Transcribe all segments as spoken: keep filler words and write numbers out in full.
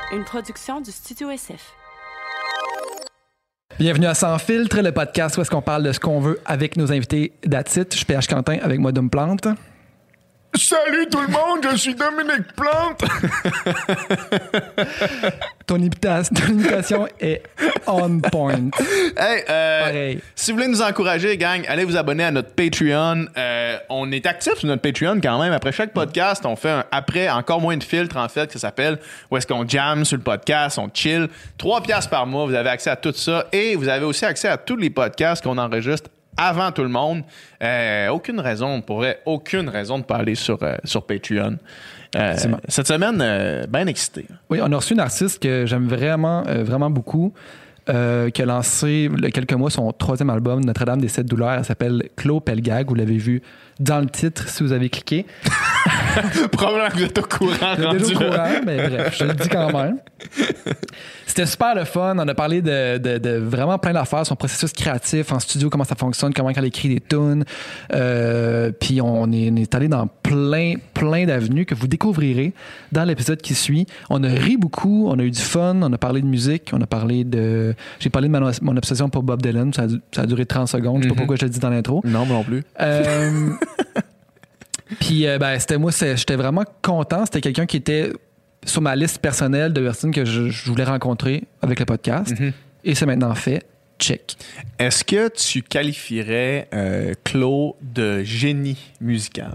une production du Studio S F. Bienvenue à Sans Filtre, le podcast où est-ce qu'on parle de ce qu'on veut avec nos invités d'Atit. Je suis P H Quentin avec moi Dom Plante. Salut tout le monde, je suis Dominique Plante. ton, imitation, ton imitation est on point. Hey, euh, Pareil. Si vous voulez nous encourager, gang, allez vous abonner à notre Patreon. Euh, on est actif sur notre Patreon quand même. Après chaque podcast, on fait un après encore moins de filtres en fait, que ça s'appelle où est-ce qu'on jam sur le podcast, on chill. Trois piastres par mois, vous avez accès à tout ça et vous avez aussi accès à tous les podcasts qu'on enregistre avant tout le monde. Euh, aucune raison, on pourrait aucune raison de ne pas aller sur, euh, sur Patreon. Euh, cette semaine, euh, bien excité. Oui, on a reçu une artiste que j'aime vraiment, euh, vraiment beaucoup, euh, qui a lancé il y a quelques mois son troisième album, Notre-Dame des Sept Douleurs. Elle s'appelle Claude Pelgag. Vous l'avez vu dans le titre si vous avez cliqué. Probablement que vous êtes au courant. Vous êtes déjà au courant, mais bref, je le dis quand même. C'était super le fun. On a parlé de, de, de vraiment plein d'affaires, son processus créatif en studio, comment ça fonctionne, comment elle écrit des tunes. Euh, puis on est, on est allé dans plein, plein d'avenues que vous découvrirez dans l'épisode qui suit. On a ri beaucoup, on a eu du fun, on a parlé de musique, on a parlé de... J'ai parlé de ma, mon obsession pour Bob Dylan. Ça a, ça a duré trente secondes. Je sais pas mm-hmm. pourquoi je le dis dans l'intro. Non, moi non plus. Euh, Puis, euh, ben, c'était moi, c'est, j'étais vraiment content. C'était quelqu'un qui était sur ma liste personnelle de personnes que je, je voulais rencontrer avec le podcast. Mm-hmm. Et c'est maintenant fait. Check. Est-ce que tu qualifierais euh, Claude de génie musical?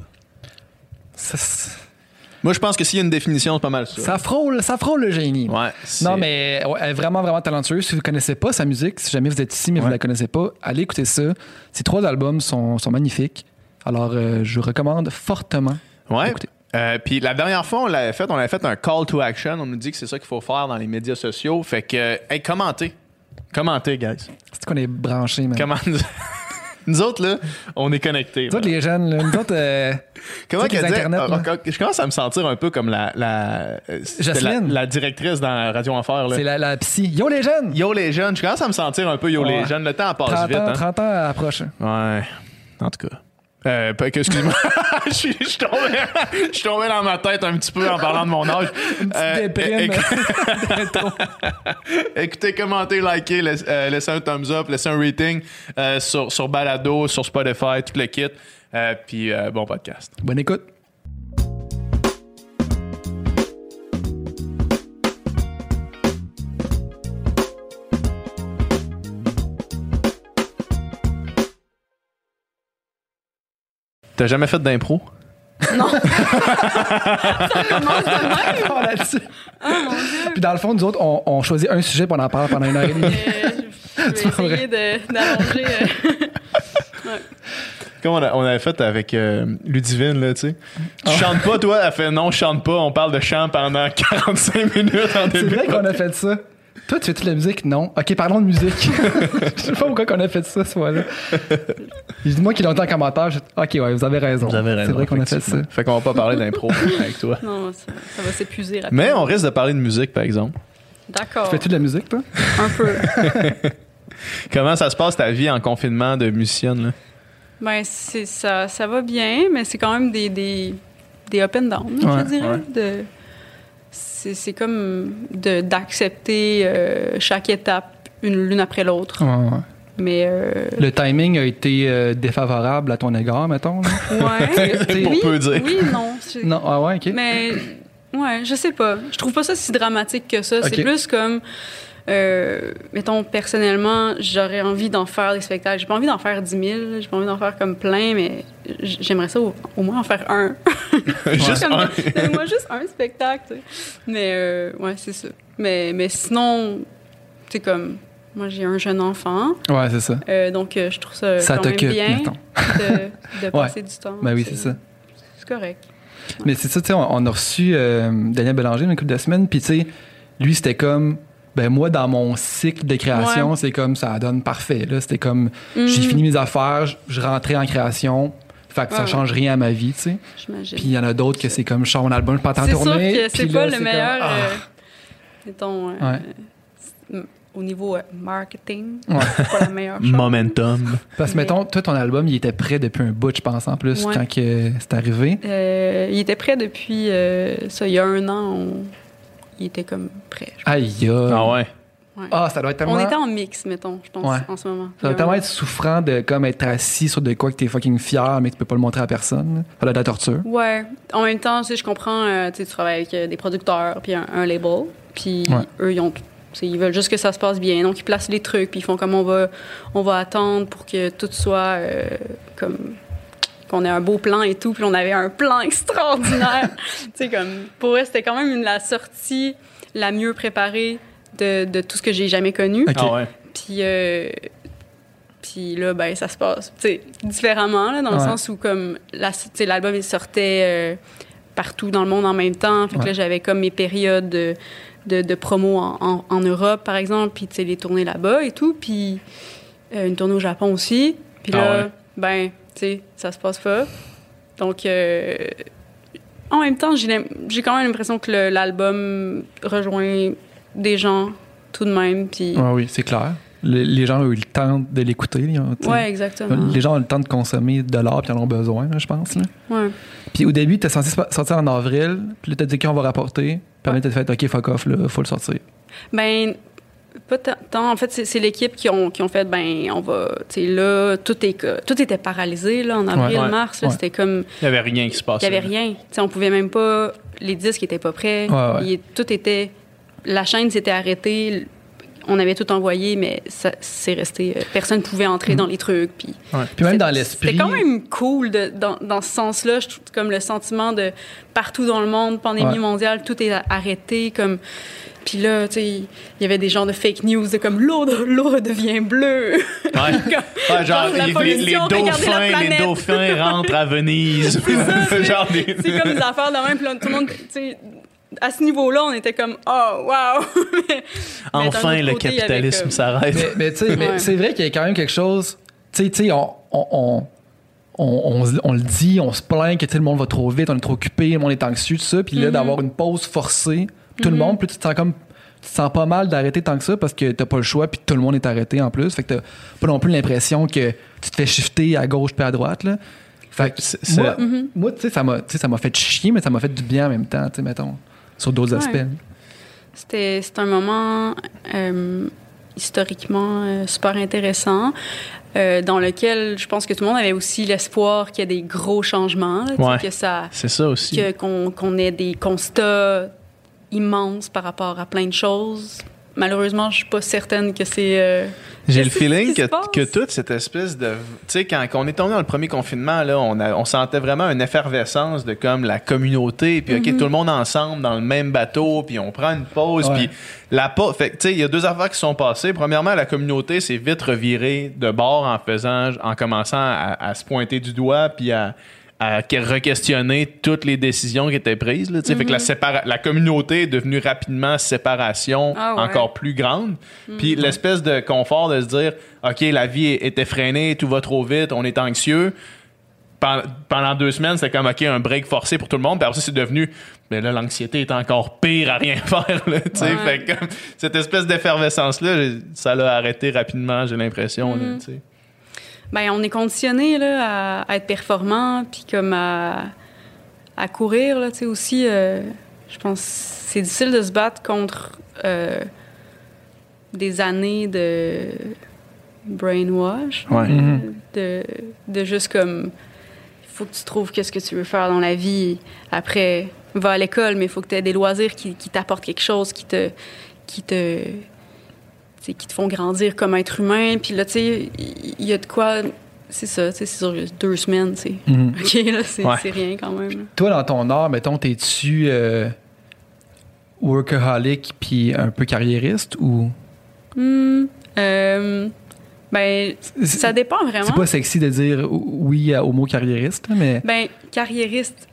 Ça, c'est... Moi, je pense que s'il y a une définition, c'est pas mal ça. Ça frôle, ça frôle le génie. Ouais, c'est... Non, mais ouais, elle est vraiment, vraiment talentueuse. Si vous ne connaissez pas sa musique, si jamais vous êtes ici, mais ouais. vous ne la connaissez pas, allez écouter ça. Ces trois albums sont, sont magnifiques. Alors, euh, je recommande fortement ouais. d'écouter. Euh, Puis la dernière fois, on l'avait fait, on avait fait un call to action. On nous dit que c'est ça qu'il faut faire dans les médias sociaux. Fait que, hey, commentez. Commentez, guys. C'est qu'on est branchés, man. Comment... Nous autres, là, on est connectés. Nous autres, les jeunes, là, nous autres, euh, comment qu'elle dit? Euh, je commence à me sentir un peu comme la, la, la, la directrice dans Radio Enfer. Là. C'est la, la psy. Yo, les jeunes! Yo, les jeunes. Je commence à me sentir un peu yo, ouais. les jeunes. Le temps passe trente vite. Ans, hein? trente ans approche. Ouais. En tout cas. Euh, excuse-moi, je suis tombé, tombé dans ma tête un petit peu en parlant de mon âge. Une petite euh, déprime. Éc- Écoutez, commentez, likez, laissez, euh, laissez un thumbs up, laissez un rating euh, sur, sur Balado, sur Spotify, tout le kit. Euh, Puis euh, bon podcast. Bonne écoute. T'as jamais fait d'impro? Non. Ça commence de même. Oh, là-dessus. Oh mon Dieu. Puis dans le fond, nous autres, on, on choisit un sujet pour en parler pendant une heure et demie. Euh, je vais essayer de, d'allonger. Euh... Ouais. Comme on, a, on avait fait avec euh, Ludivine, là, tu sais. Tu oh. chantes pas, toi? Elle fait non, je chante pas. On parle de chant pendant quarante-cinq minutes en début. C'est vrai qu'on a fait ça. Toi, tu fais toute la musique? Non. OK, parlons de musique. Je sais pas pourquoi qu'on a fait ça, ce fois-là. Dis-moi qu'il est longtemps en commentaire. Je... OK, ouais, vous avez raison. Vous avez raison. C'est vrai qu'on a fait ça. Fait qu'on va pas parler d'impro avec toi. Non, ça, ça va s'épuiser rapidement. Mais on risque de parler de musique, par exemple. D'accord. Tu fais-tu de la musique, toi? Un peu. Comment ça se passe, ta vie en confinement de musicienne, là? Ben, c'est, ça, ça va bien, mais c'est quand même des, des, des up and down, ouais, je dirais. Ouais. De... C'est, c'est comme de, d'accepter euh, chaque étape une, l'une après l'autre. Ouais, ouais. Mais euh... le timing a été euh, défavorable à ton égard, mettons. Là. Ouais. Pour oui, peu dire. Oui, non. C'est... Non, ah ouais, OK. Mais, ouais, je sais pas. Je trouve pas ça si dramatique que ça. Okay. C'est plus comme, euh, mettons, personnellement, j'aurais envie d'en faire des spectacles. J'ai pas envie d'en faire dix mille. J'ai pas envie d'en faire comme plein, mais j'aimerais ça au, au moins en faire un. Juste comme, un. Moi, juste un spectacle, tu sais. Mais, euh, ouais, c'est ça. Mais, mais sinon, c'est comme... Moi, j'ai un jeune enfant. Ouais, c'est ça. Euh, donc, euh, je trouve ça, ça quand même bien de, de passer ouais. du temps. Ben oui, c'est, c'est ça. C'est correct. Ouais. Mais c'est ça, tu sais, on, on a reçu euh, Daniel Bélanger une couple de semaines, puis tu sais, lui, c'était comme... Ben moi, dans mon cycle de création, ouais. c'est comme ça donne parfait. Là. C'était comme, mm-hmm. j'ai fini mes affaires, je, je rentrais en création, fait que ouais, ça change ouais. rien à ma vie, tu sais. J'imagine. Puis il y en a d'autres que c'est comme, je sors mon album, je peux en tourner. C'est sûr que c'est pas là, le c'est meilleur, comme, euh, ah. mettons, euh, ouais. au niveau euh, marketing, ouais. c'est pas la meilleure chose. Momentum. Parce que, mettons, toi, ton album, il était prêt depuis un bout, je pense, en plus, ouais. quand que c'est arrivé. Euh, il était prêt depuis, euh, ça, il y a un an. On... il était comme prêt. Aïe, aïe. Ah ouais. Ouais. Ah, ça doit être tellement... On était en mix, mettons, je pense, Ouais. en ce moment. Ça doit tellement être souffrant de comme être assis sur de quoi que t'es fucking fier, mais que tu peux pas le montrer à personne. Là. Ça doit être de la torture. Ouais. En même temps, tu sais, je comprends, euh, tu sais, tu travailles avec euh, des producteurs puis un, un label, puis Ouais. eux, ils ont, tu sais, ils veulent juste que ça se passe bien, donc ils placent les trucs, puis ils font comme on va, on va attendre pour que tout soit euh, comme qu'on ait un beau plan et tout, puis on avait un plan extraordinaire. Tu sais, comme pour eux, c'était quand même une, la sortie la mieux préparée de, de tout ce que j'ai jamais connu. Ok. Ah ouais. Puis, euh, puis là, ben, ça se passe, tu sais, différemment, là, dans le Ouais. sens où, comme, la, tu sais, l'album, il sortait euh, partout dans le monde en même temps. Fait que Ouais. là, j'avais comme mes périodes de, de, de promo en, en, en Europe, par exemple, puis, tu sais, les tournées là-bas et tout. Puis, euh, une tournée au Japon aussi. Puis là, Ah ouais. ben, tu sais, ça se passe pas. Donc, euh, en même temps, j'ai, l'im- j'ai quand même l'impression que le- l'album rejoint des gens tout de même. Puis, Ouais, oui, c'est clair. Le- les gens ont eu le temps de l'écouter. Ils ont- tu sais. ouais, exactement. Les gens ont le temps de consommer de l'art puis ils en ont besoin, là, je pense. Là. Ouais. Puis au début, t'es censé sortir en avril, puis là, t'as dit qu'on va rapporter. Puis après, t'as fait OK, fuck off, là, faut le sortir. Ben, pas tant- tant. En fait, c'est, c'est l'équipe qui ont, qui ont fait, ben, on va. Tu sais, là, tout, est, tout était paralysé, là, en avril, Ouais. mars. Là, Ouais. C'était comme. Il y avait rien qui se Il passait. n'y avait rien. Tu sais, on pouvait même pas. Les disques n'étaient pas prêts. Ouais, ouais. Il- tout était. La chaîne s'était arrêtée. On avait tout envoyé, mais ça, c'est resté. euh, Personne ne pouvait entrer dans les trucs. Puis, Puis même c'est- dans l'esprit. C'était quand même cool de- dans, dans ce sens-là. Je trouve comme le sentiment de partout dans le monde, pandémie Ouais. mondiale, tout est arrêté. Comme. Puis là, tu sais, il y avait des genres de fake news de comme l'eau, l'eau redevient bleue. Ouais. Comme- Ouais, genre, la les, les- les pollution, regardez la dauphins, les planète. dauphins rentrent à Venise. C'est- genre des... C'est comme des affaires de même. Puis là, tout le monde, tu sais, à ce niveau-là, on était comme, oh, wow! Mais- mais d'un Enfin, autre le côté, il y avait capitalisme comme- s'arrête. Mais, mais tu sais, mais Ouais. c'est vrai qu'il y a quand même quelque chose. Tu sais, tu sais, on, on, on, on, on- on le dit, on se plaint que tu sais, le monde va trop vite, on est trop occupé, le monde est anxieux, tout ça. Puis là, Mhm. d'avoir une pause forcée, tout le Mhm. monde, puis tu te sens comme. Tu te sens pas mal d'arrêter tant que ça parce que t'as pas le choix, puis tout le monde est arrêté en plus. Fait que t'as pas non plus l'impression que tu te fais shifter à gauche puis à droite, là. Fait que C'est- c'est- moi, Mhm. moi, tu sais, ça m'a tu sais, ça m'a fait chier, mais ça m'a fait du bien en même temps, tu sais, mettons, sur d'autres Ouais. aspects. C'était c'est un moment euh, historiquement euh, super intéressant euh, dans lequel je pense que tout le monde avait aussi l'espoir qu'il y ait des gros changements, là, tu sais, Ouais. que ça, C'est ça aussi. que, qu'on, qu'on ait des constats immenses par rapport à plein de choses. Malheureusement, je suis pas certaine que c'est. euh, J'ai le qu'est-ce feeling qui se que, passe? que toute cette espèce de... Tu sais, quand, quand on est tombé dans le premier confinement, là, on, a- on sentait vraiment une effervescence de comme la communauté, puis OK, Mhm. tout le monde ensemble dans le même bateau, puis on prend une pause, Ouais. puis la pause... Fait que, tu sais, il y a deux affaires qui sont passées. Premièrement, la communauté s'est vite revirée de bord en faisant... En commençant à, à se pointer du doigt, puis à... à re-questionner toutes les décisions qui étaient prises. Là, tu sais. Fait que la, sépara- la communauté est devenue rapidement séparation Ah ouais. encore plus grande. Puis l'espèce de confort de se dire OK, la vie est, est effrénée, tout va trop vite, on est anxieux. Pen- Pendant deux semaines, c'est comme OK, un break forcé pour tout le monde. Puis après ça, c'est devenu mais là, l'anxiété est encore pire à rien faire. Là, tu sais. Ouais. Fait que, comme, cette espèce d'effervescence-là, ça l'a arrêté rapidement, j'ai l'impression. là, Mhm. tu sais. Ben, on est conditionné là, à, à être performant, puis comme à, à courir, là, tu sais, aussi. euh, je pense que c'est difficile de se battre contre euh, des années de brainwash. Ouais. Mhm. De, de juste comme, il faut que tu trouves qu'est-ce que tu veux faire dans la vie. Après, va à l'école, mais il faut que tu aies des loisirs qui, qui t'apportent quelque chose, qui te... Qui te tu sais, qui te font grandir comme être humain. Puis là, tu sais, il y a de quoi... C'est ça, tu sais, c'est sur deux semaines, tu sais. Mhm. OK, là, c'est Ouais. c'est rien quand même. là. Toi, dans ton art, mettons, t'es-tu euh, workaholic puis un peu carriériste ou. Hmm, euh, ben, ça dépend vraiment. C'est pas sexy de dire oui au mot carriériste, là, mais. Ben, carriériste,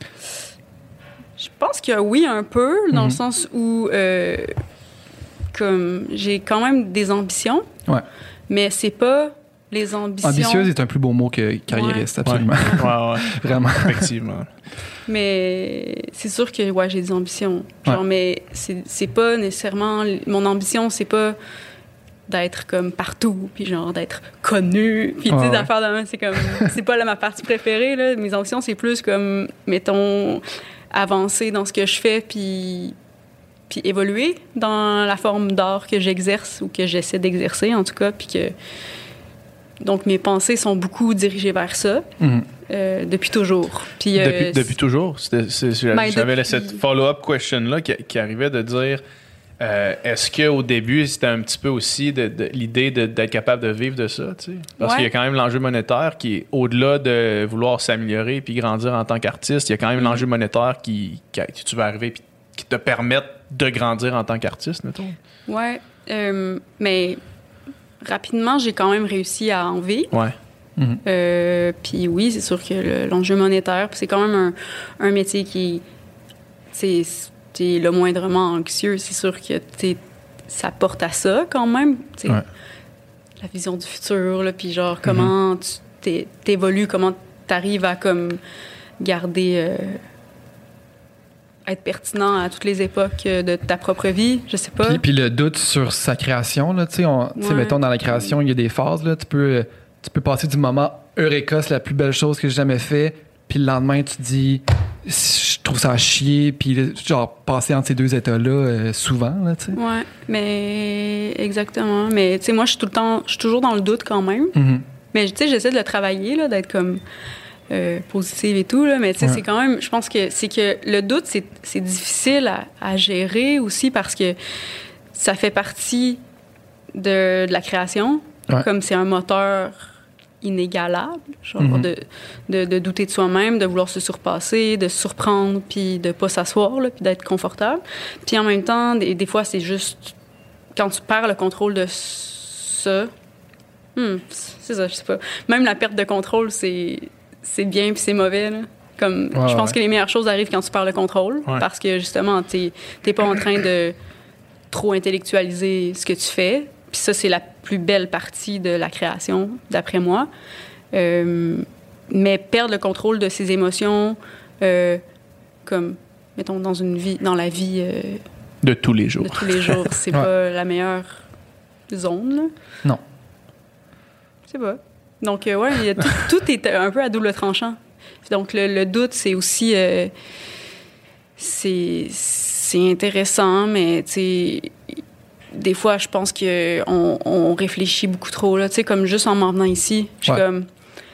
je pense que oui, un peu, dans Mhm. le sens où, euh, comme, j'ai quand même des ambitions, Ouais. mais c'est pas les ambitions... Ambitieuse est un plus beau mot que carriériste, absolument. Ouais, ouais, Vraiment. effectivement. Mais c'est sûr que, ouais, j'ai des ambitions. Genre, Ouais. mais c'est c'est pas nécessairement... Mon ambition, c'est pas d'être comme partout, puis genre d'être connu, puis tu Ouais, sais, ouais. d'affaires de même, c'est comme... c'est pas là, ma partie préférée, là. Mes ambitions, c'est plus comme, mettons, avancer dans ce que je fais, puis... puis évoluer dans la forme d'art que j'exerce ou que j'essaie d'exercer, en tout cas, puis que... Donc, mes pensées sont beaucoup dirigées vers ça, mm-hmm. euh, depuis toujours. Puis, euh, depuis, depuis toujours? C'était, c'est, c'est, ben, j'avais depuis... cette follow-up question-là qui, qui arrivait de dire euh, est-ce qu'au début, c'était un petit peu aussi de, de, l'idée de, d'être capable de vivre de ça? Tu sais? Parce ouais. qu'il y a quand même l'enjeu monétaire qui est au-delà de vouloir s'améliorer puis grandir en tant qu'artiste. Il y a quand même l'enjeu monétaire qui, qui, qui tu vas arriver puis qui te permettent de grandir en tant qu'artiste, mettons. Oui, euh, mais... Rapidement, j'ai quand même réussi à en vivre. Ouais. Mm-hmm. Euh, puis oui, c'est sûr que le, l'enjeu monétaire, c'est quand même un, un métier qui c'est, c'est le moindrement anxieux. C'est sûr que ça porte à ça quand même. Ouais. La vision du futur, là, puis genre comment mm-hmm. tu t'évolues, comment tu arrives à comme garder... Euh, être pertinent à toutes les époques de ta propre vie, je sais pas. Puis, puis le doute sur sa création, là, tu sais, ouais. mettons, dans la création, il y a des phases, là, tu peux, tu peux passer du moment « Eureka, c'est la plus belle chose que j'ai jamais fait », puis le lendemain, tu te dis « Je trouve ça à chier », puis genre, passer entre ces deux états-là euh, souvent, là, tu sais. Ouais, mais exactement. Mais, tu sais, moi, je suis tout le temps, je suis toujours dans le doute quand même. Mm-hmm. Mais, tu sais, j'essaie de le travailler, là, d'être comme... Euh, positive et tout, là, mais tu sais, ouais. c'est quand même, je pense que c'est que le doute, c'est, c'est difficile à, à gérer aussi parce que ça fait partie de, de la création, ouais. comme c'est un moteur inégalable, genre mm-hmm. de, de, de douter de soi-même, de vouloir se surpasser, de se surprendre, puis de pas s'asseoir, là, puis d'être confortable. Puis en même temps, des, des fois, c'est juste quand tu perds le contrôle de ça, hmm, c'est ça, je sais pas. Même la perte de contrôle, c'est c'est bien puis c'est mauvais, là. Comme, ouais, je pense ouais. que les meilleures choses arrivent quand tu perds le contrôle, ouais. parce que, justement, t'es, t'es pas en train de trop intellectualiser ce que tu fais. Puis ça, c'est la plus belle partie de la création, d'après moi. Euh, mais perdre le contrôle de ses émotions, euh, comme, mettons, dans une vie, dans la vie... Euh, de tous les jours. De tous les jours, c'est ouais. pas la meilleure zone, là. Non. Je sais pas. Donc, euh, ouais, il y a tout, tout est un peu à double tranchant. Donc, le, le doute, c'est aussi... Euh, c'est, c'est intéressant, mais, tu sais, des fois, je pense qu'on on réfléchit beaucoup trop, là. Tu sais, comme juste en m'en venant ici, je suis ouais. comme... Tu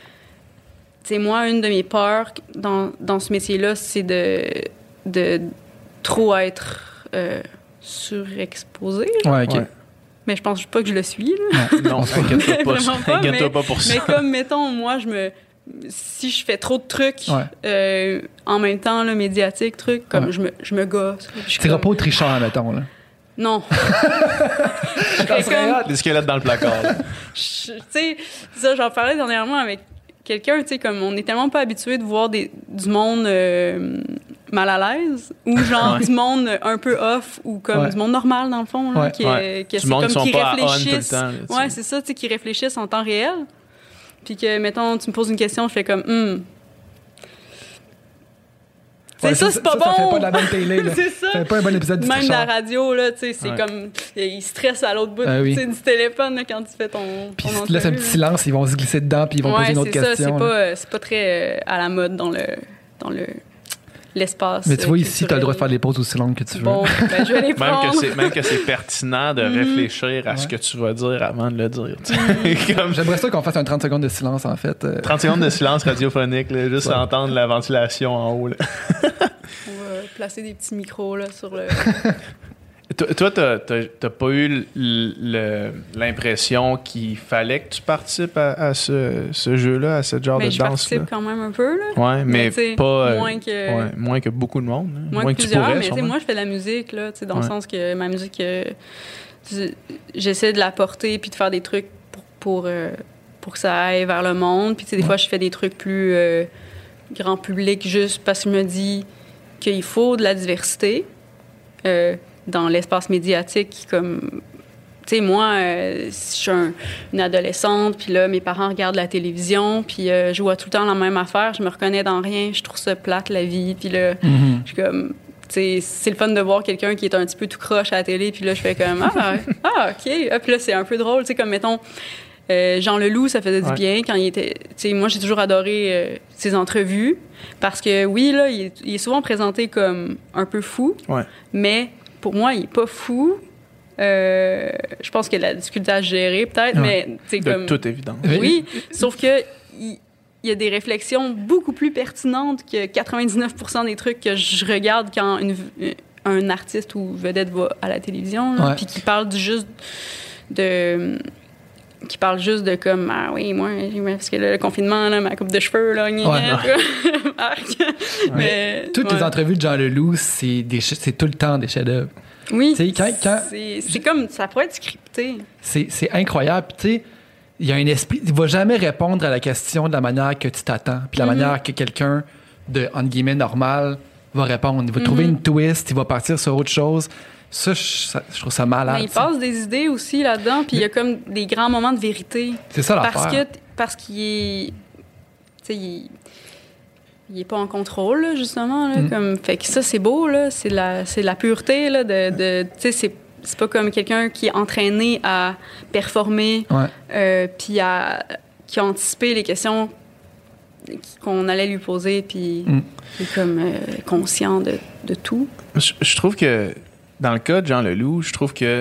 sais, moi, une de mes peurs dans, dans ce métier-là, c'est de, de trop être euh, surexposé. Ouais, OK. Ouais. Mais je pense pas que je le suis, là. Non, non inquiète-toi pas, pas, inquiète-toi mais, pas pour ça. Mais comme, mettons, moi, je me... Si je fais trop de trucs ouais. euh, en même temps, là, médiatique, trucs, comme ouais. je, me, je me gosse. Tu n'iras pas au tricheur, mettons, là. Non. Je comme... Des squelettes dans le placard. Tu sais, ça, j'en parlais dernièrement avec quelqu'un, tu sais, comme on est tellement pas habitué de voir des, du monde euh, mal à l'aise, ou genre ouais. du monde un peu off, ou comme ouais. du monde normal, dans le fond, là, ouais. qui, ouais. que du c'est monde comme qui sont qui pas réfléchissent. on tout le temps, là, ouais, c'est ça, tu sais, qui réfléchissent en temps réel. Puis que, mettons, tu me poses une question, je fais comme, hum. Ouais, c'est ça, ça, c'est pas ça, bon! Ça fait pas de la bonne télé, là. C'est ça! Ça fait pas un bon épisode du Même tricheur. de la radio, là, tu sais, c'est ouais. comme... Ils stressent à l'autre bout ah, oui. du téléphone, là, quand tu fais ton... Puis ton si tu laisses un petit silence, ils vont se glisser dedans, puis ils vont ouais, poser une autre c'est question. Ça, c'est, pas, c'est pas très euh, à la mode dans le... Dans le l'espace. Mais tu vois, euh, ici, tu as le droit de faire des pauses aussi longues que tu veux. Bon, ben, je vais les prendre. Même que c'est, même que c'est pertinent de mm-hmm. réfléchir à ouais. ce que tu vas dire avant de le dire. Mm-hmm. Comme... J'aimerais ça qu'on fasse un trente secondes de silence, en fait. trente secondes de silence radiophonique, là, juste ouais. à entendre la ventilation en haut. Là. On va placer des petits micros là, sur le... Toi, t'as, t'as, t'as pas eu le, le, l'impression qu'il fallait que tu participes à, à ce, ce jeu-là, à ce genre mais de je danse-là? participe quand même un peu, là. Ouais, mais, mais pas... Moins que... Ouais, moins que beaucoup de monde. Hein. Moins, moins que, que plusieurs, tu pourrais, mais tu sais, moi, je fais de la musique, là, tu sais, dans ouais. le sens que ma musique, euh, j'essaie de la porter puis de faire des trucs pour, pour, euh, pour que ça aille vers le monde. Puis, tu sais, des ouais. fois, je fais des trucs plus euh, grand public juste parce que je me dis qu'il faut de la diversité. Euh, dans l'espace médiatique, comme... Tu sais, moi, euh, je suis un, une adolescente, puis là, mes parents regardent la télévision, puis euh, je vois tout le temps la même affaire, je me reconnais dans rien, je trouve ça plate, la vie, puis là, mm-hmm. je suis comme... Tu sais, c'est le fun de voir quelqu'un qui est un petit peu tout croche à la télé, puis là, je fais comme... Ah, ah OK. Ah, puis là, c'est un peu drôle, tu sais, comme, mettons... Euh, Jean Leloup, ça faisait du ouais. bien quand il était... Tu sais, moi, j'ai toujours adoré euh, ses entrevues, parce que, oui, là, il est, il est souvent présenté comme un peu fou, ouais. mais... pour moi, il est pas fou. Euh, je pense qu'il a de la difficulté à gérer, peut-être, Ouais. mais c'est De comme... toute évidence. Oui, sauf que il, il y a des réflexions beaucoup plus pertinentes que quatre-vingt-dix-neuf pour cent des trucs que je regarde quand une, un artiste ou vedette va à la télévision, là, Ouais. puis qui parle du juste de... qui parle juste de comme ah oui moi parce que là, le confinement là, ma coupe de cheveux là gna, Ouais. gna, mais, mais Toutes ouais. les entrevues de Jean Leloup, c'est, des, ch- c'est tout le temps des chefs-d'œuvre. oui Tu sais, quand- quand- c'est, c'est comme ça pourrait être scripté. C'est, c'est incroyable. Puis, tu sais, il y a un esprit. Il va jamais répondre à la question de la manière que tu t'attends, puis la Mhm. manière que quelqu'un de, entre guillemets, normal va répondre. Il va trouver Mhm. une twist, il va partir sur autre chose. Ça, je, ça- je trouve ça malade. Mais il tu sais. passe des idées aussi là-dedans, puis il y a comme des grands moments de vérité. C'est ça l'affaire. Parce que parce qu'il est, tu sais, il, il est pas en contrôle là, justement là, Mm. comme fait que ça c'est beau là, c'est de la c'est de la pureté là, de, de tu sais c'est c'est pas comme quelqu'un qui est entraîné à performer, Ouais. euh, puis à qui a anticipé les questions qu'on allait lui poser, puis Mm. qui est comme euh, conscient de, de tout. Je, je trouve que dans le cas de Jean Leloup, je trouve que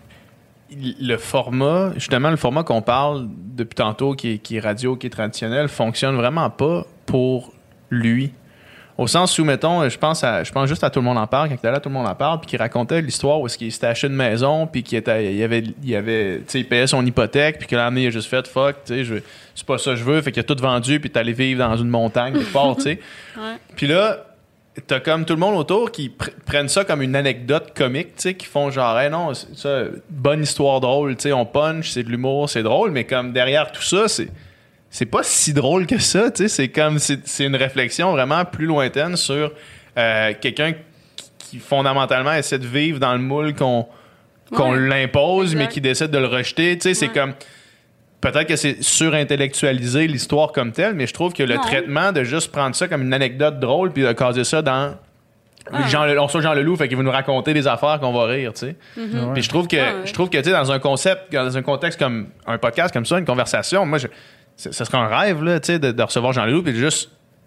le format, justement le format qu'on parle depuis tantôt, qui est, qui est radio, qui est traditionnel, fonctionne vraiment pas pour lui. Au sens où, mettons, je pense à, je pense juste à Tout le monde en parle, quand il était là, Tout le monde en parle, puis qui racontait l'histoire où est-ce qu'il s'était acheté une maison, puis qu'il était, il avait, il avait, tu sais, il payait son hypothèque, puis que l'année il a juste fait fuck, tu sais, je, c'est pas ça que je veux, fait qu'il a tout vendu, puis t'es allé vivre dans une montagne quelque part, tu sais. Ouais. Puis là, t'as comme tout le monde autour qui pr- prennent ça comme une anecdote comique, tu sais, qui font genre, hey, non, c'est ça, bonne histoire drôle, tu sais, on punch, c'est de l'humour, c'est drôle, mais comme derrière tout ça, c'est c'est pas si drôle que ça, tu sais, c'est comme, c'est, c'est une réflexion vraiment plus lointaine sur euh, quelqu'un qui, qui fondamentalement essaie de vivre dans le moule qu'on, qu'on Ouais, l'impose, mais exact. qui décide de le rejeter, tu sais, c'est Ouais. comme, peut-être que c'est surintellectualiser l'histoire comme telle, mais je trouve que le Non. traitement de juste prendre ça comme une anecdote drôle puis de caser ça dans Ah. Jean, on soit Jean Leloup, fait qu'il va nous raconter des affaires qu'on va rire, tu sais. Mhm. Puis je trouve que, Ah ouais. je trouve que, tu sais, dans un concept, dans un contexte comme un podcast comme ça, une conversation, moi, je, ce ce serait un rêve, là, tu sais, de, de recevoir Jean Leloup puis de juste,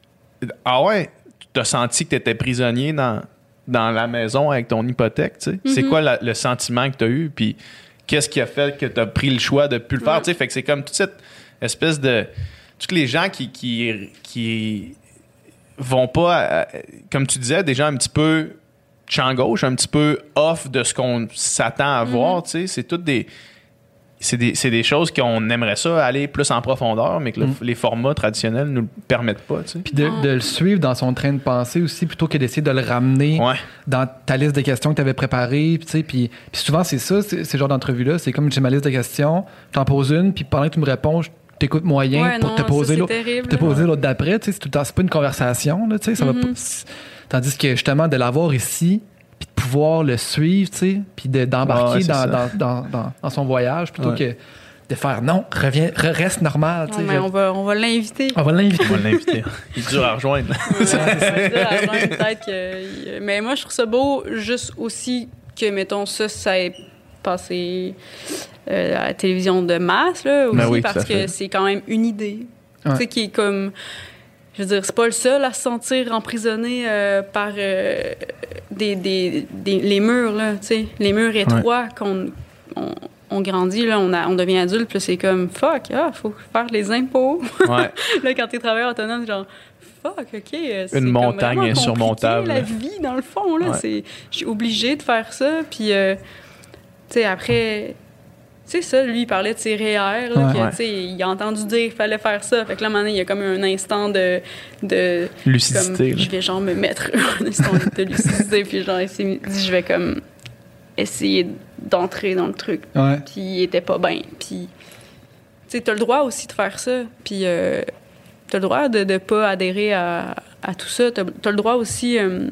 ah ouais, t'as senti que t'étais prisonnier dans, dans la maison avec ton hypothèque, tu sais. C'est Mhm. quoi la- le sentiment que t'as eu, puis qu'est-ce qui a fait que t'as pris le choix de plus le faire, Ouais. tu sais. Fait que c'est comme toute cette espèce de, tous les gens qui, qui, qui vont pas, à- comme tu disais, des gens un petit peu champ gauche, un petit peu off de ce qu'on s'attend à voir, tu sais. C'est toutes des... C'est des, c'est des choses qu'on aimerait ça aller plus en profondeur, mais que le- Mm. les formats traditionnels nous le permettent pas, tu sais. Puis de, de le suivre dans son train de pensée aussi, plutôt que d'essayer de le ramener Ouais. dans ta liste de questions que tu avais préparées. Puis, tu sais, puis, puis souvent, c'est ça, c'est- ces genres d'entrevues-là. C'est comme j'ai ma liste de questions, je t'en pose une, puis pendant que tu me réponds, je t'écoute moyen Ouais, pour non, te poser ça, c'est l'autre. terrible, Te poser là. l'autre d'après, tu sais, c'est tout le temps- c'est pas une conversation, là, tu sais, ça va Mhm. pas- c'est- Tandis que justement, de l'avoir ici, puis de pouvoir le suivre, tu sais, puis de- d'embarquer Ouais, c'est dans, ça. dans, dans, dans, dans son voyage, plutôt Ouais. que de faire non, reviens, re- reste normal, tu Ouais, sais. mais je- on va, on va l'inviter. On va l'inviter. On va l'inviter. Il est dur à rejoindre. Ouais, c'est ça, à rejoindre, peut-être que- Mais moi, je trouve ça beau juste aussi que, mettons, ça, ça ait passé euh, à la télévision de masse, là, aussi, Ben oui, tout parce à que fait. c'est quand même une idée. Ouais. Tu sais, qui est comme... Je veux dire, c'est pas le seul à se sentir emprisonné euh, par euh, des, des, des- les murs, là, tu sais, les murs étroits qu'on... On, on grandit, là, on, a, on devient adulte, puis là, c'est comme, fuck, ah, faut faire les impôts. Ouais. Là, quand t'es travailleur autonome, c'est genre, fuck, OK. euh, c'est Une comme montagne vraiment insurmontable. compliqué, la vie, dans le fond, là. Ouais. C'est, je suis obligée de faire ça. Puis, euh, tu sais, après, tu sais, ça, lui, il parlait de ses R E E R, là, Ouais. que, Ouais. tu sais, il a entendu dire qu'il fallait faire ça. Fait que là, à un moment donné, il y a comme un instant de. de Lucidité. comme, là. je vais, genre, me mettre un instant de lucidité. Puis, genre, il s'est dit, je vais, comme, essayer d'entrer dans le truc. Ouais. Puis il était pas bien. Puis, tu sais, t'as le droit aussi de faire ça. Puis, euh, t'as le droit de ne pas adhérer à, à tout ça. T'as as le droit aussi euh,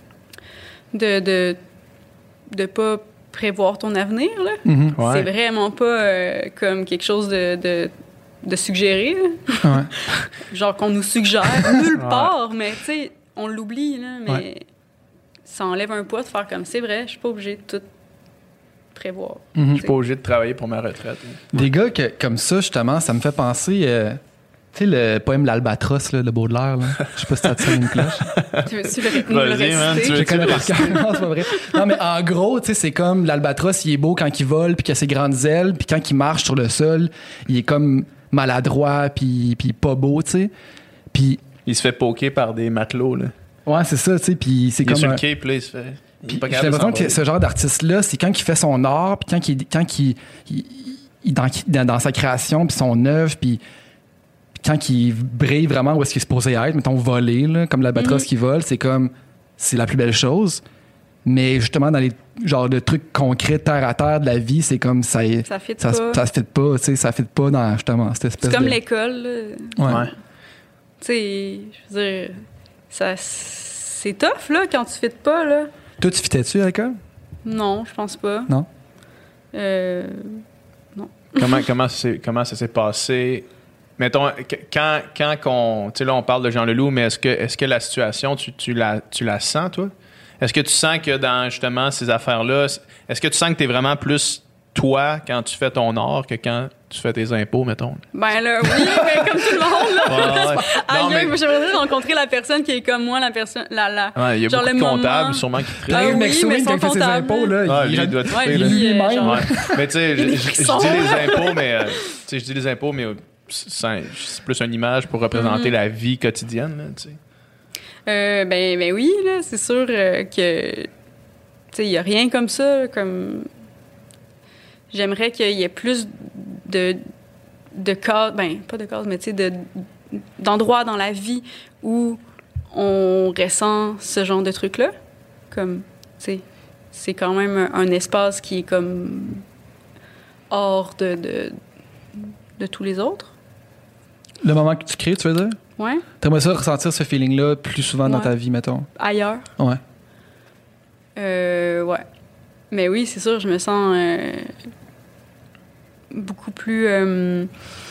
de, de de pas prévoir ton avenir, là. Mhm. Ouais. C'est vraiment pas euh, comme quelque chose de, de, de suggéré, là. Ouais. Genre qu'on nous suggère nulle Ouais. part, mais tu sais, on l'oublie, là. Mais Ouais. ça enlève un poids de faire comme, c'est vrai, je suis pas obligée de tout prévoir. Mhm. Je suis pas obligé de travailler pour ma retraite. Des gars que, comme ça, justement, ça me fait penser. euh, Tu sais, le poème L'Albatros, là, de Baudelaire, là. Je sais pas si ça te sonne une cloche. Tu veux-tu le, nous le Vas-y, man, tu réciter? veux- Je connais par cœur. Non, c'est pas vrai. Non, mais en gros, tu sais, c'est comme l'Albatros, il est beau quand il vole, puis qu'il a ses grandes ailes, puis quand il marche sur le sol, il est comme maladroit, puis, puis pas beau, tu sais. Puis, Il se fait poker par des matelots, là. ouais, c'est ça, tu sais, puis c'est Il est comme sur un- le cape, là, il se fait... il est Puis pas j'ai capable de l'impression que s'envoler. ce genre d'artiste-là, c'est quand il fait son art, puis quand il, quand il, il- il- dans, dans, dans sa création, puis son œuvre, puis puis quand il brille vraiment où est-ce qu'il est supposé être, mettons voler, là, comme l'albatros Mhm. qui vole, c'est comme, c'est la plus belle chose. Mais justement, dans les genres de trucs concrets, terre à terre de la vie, c'est comme ça. Ça fit ça, pas. ça se fait pas, tu sais, ça fit pas dans justement cette espèce C'est comme de. l'école. là. Ouais. Ouais. Tu sais, je veux dire, ça, c'est tough, là, quand tu fites pas, là. Toi, tu fitais-tu à l'école? Non, je pense pas. Non? Euh, comment, comment, c'est- comment ça s'est passé? Mettons, qu- quand, quand qu'on, tu sais, là, on parle de Jean Leloup, mais est-ce que, est-ce que la situation, tu, tu, la, tu la sens, toi? Est-ce que tu sens que dans, justement, ces affaires-là, est-ce que tu sens que tu es vraiment plus toi quand tu fais ton art que quand tu fais tes impôts, mettons? ben là, oui, mais comme tout le monde, là. Ouais, ouais. Aïe, Non, mais- moi, j'aimerais rencontrer la personne qui est comme moi, la personne. La, la, Ouais, il y a genre beaucoup le de comptables, moment- sûrement, qui Ah Dave oui, McSween, mais quand il son fait ses comptable. impôts, là, Ah, il, lui, il doit Ouais, triper, lui, là. lui-même. euh, genre- Ouais. Mais tu sais, je, Des je- je frissons. dis les impôts, mais euh, tu sais, je dis les impôts, mais euh, c'est c'est plus une image pour représenter Mhm. la vie quotidienne, là, tu sais. Euh, ben, ben oui, là, c'est sûr euh, que. Tu sais, il n'y a rien comme ça. Comme. J'aimerais qu'il y ait plus de, de cases. Ben, pas de cases, mais tu sais, de, d'endroits dans la vie où on ressent ce genre de trucs-là. Comme, tu sais, c'est quand même un, un espace qui est comme hors de, de, de tous les autres. Le moment que tu crées, tu veux dire? Ouais, T'aimerais ça ressentir ce feeling-là plus souvent dans Ouais. ta vie, mettons? ailleurs. Ouais. Euh, ouais. Mais oui, c'est sûr, je me sens euh, beaucoup plus. euh,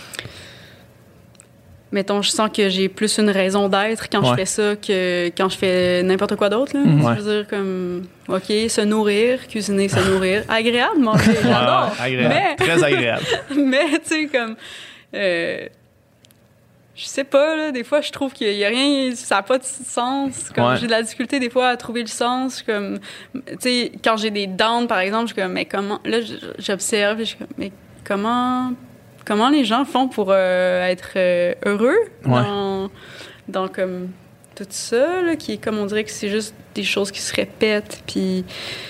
mettons, je sens que j'ai plus une raison d'être quand je Ouais. fais ça que quand je fais n'importe quoi d'autre. Là. Mhm. Je veux dire, comme, OK, se nourrir, cuisiner, se nourrir. Agréable, manger, j'adore. Ouais, agréable. Mais- Très agréable. Mais, tu sais, comme. euh, je sais pas, là, des fois, je trouve qu'il y a rien, ça n'a pas de sens. Comme, Ouais. j'ai de la difficulté, des fois, à trouver le sens. Comme, tu sais, quand j'ai des downs, par exemple, je suis comme, mais comment. Là, j- j'observe, je suis comme, mais comment. Comment les gens font pour euh, être euh, heureux Ouais. dans, dans, comme, tout ça, là, qui est comme, on dirait que c'est juste des choses qui se répètent, puis.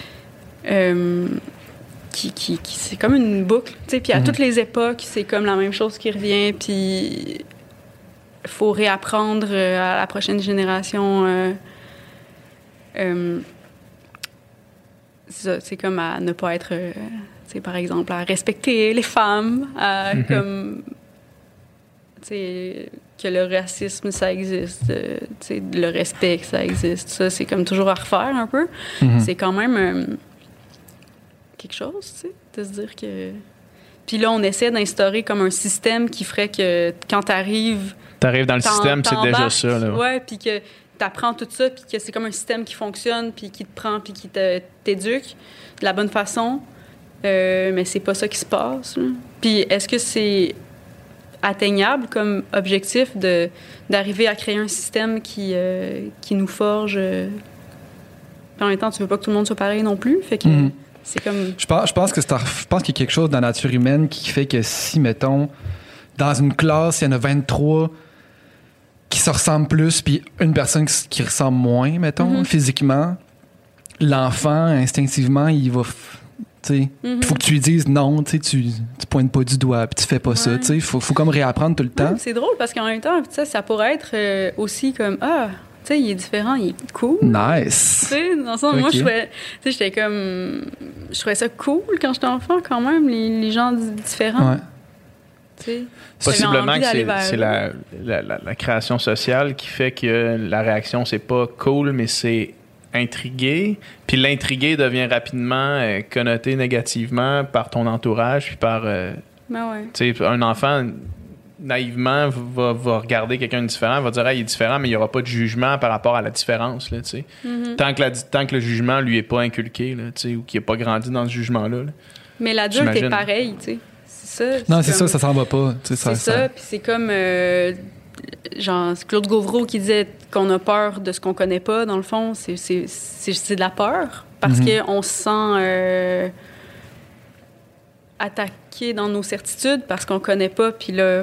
euh, qui, qui, qui- c'est comme une boucle, tu sais, puis à Mhm. toutes les époques, c'est comme la même chose qui revient, puis il faut réapprendre euh, à la prochaine génération. euh, euh, c'est ça, c'est comme à ne pas être, euh, tu sais, par exemple, à respecter les femmes, à Mhm. comme, tu sais, que le racisme, ça existe, euh, tu sais, le respect, que ça existe, ça, c'est comme toujours à refaire un peu. Mhm. C'est quand même euh, quelque chose, tu sais, de se dire que... Puis là, on essaie d'instaurer comme un système qui ferait que quand t'arrives... T'arrives dans le t'en- système, c'est déjà t'embarques, ça, là. Ouais, puis que t'apprends tout ça, puis que c'est comme un système qui fonctionne, puis qui te prend, puis qui te- t'éduque de la bonne façon. Euh, mais c'est pas ça qui se passe, là. Puis est-ce que c'est atteignable comme objectif de d'arriver à créer un système qui, euh, qui nous forge... euh, puis en même temps, tu veux pas que tout le monde soit pareil non plus, fait que... Mhm. C'est comme... Je pense, je pense que c'est un- je pense qu'il y a quelque chose dans la nature humaine qui fait que si, mettons, dans une classe, il y en a vingt-trois qui se ressemblent plus, puis une personne qui, s- qui ressemble moins, mettons, Mhm. physiquement, l'enfant, instinctivement, il va. f- Tu sais, il Mhm. faut que tu lui dises non, tu sais, tu, tu pointes pas du doigt, puis tu fais pas ça, Ouais. tu sais. Il faut, faut comme réapprendre tout le temps. Ouais, c'est drôle parce qu'en même temps, tu sais, ça pourrait être euh, aussi comme ah, tu sais, il est différent, il est cool. Tu Nice. sais, dans le sens, moi, Ok. je trouvais, tu sais, j'étais comme, je trouvais ça cool quand j'étais enfant, quand même, les, les gens di- différents. Ouais. Tu sais, Possiblement J'avais envie que d'aller c'est vers c'est là. la, la, la, la création sociale qui fait que la réaction, c'est pas cool, mais c'est intrigué. Puis l'intrigué devient rapidement euh, connoté négativement par ton entourage, puis par... euh, Ben ouais. tu sais, un enfant, naïvement, va, va regarder quelqu'un de différent, va dire ah, il est différent, mais il n'y aura pas de jugement par rapport à la différence, là, tu sais. Mhm. Tant que, la, tant que le jugement lui est pas inculqué, là, tu sais, ou qu'il n'a pas grandi dans ce jugement-là. là. Mais l'adulte est J'imagine. pareil, tu sais. c'est ça. Non, c'est comme- ça, ça s'en va pas. Tu sais, C'est ça, puis c'est comme euh, genre c'est Claude Gauvreau qui disait qu'on a peur de ce qu'on connaît pas, dans le fond. C'est, c'est, c'est, c'est de la peur parce Mhm. qu'on se sent euh, attaqué dans nos certitudes parce qu'on connaît pas, puis là,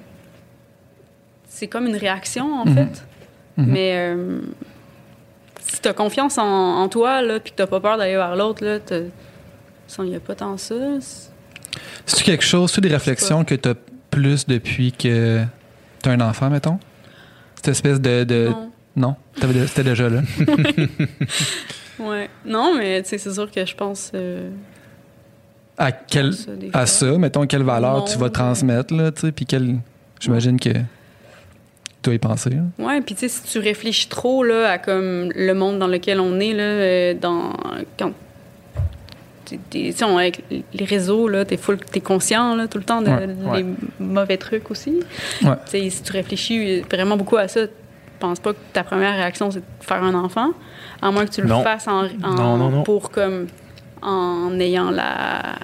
c'est comme une réaction, en Mhm. fait. Mhm. Mais euh, si t'as confiance en, en toi, là, puis que t'as pas peur d'aller vers l'autre, là, t'as- il n'y a pas tant ça. C'est- C'est-tu quelque chose, c'est des réflexions que tu as plus depuis que tu as un enfant, mettons? Cette espèce de. de... Non. Non? T'avais de- C'était déjà là. Ouais. Non, mais tu sais, c'est sûr que je pense euh, À, quel, ça des à fois. ça, mettons, quelle valeur Non, tu vas mais- transmettre, là, tu sais, puis quelle. J'imagine que tu dois y penser. Là. Ouais, puis tu sais, si tu réfléchis trop là, à comme le monde dans lequel on est, là, euh, dans, quand t'es- t'es- tu sais, on- avec les réseaux, là, t'es full, t'es conscient là, tout le temps de Ouais, les mauvais trucs aussi. Ouais. Tu sais, si tu réfléchis vraiment beaucoup à ça, je pense pas que ta première réaction, c'est de faire un enfant, à moins que tu le Non. fasses en, en- Non, non, non. pour comme en ayant la...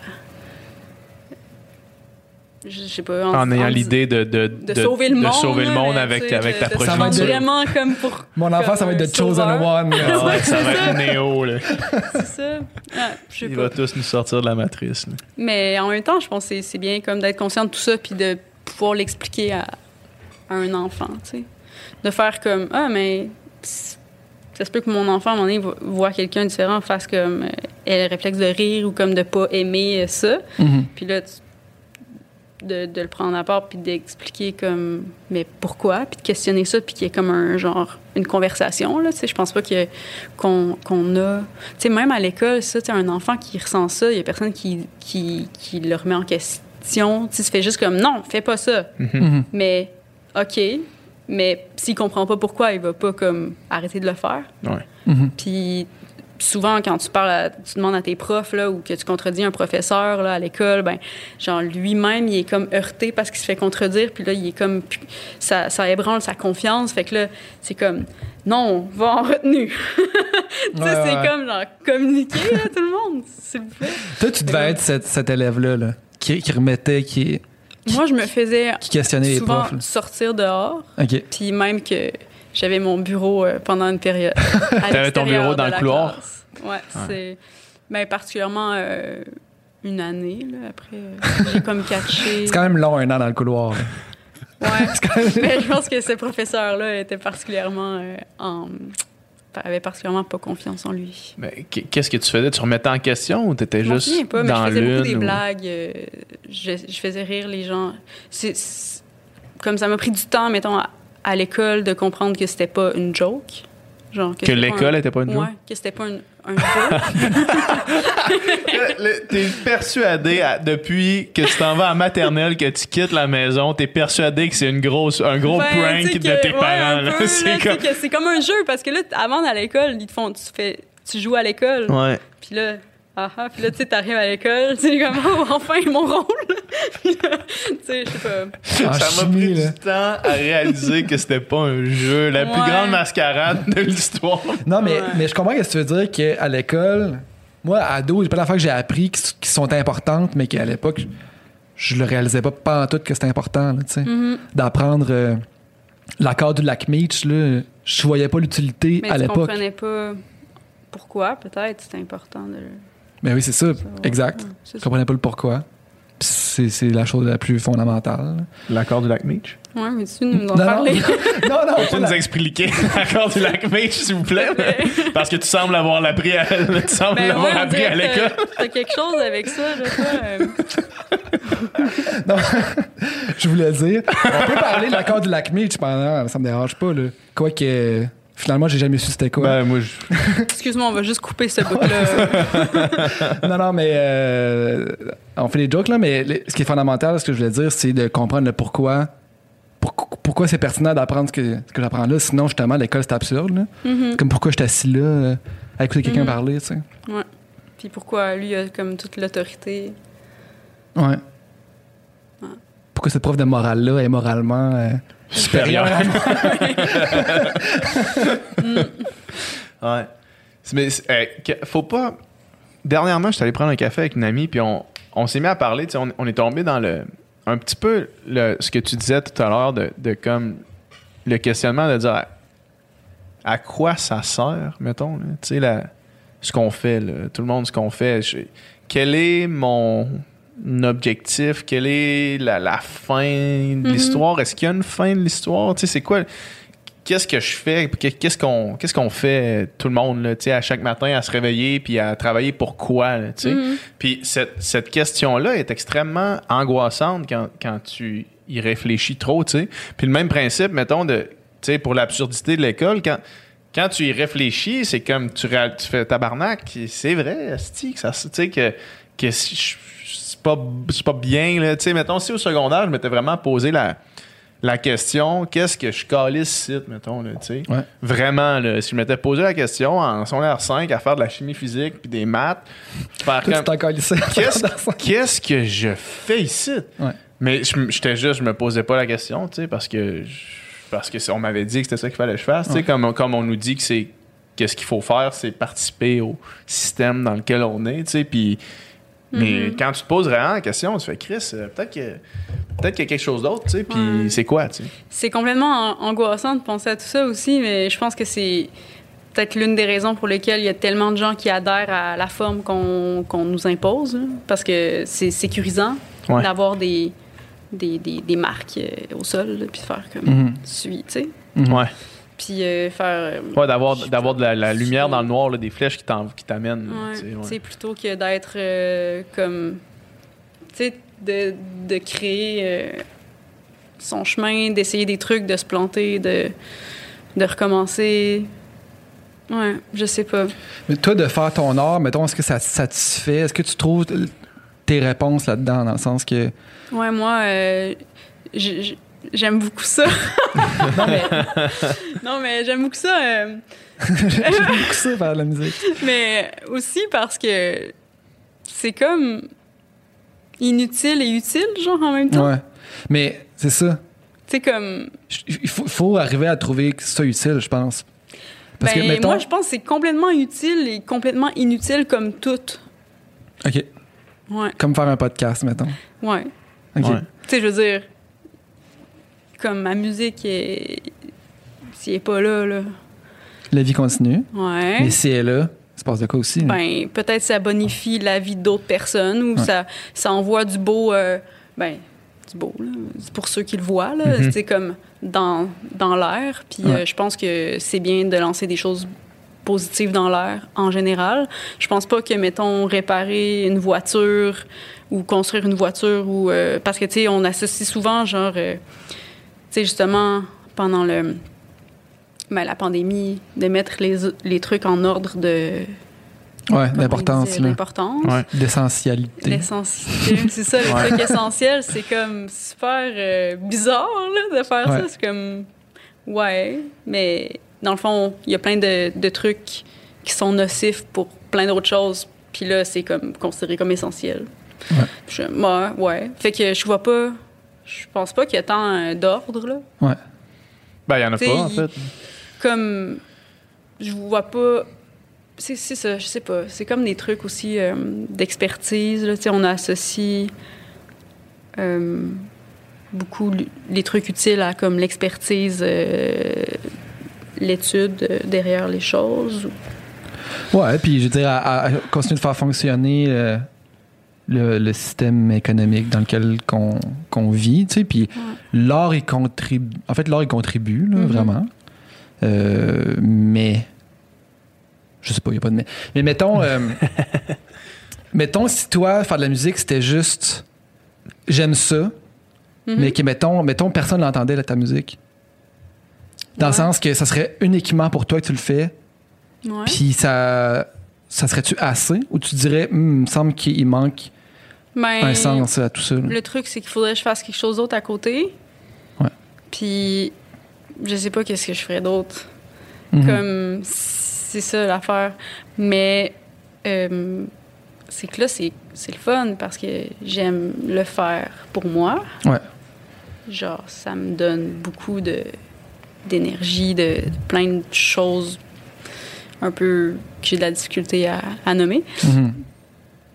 Je sais pas. En ayant en- l'idée de, de, de sauver le de monde, sauver le là, monde mais, avec, tu sais, avec de- ta de se Ça va progéniture. être- vraiment comme pour... Mon enfant, comme ça va être un The Chosen sauveur. One. Ah ouais, ça va C'est être Néo, là. C'est ça. Ah, je sais Il pas. va tous nous sortir de la matrice. Là. Mais en même temps, je pense que c'est- c'est bien comme d'être conscient de tout ça puis de pouvoir l'expliquer à, à un enfant, tu sais. De faire comme, ah, mais pss, ça se peut que mon enfant, à un moment donné, vo- voit quelqu'un différent, fasse comme, euh, ait le réflexe de rire ou comme de pas aimer euh, ça. Mhm. Puis là, tu- de, de le prendre à part puis d'expliquer comme, mais pourquoi, puis de questionner ça, puis qu'il y ait comme un genre, une conversation, là, tu sais. Je pense pas qu'il y a- qu'on qu'on a... Tu sais, même à l'école, ça, tu sais, un enfant qui ressent ça, il y a personne qui, qui, qui le remet en question. Tu sais, tu fais juste comme, non, fais pas ça. Mhm. Mais, OK, mais s'il comprend pas pourquoi, il va pas comme arrêter de le faire. Ouais. Mhm. Puis souvent, quand tu parles, à- tu demandes à tes profs là, ou que tu contredis un professeur là, à l'école, ben genre lui-même, il est comme heurté parce qu'il se fait contredire. Puis là, il est comme... Ça, ça ébranle sa confiance. Fait que là, c'est comme, non, va en retenue. tu sais, Ouais, c'est ouais. comme genre communiquer à tout le monde, s'il vous plaît. Toi, tu devais être cet, cet élève-là, là, qui, qui remettait, qui, Moi, je me faisais qui questionnait les souvent profs. là. sortir dehors. OK. Puis même que j'avais mon bureau euh, pendant une période. à T'avais ton l'extérieur bureau dans de le la couloir? classe. Ouais, c'est. Ben, particulièrement euh, une année, là. Après, euh, j'ai comme catché. C'est quand même long, un an dans le couloir. là. Ouais. quand même- Mais je pense que ce professeur-là était particulièrement. Euh, en... avait particulièrement pas confiance en lui. Mais qu'est-ce que tu faisais? Tu remettais en question ou t'étais Je m'en juste souviens pas, mais dans je faisais beaucoup des l'une? ou- blagues. euh, je, je faisais rire les gens. C'est, c'est- comme ça m'a pris du temps, mettons, à, à l'école, de comprendre que c'était pas une joke. Genre, Que c'était pas l'école un- était pas une joke? Ouais, que c'était pas une, un joke. Le- le- T'es persuadé, à- depuis que tu t'en vas en maternelle, que tu quittes la maison, t'es persuadé que c'est une grosse, un gros Ben, prank tu sais de que- tes ouais, parents. un là. peu, C'est là, tu sais comme... que c'est comme un jeu, parce que là, t- avant à l'école, ils te font, tu fais, tu joues à l'école, Ouais. puis là, ah ah, puis là, tu sais, t'arrives à l'école, tu sais, comme, oh, enfin, mon rôle. Puis là, tu sais, je sais pas. En Ça m'a chimie, pris là. du temps à réaliser que c'était pas un jeu. La plus Ouais. grande mascarade de l'histoire. Non, mais, Ouais. mais je comprends ce que tu veux dire qu'à l'école, moi, ado, j'ai pas d'affaires que j'ai appris qui, qui sont importantes, mais qu'à l'époque, je le réalisais pas pas en tout que c'était important, là, tu sais. Mhm. D'apprendre euh, l'accord du lac Meech, là, je voyais pas l'utilité Mais à tu l'époque. comprenais pas pourquoi, peut-être, c'était important de le Mais oui, c'est ça, savoir. exact. Ouais, c'est Je ça. comprenais pas le pourquoi. Puis C'est, c'est la chose la plus fondamentale. L'accord du lac Meech. Ouais, mais tu nous en Non, non, parler. non, non, Tu pas peux nous la- expliquer l'accord du lac Meech, s'il vous plaît? Parce que tu sembles l'avoir appris à, tu sembles Ben l'avoir ouais, on appris dirait à que l'école. t'as- T'as quelque chose avec ça, là, toi. euh. Non, je voulais dire. On peut parler de l'accord du lac Meech pendant, ça me dérange pas. Là. Quoique, euh, finalement, j'ai jamais su c'était quoi. Ben, moi, je... Excuse-moi, on va juste couper ce bout-là. Non, non, mais euh, on fait des jokes, là, mais le- ce qui est fondamental, ce que je voulais dire, c'est de comprendre le pourquoi. Pour- pourquoi c'est pertinent d'apprendre ce que, ce que j'apprends là. Sinon, justement, l'école, c'est absurde. Là. Mhm. Comme pourquoi je suis assis là, euh, à écouter quelqu'un Mhm. parler, tu sais. Ouais. Puis pourquoi lui a comme toute l'autorité. Ouais. Ouais. Pourquoi cette prof de morale-là est moralement euh, supérieure à moi. Ouais. C'est- Mais c'est- euh, que- faut pas. Dernièrement, je suis allé prendre un café avec une amie, puis on, on s'est mis à parler, tu sais, on, on est tombé dans le un petit peu le, ce que tu disais tout à l'heure de, de comme le questionnement de dire à, à quoi ça sert, mettons, tu sais, la, ce qu'on fait, là, tout le monde, ce qu'on fait. Je, quel est mon objectif? Quelle est la, la fin de Mm-hmm. l'histoire? Est-ce qu'il y a une fin de l'histoire? Tu sais, c'est quoi? Qu'est-ce que je fais? Qu'est-ce qu'on, qu'est-ce qu'on fait, tout le monde, là, tu sais, à chaque matin, à se réveiller puis à travailler pour quoi? Là, tu sais? Mm-hmm. Puis cette, cette question-là est extrêmement angoissante quand, quand tu y réfléchis trop. Tu sais? Puis le même principe, mettons, de, tu sais, pour l'absurdité de l'école, quand, quand tu y réfléchis, c'est comme tu, réal- tu fais tabarnak. C'est vrai, asti, que ça, tu sais, que, que c'est pas, c'est pas bien. Là, tu sais, mettons, si au secondaire, je m'étais vraiment posé la. La question, qu'est-ce que je calisse ici, mettons, là, tu sais. Ouais. Vraiment, là, si je m'étais posé la question en secondaire cinq à faire de la chimie physique puis des maths, faire Toi, tu comme, t'en calissais. qu'est-ce, qu'est-ce que je fais ici? Ouais. Mais je- j'étais juste, je me posais pas la question, tu sais, parce que je- parce que on m'avait dit que c'était ça qu'il fallait que je fasse, tu sais, Ouais. comme, comme on nous dit que c'est qu'est-ce qu'il faut faire, c'est participer au système dans lequel on est, tu sais, puis mais Mhm. quand tu te poses vraiment la question, tu fais Chris, euh, peut-être que peut-être qu'il y a quelque chose d'autre, tu sais, puis Ouais. c'est quoi, tu sais? C'est complètement an- angoissant de penser à tout ça aussi, mais je pense que c'est peut-être l'une des raisons pour lesquelles il y a tellement de gens qui adhèrent à la forme qu'on qu'on nous impose, là, parce que c'est sécurisant Ouais. d'avoir des, des, des, des marques euh, au sol, là, puis de faire comme Mhm. suis, tu sais. Mhm. Ouais. Puis euh, faire. euh, Ouais, d'avoir, je sais d'avoir de la, la pas, lumière je- dans le noir, là, des flèches qui, t'en- qui t'amènent. Ouais, tu sais, ouais. tu sais, plutôt que d'être euh, comme. Tu sais, de, de créer euh, son chemin, d'essayer des trucs, de se planter, de, de recommencer. Ouais, je sais pas. Mais toi, de faire ton art, mettons, est-ce que ça te satisfait? Est-ce que tu trouves tes réponses là-dedans, dans le sens que... Ouais, moi, euh, j- j- j'aime beaucoup ça. Non, mais non, mais j'aime beaucoup ça. euh, j'aime beaucoup ça, faire de la musique. mais aussi parce que c'est comme inutile et utile, genre, en même temps. Ouais. Mais c'est ça. Tu sais, comme. Il faut, faut arriver à trouver ça utile, je pense. Parce Ben, que, mettons... moi, je pense que c'est complètement utile et complètement inutile comme tout. OK. Ouais, Comme faire un podcast, mettons. ouais. OK. Ouais. Tu sais, je veux dire, comme ma musique, est... s'il est pas là, là. La vie continue. Ouais. Mais si elle est là, il se passe de quoi aussi? là? Ben, peut-être ça bonifie la vie d'autres personnes ou Ouais. ça, ça envoie du beau. euh, ben, du beau, là. C'est pour ceux qui le voient, là. Mhm. C'est comme dans, dans l'air. Puis Ouais. euh, je pense que c'est bien de lancer des choses positives dans l'air en général. Je pense pas que, mettons, réparer une voiture ou construire une voiture ou. euh, parce que, tu sais, on associe souvent, genre. euh, tu sais, justement, pendant le. Ben, la pandémie, de mettre les, les trucs en ordre de. Ouais, comment l'importance, on dit, là. l'importance. Ouais. L'essentialité. L'essentiel. C'est ça, le Ouais. truc essentiel, c'est comme super euh, bizarre là, de faire Ouais. ça. C'est comme. Ouais, mais dans le fond, il y a plein de, de trucs qui sont nocifs pour plein d'autres choses. Puis là, c'est comme considéré comme essentiel. Ouais. Je, ouais, ouais. Fait que je vois pas. Je pense pas qu'il y a tant euh, d'ordre, là. Ouais. Ben, il y en a T'sais, pas, en il- fait. Comme. Je vois pas. C'est c'est ça, je sais pas. C'est comme des trucs aussi euh, d'expertise. Là. Tu sais, on associe euh, beaucoup l- les trucs utiles à comme l'expertise, euh, l'étude euh, derrière les choses. Ouais, puis je veux dire, à, à continuer de faire fonctionner euh, le, le système économique dans lequel qu'on qu'on vit, tu sais, puis l'art, il contribue... En fait, l'art, il contribue, là, Mhm. vraiment. Euh, mais... Je sais pas, il n'y a pas de mais. Mais mettons... euh, mettons, si toi, faire de la musique, c'était juste... J'aime ça, Mhm. mais que, mettons, mettons personne n'entendait là, ta musique. Dans le Ouais. sens que ça serait uniquement pour toi que tu le fais, Ouais. puis ça, ça serait-tu assez? Ou tu dirais, Hum, il me semble qu'il manque Ben, un sens à tout ça? là. le truc, c'est qu'il faudrait que je fasse quelque chose d'autre à côté. Ouais. Puis, je sais pas qu'est-ce que je ferais d'autre. Mhm. Comme, c'est ça l'affaire. Mais, euh, c'est que là, c'est c'est le fun parce que j'aime le faire pour moi. Ouais. Genre, ça me donne beaucoup de d'énergie, de plein de choses un peu que j'ai de la difficulté à, à nommer. Mhm.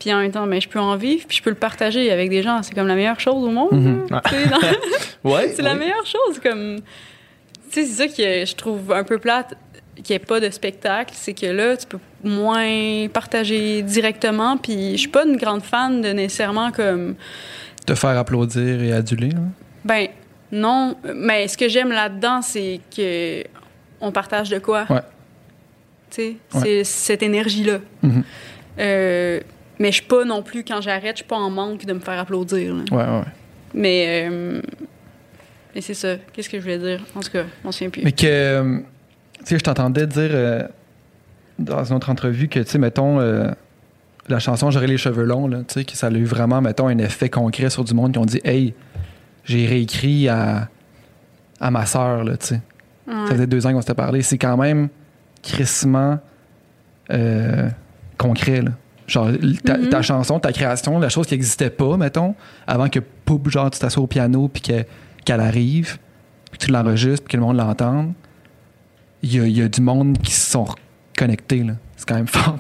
Puis en même temps, ben, je peux en vivre, puis je peux le partager avec des gens. C'est comme la meilleure chose au monde. Mm-hmm. Là, dans... ouais, c'est ouais. la meilleure chose. Comme... Tu sais, c'est ça que je trouve un peu plate, qu'il n'y ait pas de spectacle. C'est que là, tu peux moins partager directement. Puis je suis pas une grande fan de nécessairement comme... Te faire applaudir et aduler. Là. Ben, non. Mais ce que j'aime là-dedans, c'est que on partage de quoi. Ouais. Tu sais, Ouais. c'est cette énergie-là. Mm-hmm. Euh, mais je suis pas non plus, quand j'arrête, je suis pas en manque de me faire applaudir. Là. Ouais, ouais. Mais, euh, mais c'est ça. Qu'est-ce que je voulais dire? En tout cas, on se souvient plus. Mais que, euh, tu sais, je t'entendais dire euh, dans une autre entrevue que, tu sais, mettons, euh, la chanson J'aurais les cheveux longs, là, tu sais, que ça a eu vraiment, mettons, un effet concret sur du monde qui ont dit, hey, j'ai réécrit à, à ma sœur, là, tu sais. Ouais. Ça faisait deux ans qu'on s'était parlé. C'est quand même crissement euh, concret, là. Genre, ta, Mm-hmm. ta chanson, ta création, la chose qui n'existait pas, mettons, avant que, poup, genre, tu t'assois au piano puis que, qu'elle arrive, puis que tu l'enregistres, puis que le monde l'entende, il y a, y a du monde qui se sont connectés, là. C'est quand même fort.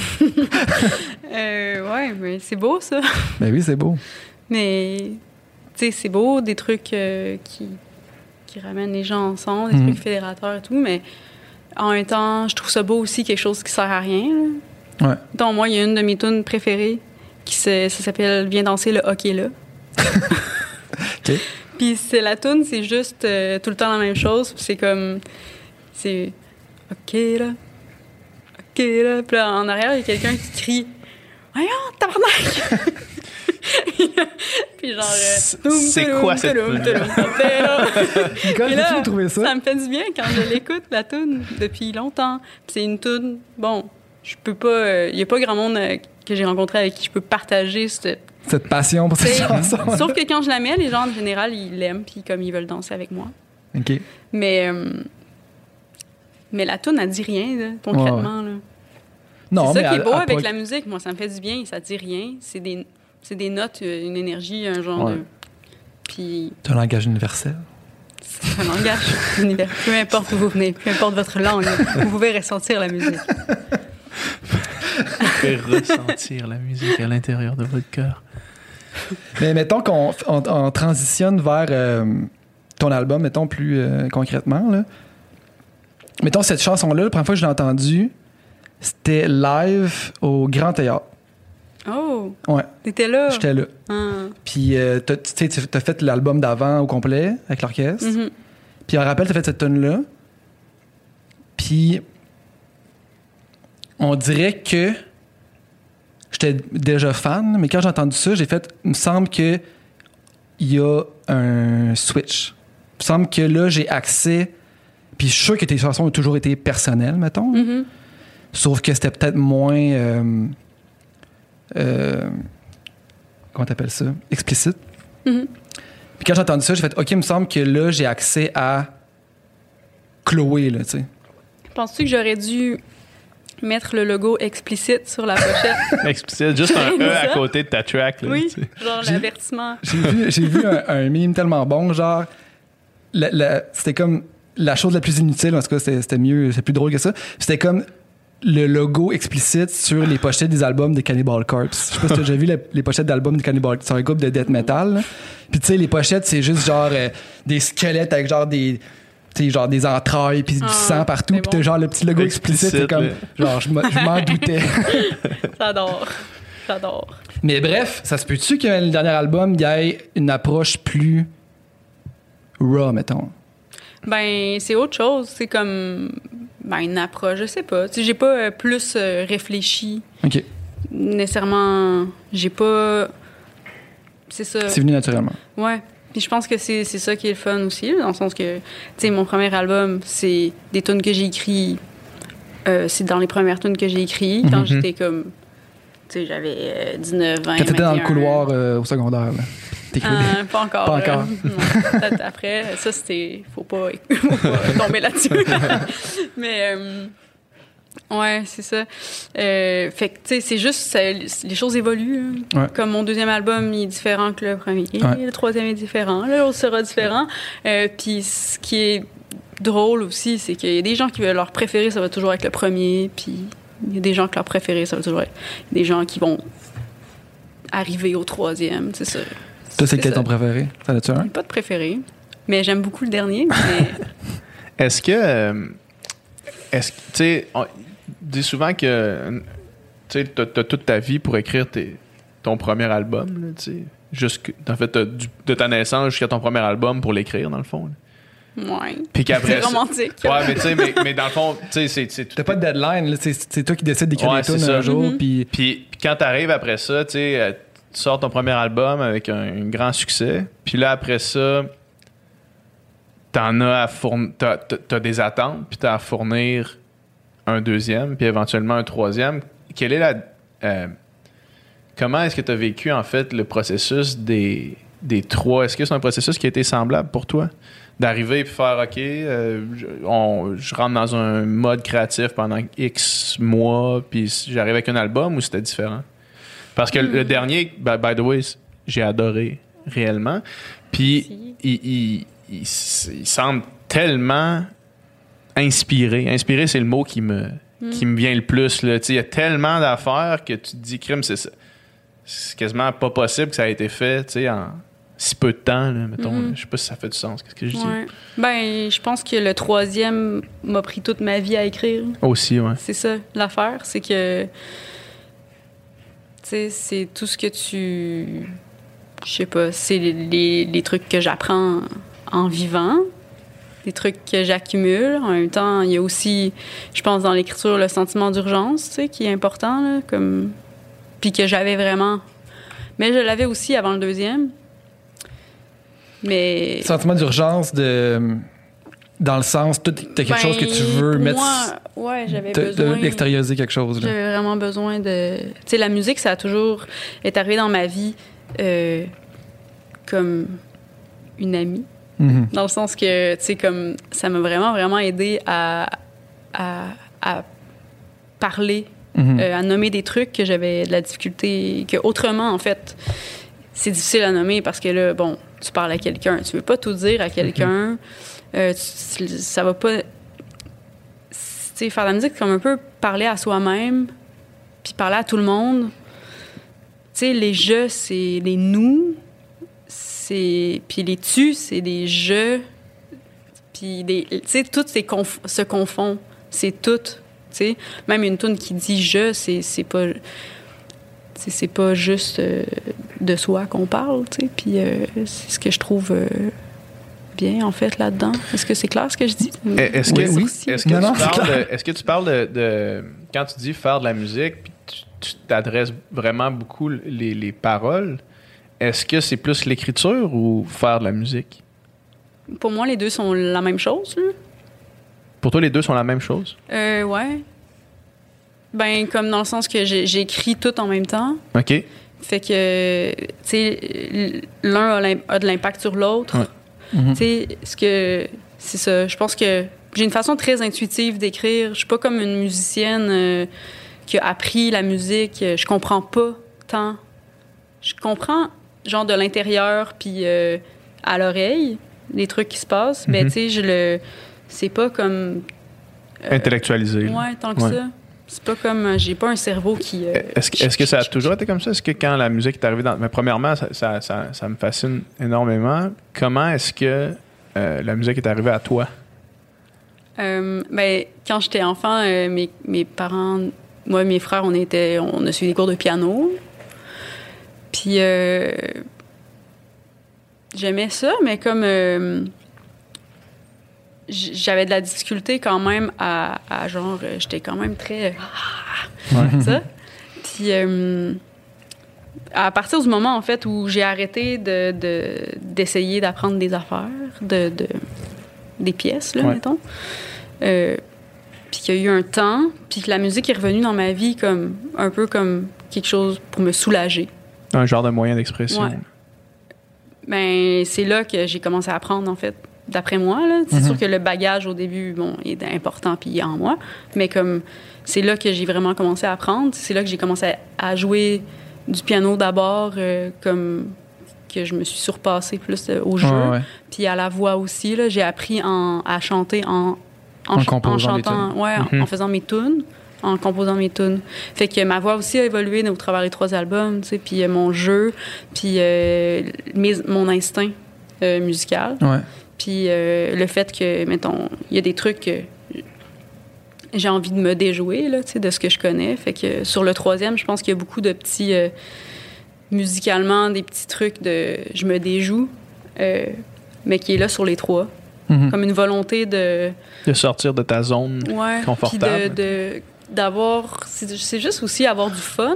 euh, ouais, mais c'est beau, ça. Ben oui, c'est beau. Mais, tu sais, c'est beau, des trucs euh, qui, qui ramènent les gens ensemble, des Mhm. trucs fédérateurs et tout, mais en même temps, je trouve ça beau aussi, quelque chose qui sert à rien. Là. Ouais. Donc, moi, il y a une de mes tunes préférées qui se, ça s'appelle Viens danser le hockey là. OK. Puis c'est la tune, c'est juste euh, tout le temps la même chose. C'est comme c'est OK là. OK là. Puis là, en arrière, il y a quelqu'un qui crie voyons, tabarnak! Puis genre C'est- euh, c'est toum, quoi toum, cette toum, tune-là? toum, toum. Nicole, Puis peux-tu là, nous trouver ça? ça me fait du bien quand je l'écoute, la tune, depuis longtemps. Puis c'est une tune, bon, je peux pas... Il y a pas grand monde euh, que j'ai rencontré avec qui je peux partager cette... Cette passion pour cette T'sais, chanson. Sauf que quand je la mets, les gens, en général, ils l'aiment, puis comme ils veulent danser avec moi. OK. Mais... euh, mais la tune, elle dit rien, là, concrètement, là. Non, c'est ça mais qui est à- beau à avec pas- la musique. Moi, ça me fait du bien. Ça dit rien. C'est des, c'est des notes, euh, une énergie, un genre Ouais. de... Puis C'est un langage universel. c'est un langage univers. Peu importe où vous venez, peu importe votre langue, vous pouvez ressentir la musique. Vous pouvez ressentir la musique à l'intérieur de votre cœur. Mais mettons qu'on on, on transitionne vers euh, ton album, mettons plus euh, concrètement. Là. Mettons cette chanson-là, la première fois que je l'ai entendue, c'était live au Grand Théâtre. Oh! Ouais, T'étais là? j'étais là. Ah. Puis euh, t'as- tu sais, tu as fait l'album d'avant au complet avec l'orchestre. Mhm. Puis en rappel, t'as fait cette tune-là. Puis on dirait que j'étais déjà fan, mais quand j'ai entendu ça, j'ai fait, il me semble que il y a un switch. Il me semble que là, j'ai accès. Puis je suis sûr que tes chansons ont toujours été personnelles, mettons. Mhm. Sauf que c'était peut-être moins. Euh, euh, comment t'appelles ça? Explicite. Mhm. Puis quand j'ai entendu ça, j'ai fait, OK, il me semble que là, j'ai accès à Chloé, là, tu sais. Penses-tu que j'aurais dû mettre le logo explicite sur la pochette? Explicite, juste un C'est E à ça? côté de ta track. Là, Oui, tu sais. genre J'ai- l'avertissement. J'ai vu, j'ai vu un, un meme tellement bon, genre, la- la- c'était comme la chose la plus inutile, en tout cas, c'était, c'était mieux, c'est plus drôle que ça. C'était comme le logo explicite sur les pochettes des albums de Cannibal Corpse. Je sais pas si t'as déjà vu les, les pochettes d'albums de Cannibal Corpse. C'est un groupe de death metal. là. Puis tu sais, les pochettes, c'est juste genre euh, des squelettes avec genre des... Tu sais, genre des entrailles puis du Ah, sang partout. c'est Puis t'as bon. genre le petit logo explicite. C'est comme... là. Genre, je m'en je m'en doutais. J'adore. J'adore. Mais bref, ça se peut-tu que le dernier album, il y ait une approche plus raw, mettons? Ben, c'est autre chose. C'est comme ben, une approche, je sais pas. Tu sais, j'ai pas euh, plus euh, réfléchi OK. nécessairement. J'ai pas. C'est ça. C'est venu naturellement. Ouais. Puis je pense que c'est, c'est ça qui est le fun aussi, là, dans le sens que, tu sais, mon premier album, c'est des tunes que j'ai écrites. Euh, c'est dans les premières tunes que j'ai écrites quand Mhm. j'étais comme. Tu sais, j'avais euh, dix-neuf, vingt. Quand t'étais dans le vingt et un. couloir euh, au secondaire, là. T'écrivais des- Ah, pas encore. Pas là. encore. Non, peut-être après. Ça, c'était. Faut pas, faut pas tomber là-dessus. Mais. euh, ouais, c'est ça. Euh, fait que, tu sais, c'est juste. ça- les choses évoluent. hein. Ouais. Comme mon deuxième album, il est différent que le premier. Ouais. Le troisième est différent. L'autre sera différent. Euh, Puis ce qui est drôle aussi, c'est qu'il y a des gens qui veulent leur préféré, ça va toujours être le premier. Puis il y a des gens que leur préféré, ça va toujours être. Des gens qui vont arriver au troisième, c'est ça. Toi, c'est lequel ton préféré? T'en as-tu un? Pas de préféré, mais j'aime beaucoup le dernier. Mais... Est-ce que... Euh, est-ce que, tu sais, on dit souvent que, tu sais, t'as, t'as toute ta vie pour écrire tes, ton premier album, là, tu sais. Jusque, en fait, t'as du, de ta naissance jusqu'à ton premier album pour l'écrire, dans le fond. Là. Ouais. Puis qu'après c'est ça, romantique. Ouais, mais tu sais, mais, mais dans le fond, tu sais, c'est, c'est... T'as pas de deadline, là, c'est, c'est toi qui décides d'écrire Ouais, les tunes c'est ça. un jour, Mm-hmm. puis... Puis, puis quand t'arrives après ça, tu sais, euh, tu sors ton premier album avec un, un grand succès. Puis là, après ça, t'en as à fournir... T'as, t'as, t'as des attentes, puis t'as à fournir un deuxième, puis éventuellement un troisième. Quelle est la... Euh, comment est-ce que t'as vécu, en fait, le processus des, des trois? Est-ce que c'est un processus qui a été semblable pour toi? D'arriver et faire, OK, euh, je, on, je rentre dans un mode créatif pendant X mois, puis j'arrive avec un album, ou c'était différent? Parce que mm. le dernier, by, by the way, j'ai adoré réellement. Puis il, il, il, il, il semble tellement inspiré. Inspiré, c'est le mot qui me, mm. qui me vient le plus. Il y a tellement d'affaires que tu te dis, crime, c'est ça. C'est quasiment pas possible que ça ait été fait, tu sais, en si peu de temps, là, mettons. Mm-hmm. Je sais pas si ça fait du sens. Qu'est-ce que je dis? Ouais. Ben, je pense que le troisième m'a pris toute ma vie à écrire. Aussi, ouais. C'est ça, l'affaire. C'est que, tu sais, c'est tout ce que tu... Je sais pas, c'est les, les, les trucs que j'apprends en vivant, des trucs que j'accumule. En même temps, il y a aussi, je pense, dans l'écriture, le sentiment d'urgence, tu sais, qui est important, là, comme... Puis que j'avais vraiment... Mais je l'avais aussi avant le deuxième. Mais... Sentiment d'urgence de... Dans le sens, t'as quelque ben, chose que tu veux mettre... Moi, ouais, j'avais de, besoin... d'extérioriser quelque chose. Là. J'avais vraiment besoin de... Tu sais, la musique, ça a toujours... est arrivé dans ma vie euh, comme une amie. Mm-hmm. Dans le sens que, tu sais, comme... Ça m'a vraiment, vraiment aidé à, à, à parler, mm-hmm. euh, à nommer des trucs que j'avais de la difficulté... Que autrement, en fait, c'est difficile à nommer parce que là, bon... Tu parles à quelqu'un, tu veux pas tout dire à quelqu'un, mm-hmm. euh, tu, ça va pas... Tu sais, faire de la musique, c'est comme un peu parler à soi-même, puis parler à tout le monde. Tu sais, les « je », c'est les « nous », c'est... Puis les « tu », c'est des « je », puis des... Tu sais, tout conf... se confond, c'est tout, tu sais. Même une toune qui dit « je », c'est, c'est pas... C'est, c'est pas juste euh, de soi qu'on parle, tu sais. Puis euh, c'est ce que je trouve euh, bien, en fait, là-dedans. Est-ce que c'est clair ce que je dis? Est-ce que, oui, est-ce que, non, non, tu, parles de, est-ce que tu parles de, de... Quand tu dis faire de la musique, puis tu, tu t'adresses vraiment beaucoup les, les paroles, est-ce que c'est plus l'écriture ou faire de la musique? Pour moi, les deux sont la même chose, là. Pour toi, les deux sont la même chose? Euh, ouais. Ben, comme dans le sens que j'ai, j'écris tout en même temps. OK. Fait que, tu sais, l'un a, a de l'impact sur l'autre. Ouais. Mm-hmm. Tu sais, ce que... C'est ça. Je pense que j'ai une façon très intuitive d'écrire. Je suis pas comme une musicienne euh, qui a appris la musique. Je comprends pas tant. Je comprends, genre, de l'intérieur puis euh, à l'oreille, les trucs qui se passent. Mm-hmm. Mais, tu sais, je le... C'est pas comme... Euh, Intellectualisé. Ouais, tant que ouais. ça. C'est pas comme... J'ai pas un cerveau qui... Euh, est-ce, que, est-ce que ça a toujours été comme ça? Est-ce que quand la musique est arrivée dans... Mais premièrement, ça, ça, ça, ça me fascine énormément. Comment est-ce que euh, la musique est arrivée à toi? Euh, ben, quand j'étais enfant, euh, mes, mes parents... Moi et mes frères, on, était, on a suivi des cours de piano. Puis... Euh, j'aimais ça, mais comme... Euh, j'avais de la difficulté quand même à, à genre, j'étais quand même très... Ouais. Ça. Puis euh, à partir du moment, en fait, où j'ai arrêté de, de, d'essayer d'apprendre des affaires, de, de, des pièces, là, ouais. mettons, euh, puis qu'il y a eu un temps, puis que la musique est revenue dans ma vie comme un peu comme quelque chose pour me soulager. Un genre de moyen d'expression. Ouais. Ben, c'est là que j'ai commencé à apprendre, en fait. D'après moi, là. C'est mm-hmm. sûr que le bagage, au début, bon, est important puis il est en moi. Mais comme, c'est là que j'ai vraiment commencé à apprendre. C'est là que j'ai commencé à, à jouer du piano d'abord, euh, comme que je me suis surpassée plus euh, au jeu. Ouais, ouais. Puis à la voix aussi, là. J'ai appris en, à chanter en, en, en, ch- en chantant, ouais, mm-hmm. en, en faisant mes tunes, en composant mes tunes. Fait que ma voix aussi a évolué au travers des trois albums, tu sais, puis euh, mon jeu, puis euh, mes, mon instinct euh, musical. Ouais. Puis euh, le fait que, mettons, il y a des trucs que j'ai envie de me déjouer, là, tu sais, de ce que je connais. Fait que sur le troisième, je pense qu'il y a beaucoup de petits... Euh, musicalement, des petits trucs de... Je me déjoue, euh, mais qui est là sur les trois. Mm-hmm. Comme une volonté de... De sortir de ta zone ouais, confortable. Puis de, de, d'avoir... C'est, c'est juste aussi avoir du fun.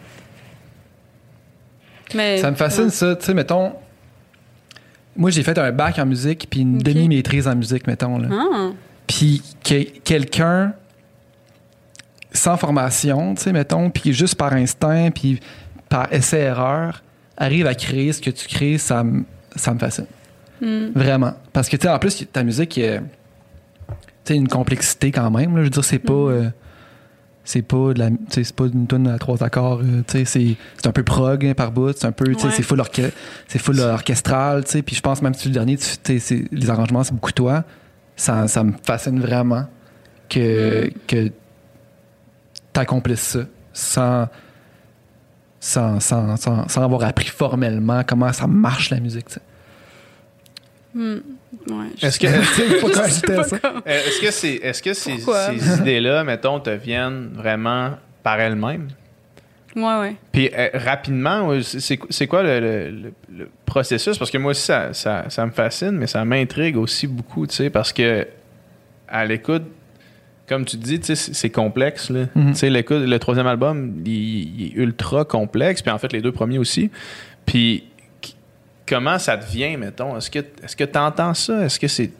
Mais... Ça me fascine, ouais. ça. Tu sais, mettons... Moi, j'ai fait un bac en musique puis une okay. demi-maîtrise en musique, mettons. Là. Ah. Puis que quelqu'un sans formation, tu sais, mettons, puis juste par instinct, puis par essai-erreur, arrive à créer ce que tu crées, ça, m- ça me fascine. Mm. Vraiment. Parce que, tu sais, en plus, ta musique, tu sais, une complexité quand même. Là. Je veux dire, c'est pas... Mm. Euh, c'est pas de la, c'est pas une tonne à trois accords. Euh, c'est, c'est un peu prog hein, par bout. C'est un peu... Ouais. C'est full, orche- c'est full orchestral. Puis je pense même si le dernier, tu, c'est, les arrangements, c'est beaucoup toi. Ça, ça me fascine vraiment que, mm. que tu accomplisses ça sans... Sans, sans, sans, sans avoir appris formellement comment ça marche la musique. Mm. Ouais, est-ce que est-ce que c'est est-ce que ces, ces idées-là, mettons, te viennent vraiment par elles-mêmes? Ouais, ouais. Puis euh, rapidement, c'est, c'est quoi le, le, le, le processus? Parce que moi aussi, ça, ça, ça me fascine, mais ça m'intrigue aussi beaucoup, tu sais, parce que à l'écoute, comme tu dis, tu sais, c'est complexe. Là. Mm-hmm. Tu sais, l'écoute, le troisième album, il, il est ultra complexe, puis en fait, les deux premiers aussi. Puis, qu- comment ça devient, mettons? Est-ce que est-ce que tu entends ça? Est-ce que c'est...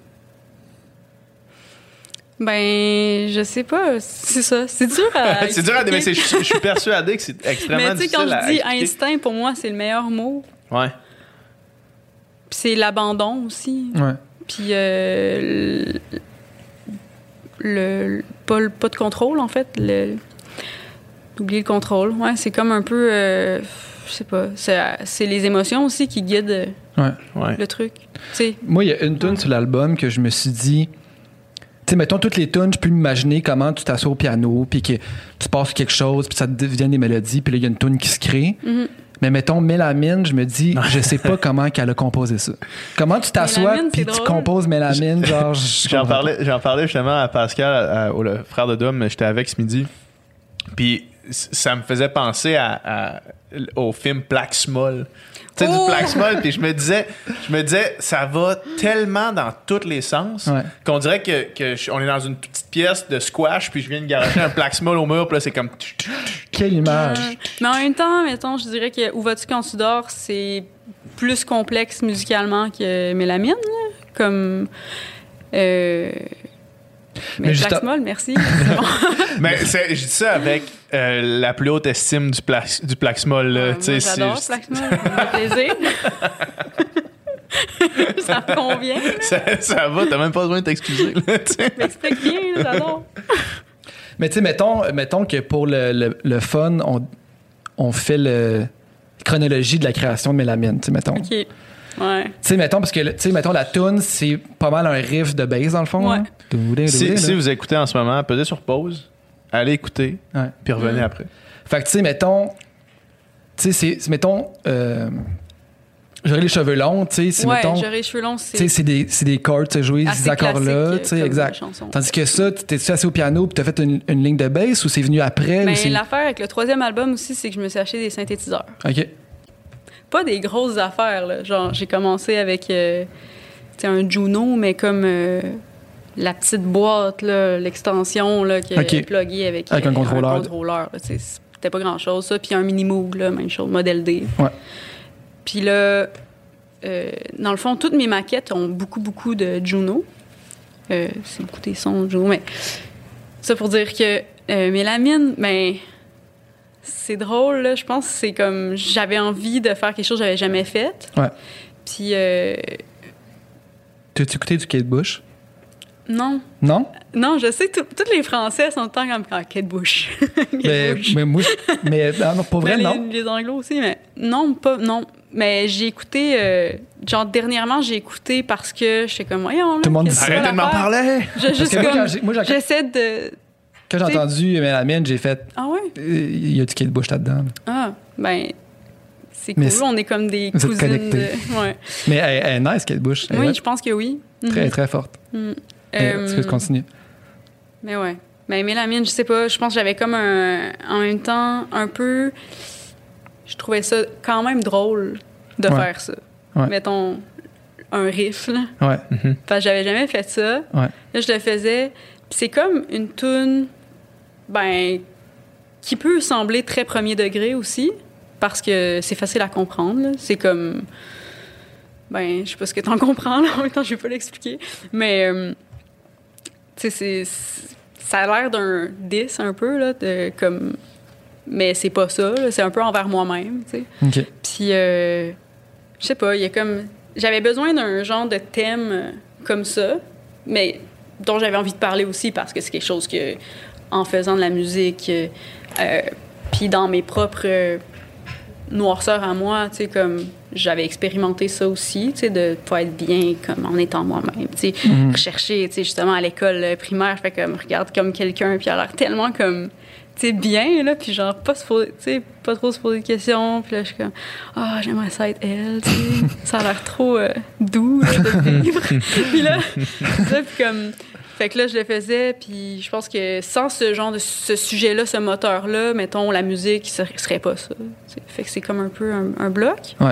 Ben, je sais pas. C'est ça. C'est dur à C'est dur à... Mais c'est, je, je suis persuadé que c'est extrêmement difficile à Mais tu sais, quand je dis expliquer. instinct, pour moi, c'est le meilleur mot. Ouais. Puis c'est l'abandon aussi. Ouais. Puis... Euh, le... Le, pas, le, pas de contrôle, en fait. Le, oublier le contrôle. Ouais, c'est comme un peu... Euh, je sais pas. C'est, c'est les émotions aussi qui guident ouais. le ouais. truc. T'sais. Moi, il y a une tune ouais. sur l'album que je me suis dit... Tu sais, mettons, toutes les tunes, je peux m'imaginer comment tu t'assois au piano, puis que tu passes quelque chose, puis ça devient des mélodies, puis là, il y a une tune qui se crée. Mm-hmm. Mais mettons, Mélamine, je me dis, je sais pas comment qu'elle a composé ça. Comment tu t'assois puis tu composes Mélamine, genre... J'en parlais, j'en parlais justement à Pascal, à, à, au le frère de Dom, j'étais avec ce midi. Puis ça me faisait penser à, à, au film Black Small. Tu sais, oh! du Black Small, puis je me disais, je me disais, ça va tellement dans tous les sens ouais. qu'on dirait que, que je, on est dans une petite pièce de squash, puis je viens de garocher un Black Small au mur, puis là, c'est comme... Quelle image! Euh, mais en même temps, mettons, je dirais que Où vas-tu quand tu dors, c'est plus complexe musicalement que Mélamine, là. Comme... Euh... Mais, mais Black Small, merci. C'est bon. Mais c'est, je dis ça avec euh, la plus haute estime du, pla- du Black Small. Là. Ouais, moi, j'adore ce Black Small, ça me fait plaisir. Ça me convient. Ça, ça va, t'as même pas besoin de t'excuser. M'explique bien, là, j'adore. Mais tu sais, mettons, mettons que pour le, le, le fun, on, on fait le chronologie de la création de Mélamine, tu sais, mettons. OK. Ouais. Tu sais, mettons, parce que, tu sais, mettons, la tune, c'est pas mal un riff de bass, dans le fond. Ouais. Hein? Si, si vous écoutez en ce moment, pesez sur pause, allez écouter, ouais. puis revenez mmh. après. Fait que, tu sais, mettons, tu sais, c'est, c'est, mettons, euh, j'aurais les cheveux longs, tu sais, c'est, ouais, mettons... j'aurais les cheveux longs, c'est... Tu sais, c'est des, c'est des chords, tu sais, jouer ces accords-là, tu sais, exact. Tandis que ça, tu t'es assis au piano puis t'as fait une, une ligne de bass ou c'est venu après? Mais ou c'est... l'affaire avec le troisième album aussi, c'est que je me suis acheté des synthétiseurs. OK. Pas des grosses affaires, là. Genre, j'ai commencé avec euh, un Juno, mais comme euh, la petite boîte, là, l'extension là, qui okay. est pluguée avec, avec euh, un contrôleur. Un contrôleur là, c'était pas grand-chose, ça. Puis un mini-moog, là, même chose, modèle D. Ouais. Puis là, euh, dans le fond, toutes mes maquettes ont beaucoup, beaucoup de Juno. Euh, c'est beaucoup des sons de Juno, mais ça pour dire que euh, Mélamine, ben... C'est drôle, là. Je pense que c'est comme... J'avais envie de faire quelque chose que j'avais jamais fait. Ouais. Puis... Euh... T'as-tu écouté du Kate Bush? Non. Non? Non, je sais que tous les Français sont tout le temps comme ah, Kate Bush. Kate mais, Bush. mais moi... Mais non, pour vrai, mais non. Les, les Anglos aussi, mais... Non, pas... Non. Mais j'ai écouté... Euh... Genre, dernièrement, j'ai écouté parce que j'étais comme... Voyons, là, tout le monde dit ça. Arrêtez de m'en parler! Je, juste comme... Moi, quand j'ai, moi, j'ai... J'essaie de... Quand j'ai T'sais- entendu Mélamine, j'ai fait. Ah ouais? Il y a du Kate Bush là-dedans. là. Ah, ben, c'est Mais cool. c'est- On est comme des vous êtes cousines. connectés. De... Ouais. Mais elle, elle est nice, Kate Bush. Elle Oui, est je pense que oui. très, Mhm. très forte. Mhm. Mais Euh, tu peux continuer. Mais ouais. Mais Mélamine, je sais pas, je pense que j'avais comme un. En même temps, un peu. Je trouvais ça quand même drôle de Ouais. faire ça. Ouais. Mettons, un riff, là. Ouais. Parce que j'avais jamais fait ça. Ouais. Là, je le faisais. Puis c'est comme une toune, ben, qui peut sembler très premier degré aussi, parce que c'est facile à comprendre. là. C'est comme. Ben, je sais pas ce que t'en comprends, là. En même temps, je vais pas l'expliquer. Mais. euh, tu sais, c'est, c'est- ça a l'air d'un diss un peu, là, de, comme... Mais c'est pas ça, là, c'est un peu envers moi-même, tu sais. OK. Puis, euh, je sais pas, il y a comme... J'avais besoin d'un genre de thème euh, comme ça, mais dont j'avais envie de parler aussi, parce que c'est quelque chose que, en faisant de la musique, euh, euh, puis dans mes propres euh, noirceurs à moi, tu sais, comme... J'avais expérimenté ça aussi, tu sais, de pas être bien comme en étant moi-même, tu sais, Mhm. rechercher, tu sais, justement à l'école euh, primaire, je fais comme regarde comme quelqu'un puis il a l'air tellement comme tu sais bien là, puis genre pas se poser, tu sais, pas trop se poser de questions, puis là je suis comme ah, j'aimerais ça être elle, tu sais, ça a l'air trop euh, doux là, de vivre. Puis là, ça, puis comme fait que là je le faisais, puis je pense que sans ce genre de ce sujet-là, ce moteur-là, mettons la musique, ce serait pas ça. tu sais. Fait que c'est comme un peu un, un bloc. Ouais.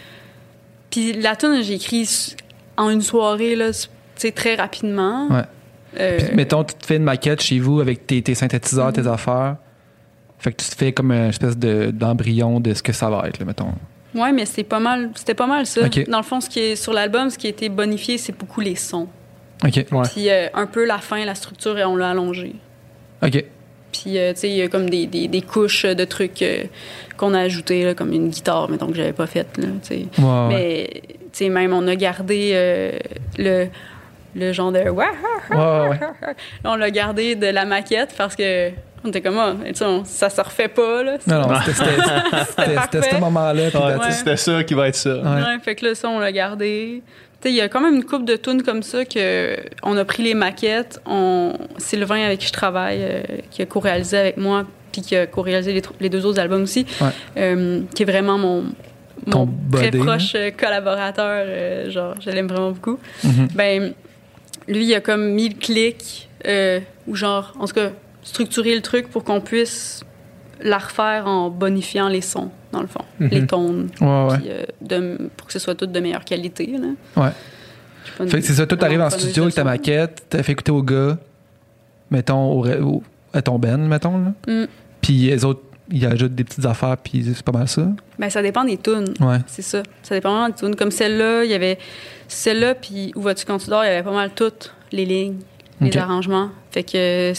Puis la tune, j'ai écrit en une soirée, là, tu sais, très rapidement. Ouais. Euh, Puis, mettons, tu te fais une maquette chez vous avec tes, tes synthétiseurs, tes affaires. Fait que tu te fais comme une espèce de, d'embryon de ce que ça va être, là, mettons. ouais, mais c'est pas mal, c'était pas mal ça. Ok. Dans le fond, ce qui est sur l'album, ce qui a été bonifié, c'est beaucoup les sons. OK. Ouais. Puis euh, un peu la fin, la structure, on l'a allongée. OK. Puis, euh, tu sais, il y a comme des, des, des couches de trucs euh, qu'on a ajoutés, là, comme une guitare, mettons, que j'avais pas faite, là, tu sais. Ouais, ouais. Mais, tu sais, même, on a gardé euh, le, le genre de... Ouais, ouais. Là, on l'a gardé de la maquette parce que on était comme, ah, tu sais, on- ça se refait pas, là. Non, non, c'était, c'était, c'était, c'était ce parfait. moment-là. Puis Ouais, là, Ouais. C'était ça qui va être ça. Ouais. Ouais, fait que là, ça, on l'a gardé. Tu sais, il y a quand même une couple de tunes comme ça que on a pris les maquettes. On... Sylvain, avec qui je travaille, euh, qui a co-réalisé avec moi, puis qui a co-réalisé les, tr- les deux autres albums aussi, Ouais. euh, qui est vraiment mon, Ton mon très buddy, proche euh, collaborateur. euh, genre, je l'aime vraiment beaucoup. Mhm. Ben, lui, il a comme mis le clic, euh, ou genre, en tout cas, structurer le truc pour qu'on puisse la refaire en bonifiant les sons, dans le fond, Mhm. les tones, Ouais, ouais. puis, euh, de, pour que ce soit tout de meilleure qualité. Là. Ouais. J'ai pas une- Fait que c'est ça, toi, t'arrives en vraiment studio avec ta fameuse de maquette, t'as fait écouter aux gars, mettons, au, ré- au- à ton band, mettons, là. son. Mm. Puis les autres, ils ajoutent des petites affaires, puis c'est pas mal ça. Ben, ça dépend des tunes. Ouais. C'est ça. Ça dépend vraiment des tunes. Comme celle-là, il y avait celle-là, puis Où vas-tu quand tu dors, il y avait pas mal toutes les lignes, les Ok. arrangements. Fait que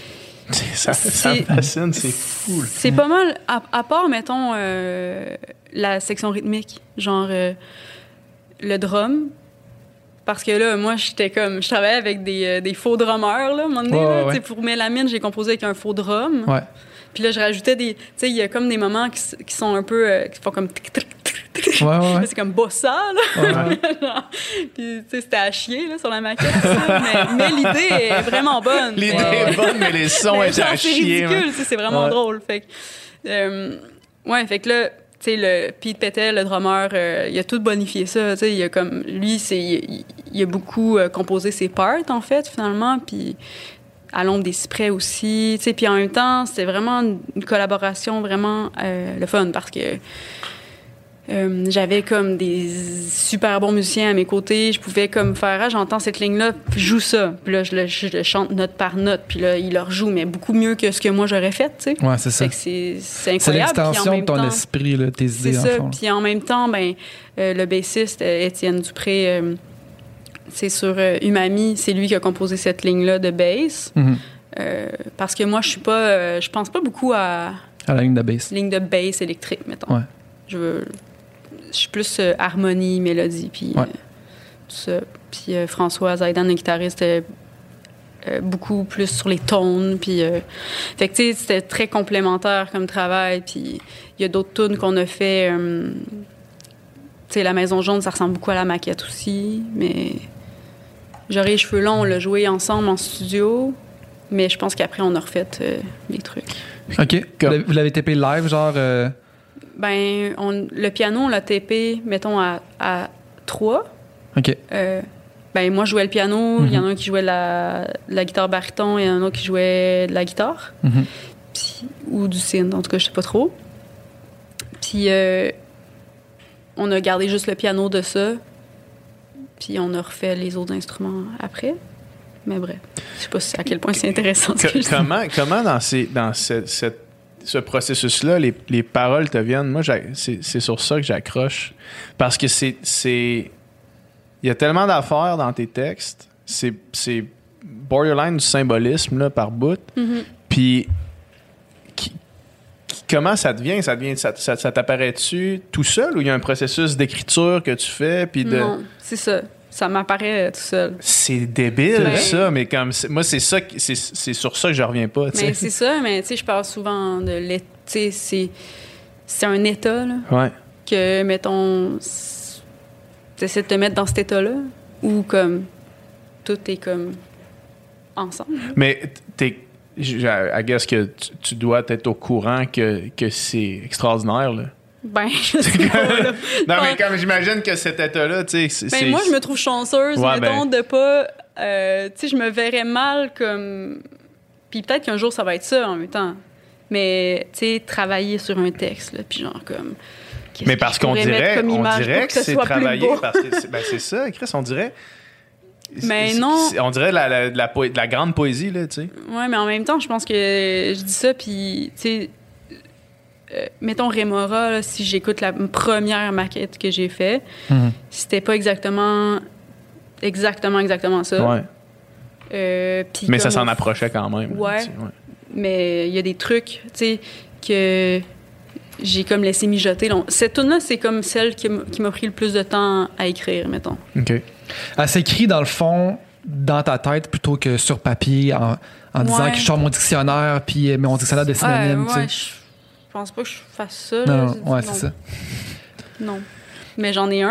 Ça, ça me C'est- fascine, c'est fou. là. c'est pas mal, à, à part, mettons, euh, la section rythmique, genre euh, le drum. Parce que là, moi, j'étais comme. Je travaillais avec des, euh, des faux drummers, là, à un moment donné. Ouais, là. ouais, Tu sais, ouais. pour Mélamine, j'ai composé avec un faux drum. Ouais. Puis là, je rajoutais des. Tu sais, il y a comme des moments qui, s- qui sont un peu. euh, qui font comme. tic, tic, tic, tic. Ouais, ouais, ouais. Là, c'est comme bossa, là. Ouais, ouais. Genre, puis, tu sais, c'était à chier, là, sur la maquette. ça. mais mais l'idée est vraiment bonne. L'idée Mais- est bonne, mais les sons mais étaient genre, à c'est chier. ridicule, man. tu sais, c'est vraiment Ouais. drôle. Fait que, euh, ouais, fait que là, tu sais, le Pete Pétel, le drummer, euh, il a tout bonifié ça. Tu sais, il a comme lui, c'est, il, il a beaucoup euh, composé ses parts en fait, finalement, puis à l'ombre des cyprès aussi. Tu sais, puis en même temps, c'était vraiment une, une collaboration vraiment euh, le fun parce que euh, j'avais comme des super bons musiciens à mes côtés. Je pouvais comme faire, ah, j'entends cette ligne-là, puis joue ça. Puis là, je le, je le chante note par note. Puis là, il le rejoue, mais beaucoup mieux que ce que moi j'aurais fait, tu sais. Ouais, c'est ça. Fait que c'est, c'est C'est incroyable. Puis en l'extension de même ton temps- esprit, là, tes C'est idées, en ça. fond. Puis en même temps, ben, euh, le bassiste, euh, Étienne Dupré, euh, c'est sur euh, Umami, c'est lui qui a composé cette ligne-là de bass. Mhm. Euh, parce que moi, je suis pas, euh, je pense pas beaucoup à À la ligne de bass. ligne de bass électrique, mettons. Ouais. Je veux, je suis plus euh, harmonie, mélodie, puis Ouais. euh, tout ça. Puis euh, François Zaidan, le guitariste, euh, euh, beaucoup plus sur les tones, puis euh, fait que tu sais, c'était très complémentaire comme travail. Puis il y a d'autres tunes qu'on a fait. euh, tu sais, La Maison Jaune, ça ressemble beaucoup à la maquette aussi, mais J'aurais les cheveux longs, on l'a joué ensemble en studio. mais je pense qu'après, on a refait euh, des trucs. OK. Vous l'avez, vous l'avez tapé live, genre... Euh... Ben, on, le piano, on l'a tapé, mettons, à, à trois. OK. Euh, ben, moi, je jouais le piano. Il mm-hmm. y en a un qui jouait la, la guitare baryton et un autre qui jouait de la guitare. Mm-hmm. Puis, ou du synth, en tout cas, je sais pas trop. Puis, euh, on a gardé juste le piano de ça. Puis, on a refait les autres instruments après. Mais bref, je sais pas à quel point c'est intéressant. Ce que comment, comment dans, ces, dans ce, cette, ce processus-là, les, les paroles te viennent? Moi, c'est, c'est sur ça que j'accroche. Parce que c'est... c'est il y a tellement d'affaires dans tes textes. C'est, c'est borderline du symbolisme là, par bout. Mm-hmm. Puis, qui, qui, comment ça te vient? Ça, te vient ça, ça, ça t'apparaît-tu tout seul ou il y a un processus d'écriture que tu fais? Puis de... Non, c'est ça. Ça m'apparaît tout seul. C'est débile, ouais. ça, mais comme moi, c'est ça, c'est, c'est sur ça que je reviens pas. T'sais. Mais c'est ça, mais tu sais, je parle souvent de l'état. C'est, c'est un état, là. Ouais. Que, mettons, tu essaies de te mettre dans cet état-là, où comme tout est comme ensemble. Là. Mais t'es. I guess que tu, tu dois être au courant que, que c'est extraordinaire, là. Ben, je sais pas, là. Non, mais comme j'imagine que cet état-là, tu sais, ben, moi, je me trouve chanceuse, ouais, mettons, ben... de pas... Euh, tu sais, je me verrais mal comme... Puis peut-être qu'un jour, ça va être ça en même temps. Mais, tu sais, travailler sur un texte, là, puis genre comme... Mais parce qu'on dirait, on dirait que, que c'est travailler, parce que c'est, ben, c'est ça, Chris, on dirait... Mais non. On dirait la, la, la, la, la grande poésie, là, tu sais. Ouais, mais en même temps, je pense que je dis ça, puis, tu sais... Euh, mettons Rémora, là, si j'écoute la première maquette que j'ai faite, mm-hmm. c'était pas exactement exactement exactement ça. Ouais. Euh, mais ça s'en on... approchait quand même. Ouais. Là, ouais. Mais il y a des trucs, tu sais, que j'ai comme laissé mijoter. Donc, cette tune-là, c'est comme celle qui, m- qui m'a pris le plus de temps à écrire, mettons. OK. Elle s'écrit dans le fond dans ta tête plutôt que sur papier en, en ouais. disant que je sors mon dictionnaire puis mon dictionnaire de synonymes, ouais, tu sais. Je pense pas que je fasse ça. Non, là. non, ouais, non. c'est ça. Non. Mais j'en ai un,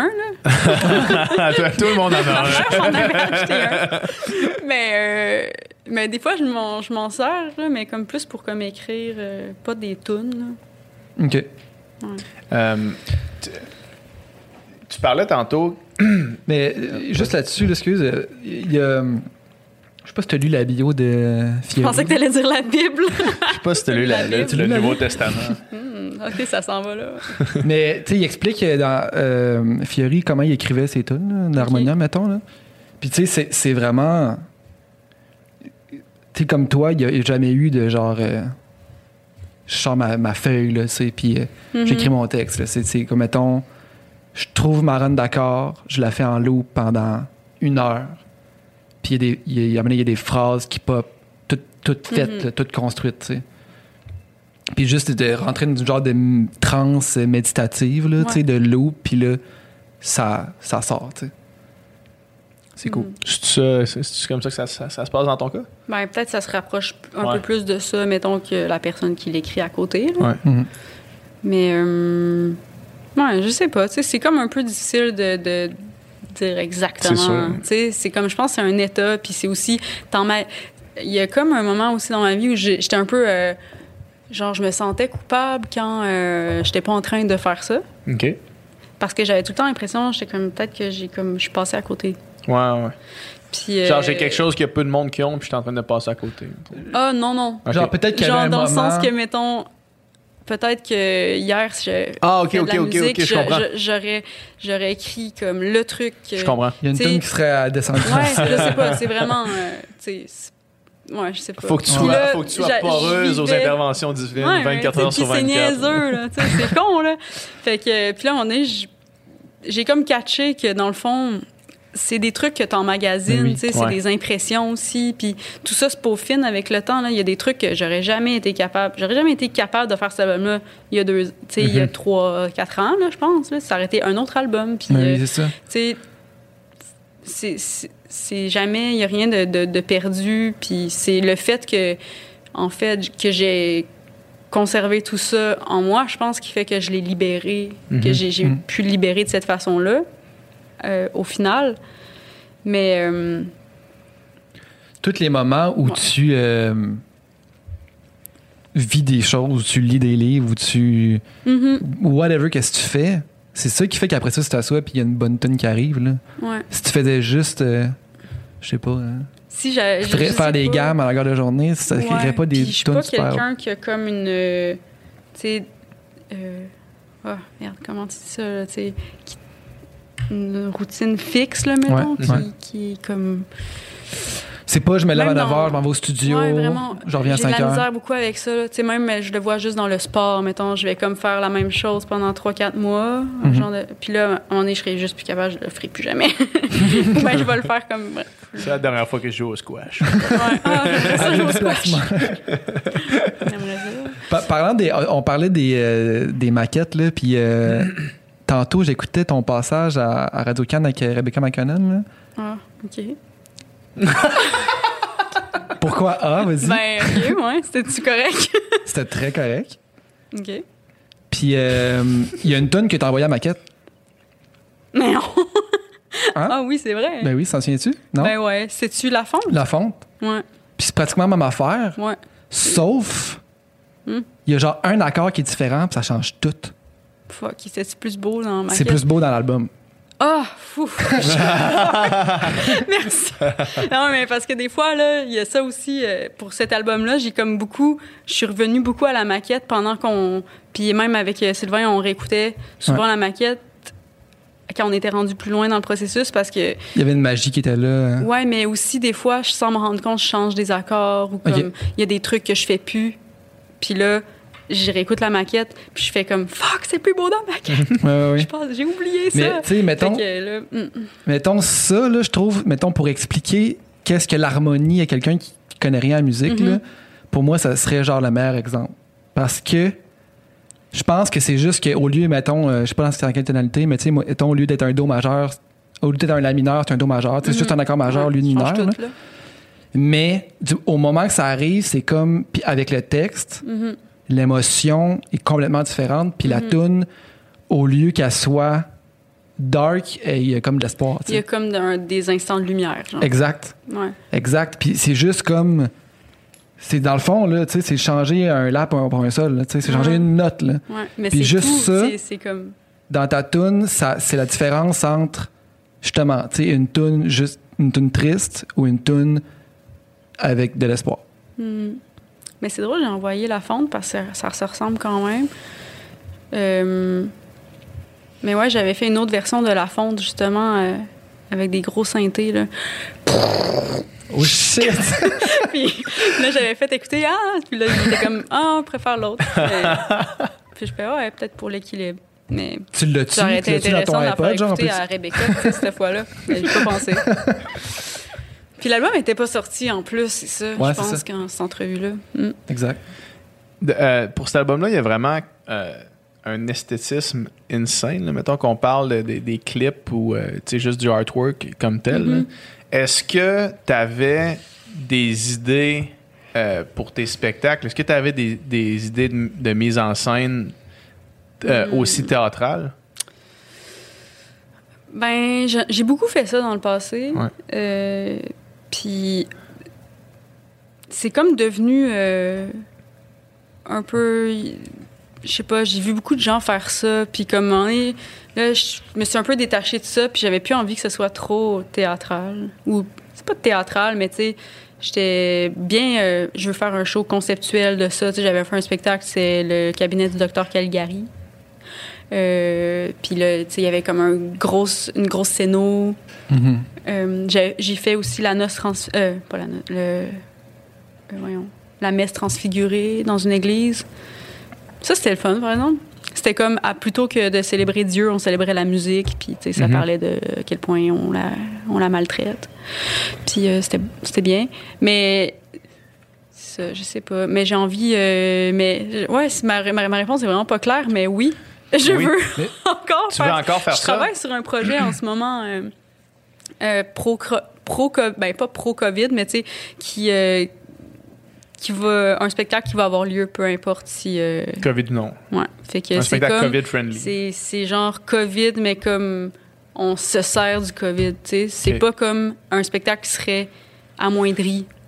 là. tout, tout le monde en a un. J'en avais acheté un. Mais, euh, mais des fois, je m'en, je m'en sers, là, mais comme plus pour comme écrire, euh, pas des tunes. Là. OK. Ouais. Euh, tu, tu parlais tantôt... mais euh, juste là-dessus, là, excuse, il y a... Je sais pas si tu as lu la bio de Fiori. Je pensais que tu allais dire la Bible. Je sais pas si tu as lu la, la, le Nouveau Testament. Mmh, OK, ça s'en va là. Mais tu sais, il explique dans euh, Fiori comment il écrivait ses tunes, d'harmonium, okay. mettons. Là. Puis tu sais, c'est, c'est vraiment... Tu sais, comme toi, il n'y a jamais eu de genre... Euh, je sors ma, ma feuille, là, tu sais, puis euh, mm-hmm. j'écris mon texte. Là. C'est, c'est comme, mettons, je trouve ma run d'accord, je la fais en loop pendant une heure. Puis il y a des, il y a, il y a des phrases qui pop, toutes, toutes faites, mm-hmm. là, toutes construites, tu sais. Puis juste de rentrer dans une genre de transe méditative, là, ouais. tu sais, de loop, puis là, ça, ça sort, tu sais. C'est cool. Mm. C'est, c'est, c'est comme ça que ça, ça, ça se passe dans ton cas? Ben, peut-être que ça se rapproche un ouais. peu plus de ça, mettons, que la personne qui l'écrit à côté. Là. Ouais. Mm-hmm. Mais, euh, ouais, je sais pas, tu sais, c'est comme un peu difficile de... de dire exactement. C'est, c'est comme, je pense, c'est un état, puis c'est aussi... Ma... Il y a comme un moment aussi dans ma vie où j'étais un peu... Euh, genre, je me sentais coupable quand euh, j'étais pas en train de faire ça. OK. Parce que j'avais tout le temps l'impression, j'étais comme, peut-être que j'ai comme, je suis passée à côté. Ouais, ouais. Puis, genre, euh, j'ai quelque chose qu'il y a peu de monde qui ont, puis je suis en train de passer à côté. Ah, non, non. Okay. Genre, peut-être qu'il y avait genre, un dans moment... le sens que, mettons... Peut-être que hier, si je ah, ok, de ok, la ok, musique, ok, je comprends. Je, j'aurais, j'aurais écrit comme le truc. Je comprends. Il y a une tune qui serait descendue. Ouais, je sais pas, c'est vraiment. Euh, tu sais, ouais, je sais pas. Faut que tu sois, là, faut que tu sois poreuse aux interventions divines, ouais, vingt-quatre heures sur vingt-quatre. C'est niaiseux, là, tu sais, c'est con, là. Fait que, puis là, à un moment donné, j'ai comme catché que dans le fond, c'est des trucs que tu emmagasines, oui, tu sais, c'est ouais. des impressions aussi, puis tout ça se peaufine avec le temps, là. Il y a des trucs que j'aurais jamais été capable, j'aurais jamais été capable de faire cet album-là il y a deux, tu sais, mm-hmm. il y a trois, quatre ans, là, je pense, là. Ça aurait été un autre album, puis, oui, euh, c'est ça. Tu sais, c'est, c'est, c'est jamais, il y a rien de, de, de perdu, puis c'est le fait que, en fait, que j'ai conservé tout ça en moi, je pense, qui fait que je l'ai libéré, mm-hmm. que j'ai, j'ai mm-hmm. pu le libérer de cette façon-là. Euh, au final. Mais... Euh... tous les moments où Ouais. tu euh, vis des choses, où tu lis des livres, où tu... Mhm. Whatever, qu'est-ce que tu fais, c'est ça qui fait qu'après ça, tu t'assois puis il y a une bonne tune qui arrive. Là. Ouais. Si tu faisais juste, euh, je sais pas, hein, Si j'ai, je- faire, je faire sais des pas. gammes à la longueur de journée, ça ne créerait Ouais, pas des puis je suis tunes pas super... quelqu'un qui a comme une... euh, tu sais... Euh, oh, merde, comment tu dis ça, là, tu sais... qui- Une routine fixe, là, mettons, Ouais, qui, ouais. qui est comme... C'est pas, je me lève à Même neuf dans- heures, je m'en vais au studio, Ouais, vraiment. je reviens à J'ai de cinq la heures. misère beaucoup avec ça, là. Tu sais, même, je le vois juste dans le sport, mettons. Je vais comme faire la même chose pendant trois quatre mois. un Mhm. genre de... Puis là, à un moment donné, je serai juste plus capable, je le ferai plus jamais. Ou bien je vais le faire comme... bref. C'est la dernière fois que je joue au squash. Ouais. Ah, ça, je Avec vais du au squash. placement. J'aimerais ça. Pa- Parlant des, on parlait des, euh, des maquettes, là, puis euh, tantôt, j'écoutais ton passage à, à Radio-Can avec Rebecca McConnell. Là. Ah, OK. Pourquoi A, vas-y? Ben, OK, ouais. C'était-tu correct? C'était très correct. OK. Puis, euh, il y a une tonne que t'as envoyée à Maquette. Mais non. Hein? Ah oui, c'est vrai. Ben oui, s'en souviens-tu? Non? Ben ouais. C'est-tu la fonte? La fonte. Ouais. Puis c'est pratiquement la même affaire, Ouais. sauf Hmm. il y a genre un accord qui est différent, puis ça change tout. Fuck, c'est plus beau dans ma C'est plus beau dans l'album. Ah, fou! Merci. Non, mais parce que des fois, là, il y a ça aussi. euh, pour cet album-là, j'ai comme beaucoup... Je suis revenue beaucoup à la maquette pendant qu'on... Puis même avec euh, Sylvain, on réécoutait souvent Ouais. la maquette quand on était rendu plus loin dans le processus parce que... Il y avait une magie qui était là. hein. Ouais, mais aussi, des fois, je, sans me rendre compte, je change des accords ou comme... Ok. Il y a des trucs que je fais plus. Puis là, je réécoute la maquette puis je fais comme « Fuck, c'est plus beau dans la maquette! Ouais, ouais, » ouais. Je pense, j'ai oublié ça. Mais tu sais, mettons, Fait que là, mm, mm. mettons ça, là, je trouve, mettons, pour expliquer qu'est-ce que l'harmonie à quelqu'un qui connaît rien à la musique, Mhm. là, pour moi, ça serait genre le meilleur exemple. Parce que je pense que c'est juste qu'au lieu, mettons, euh, je sais pas dans quelle tonalité, mais tu sais, moi, mettons, au lieu d'être un do majeur, au lieu d'être un la mineur, c'est un do majeur. Tu sais, C'est juste un accord majeur au lieu de Ouais, mineur. change là. tout, là. Mais du- au moment que ça arrive, c'est comme. Puis avec le texte, Mhm. l'émotion est complètement différente. Puis la Mhm. toune, au lieu qu'elle soit dark, il y a comme de l'espoir. tu Il y a sais. comme un- des instants de lumière. Genre. Exact. Ouais. Exact. Puis c'est juste comme. C'est dans le fond, là, tu sais, c'est changer un la pour un, pour un sol. là, tu sais, C'est changer Ouais. une note. Là. Ouais. Mais Puis c'est juste tout, ça- c'est- C'est comme. Dans ta toune, ça, c'est la différence entre, justement, tu sais, une toune juste une toune triste ou une toune avec de l'espoir. Hmm. Mais c'est drôle, j'ai envoyé la fonte parce que ça, ça se ressemble quand même. Euh, Mais ouais, j'avais fait une autre version de la fonte, justement, euh, avec des gros synthés, là. Oh shit! Puis là, j'avais fait écouter, ah! Puis là, il était comme, ah, on préfère l'autre. Mais- Puis je fais, ouais, peut-être pour l'équilibre. Mais Tu l'as-tu? ça aurait Tu été l'as-tu dans intéressant ton de la faire iPod, genre, en écouter plus? à Rebecca, tu sais, cette fois-là. Mais j'ai pas pensé. Puis l'album n'était pas sorti en plus, c'est ça, Ouais, je c'est pense, ça. quand cette entrevue-là. Mm. Exact. De- euh, pour cet album-là, il y a vraiment euh, un esthétisme insane. Là. Mettons qu'on parle de- de- des clips ou euh, tu sais, juste du artwork comme tel. là. Mhm. Est-ce que tu avais des idées euh, pour tes spectacles? Est-ce que tu avais des, des idées de, de mise en scène euh, Mm. aussi théâtrales? Ben, j'ai j'ai beaucoup fait ça dans le passé. Ouais. Euh, Puis c'est comme devenu euh, un peu, je sais pas, j'ai vu beaucoup de gens faire ça. Puis comme à un moment donné, là, je me suis un peu détachée de ça. Puis j'avais plus envie que ce soit trop théâtral. Ou c'est pas théâtral, mais tu sais, j'étais bien. euh, je veux faire un show conceptuel de ça. Tu sais, j'avais fait un spectacle, c'est le cabinet du docteur Caligari. Euh, puis là, tu sais, il y avait comme un grosse, une grosse scéno. Mhm. Euh, j'ai, j'ai fait aussi la noce trans... Euh, pas la noce... Le... euh, voyons. La messe transfigurée dans une église. Ça, c'était le fun, par exemple. C'était comme, à, plutôt que de célébrer Dieu, on célébrait la musique, puis tu sais, ça Mhm. parlait de à quel point on la, on la maltraite. Puis euh, c'était, c'était bien. Mais... Ça, je sais pas. Mais j'ai envie... euh, mais... Ouais, c'est- ma, ma, ma réponse est vraiment pas claire, mais oui. Je Oui. veux Mais- encore Tu veux faire encore faire je ça? travaille sur un projet en ce moment euh, euh, pro, pro ben pas pro Covid, mais tu sais qui euh, qui va un spectacle qui va avoir lieu peu importe si euh, COVID, non. ouais, fait que Un c'est spectacle comme COVID-friendly. c'est c'est genre Covid mais comme on se sert du Covid, tu sais, c'est Ok. pas comme un spectacle qui serait amoindri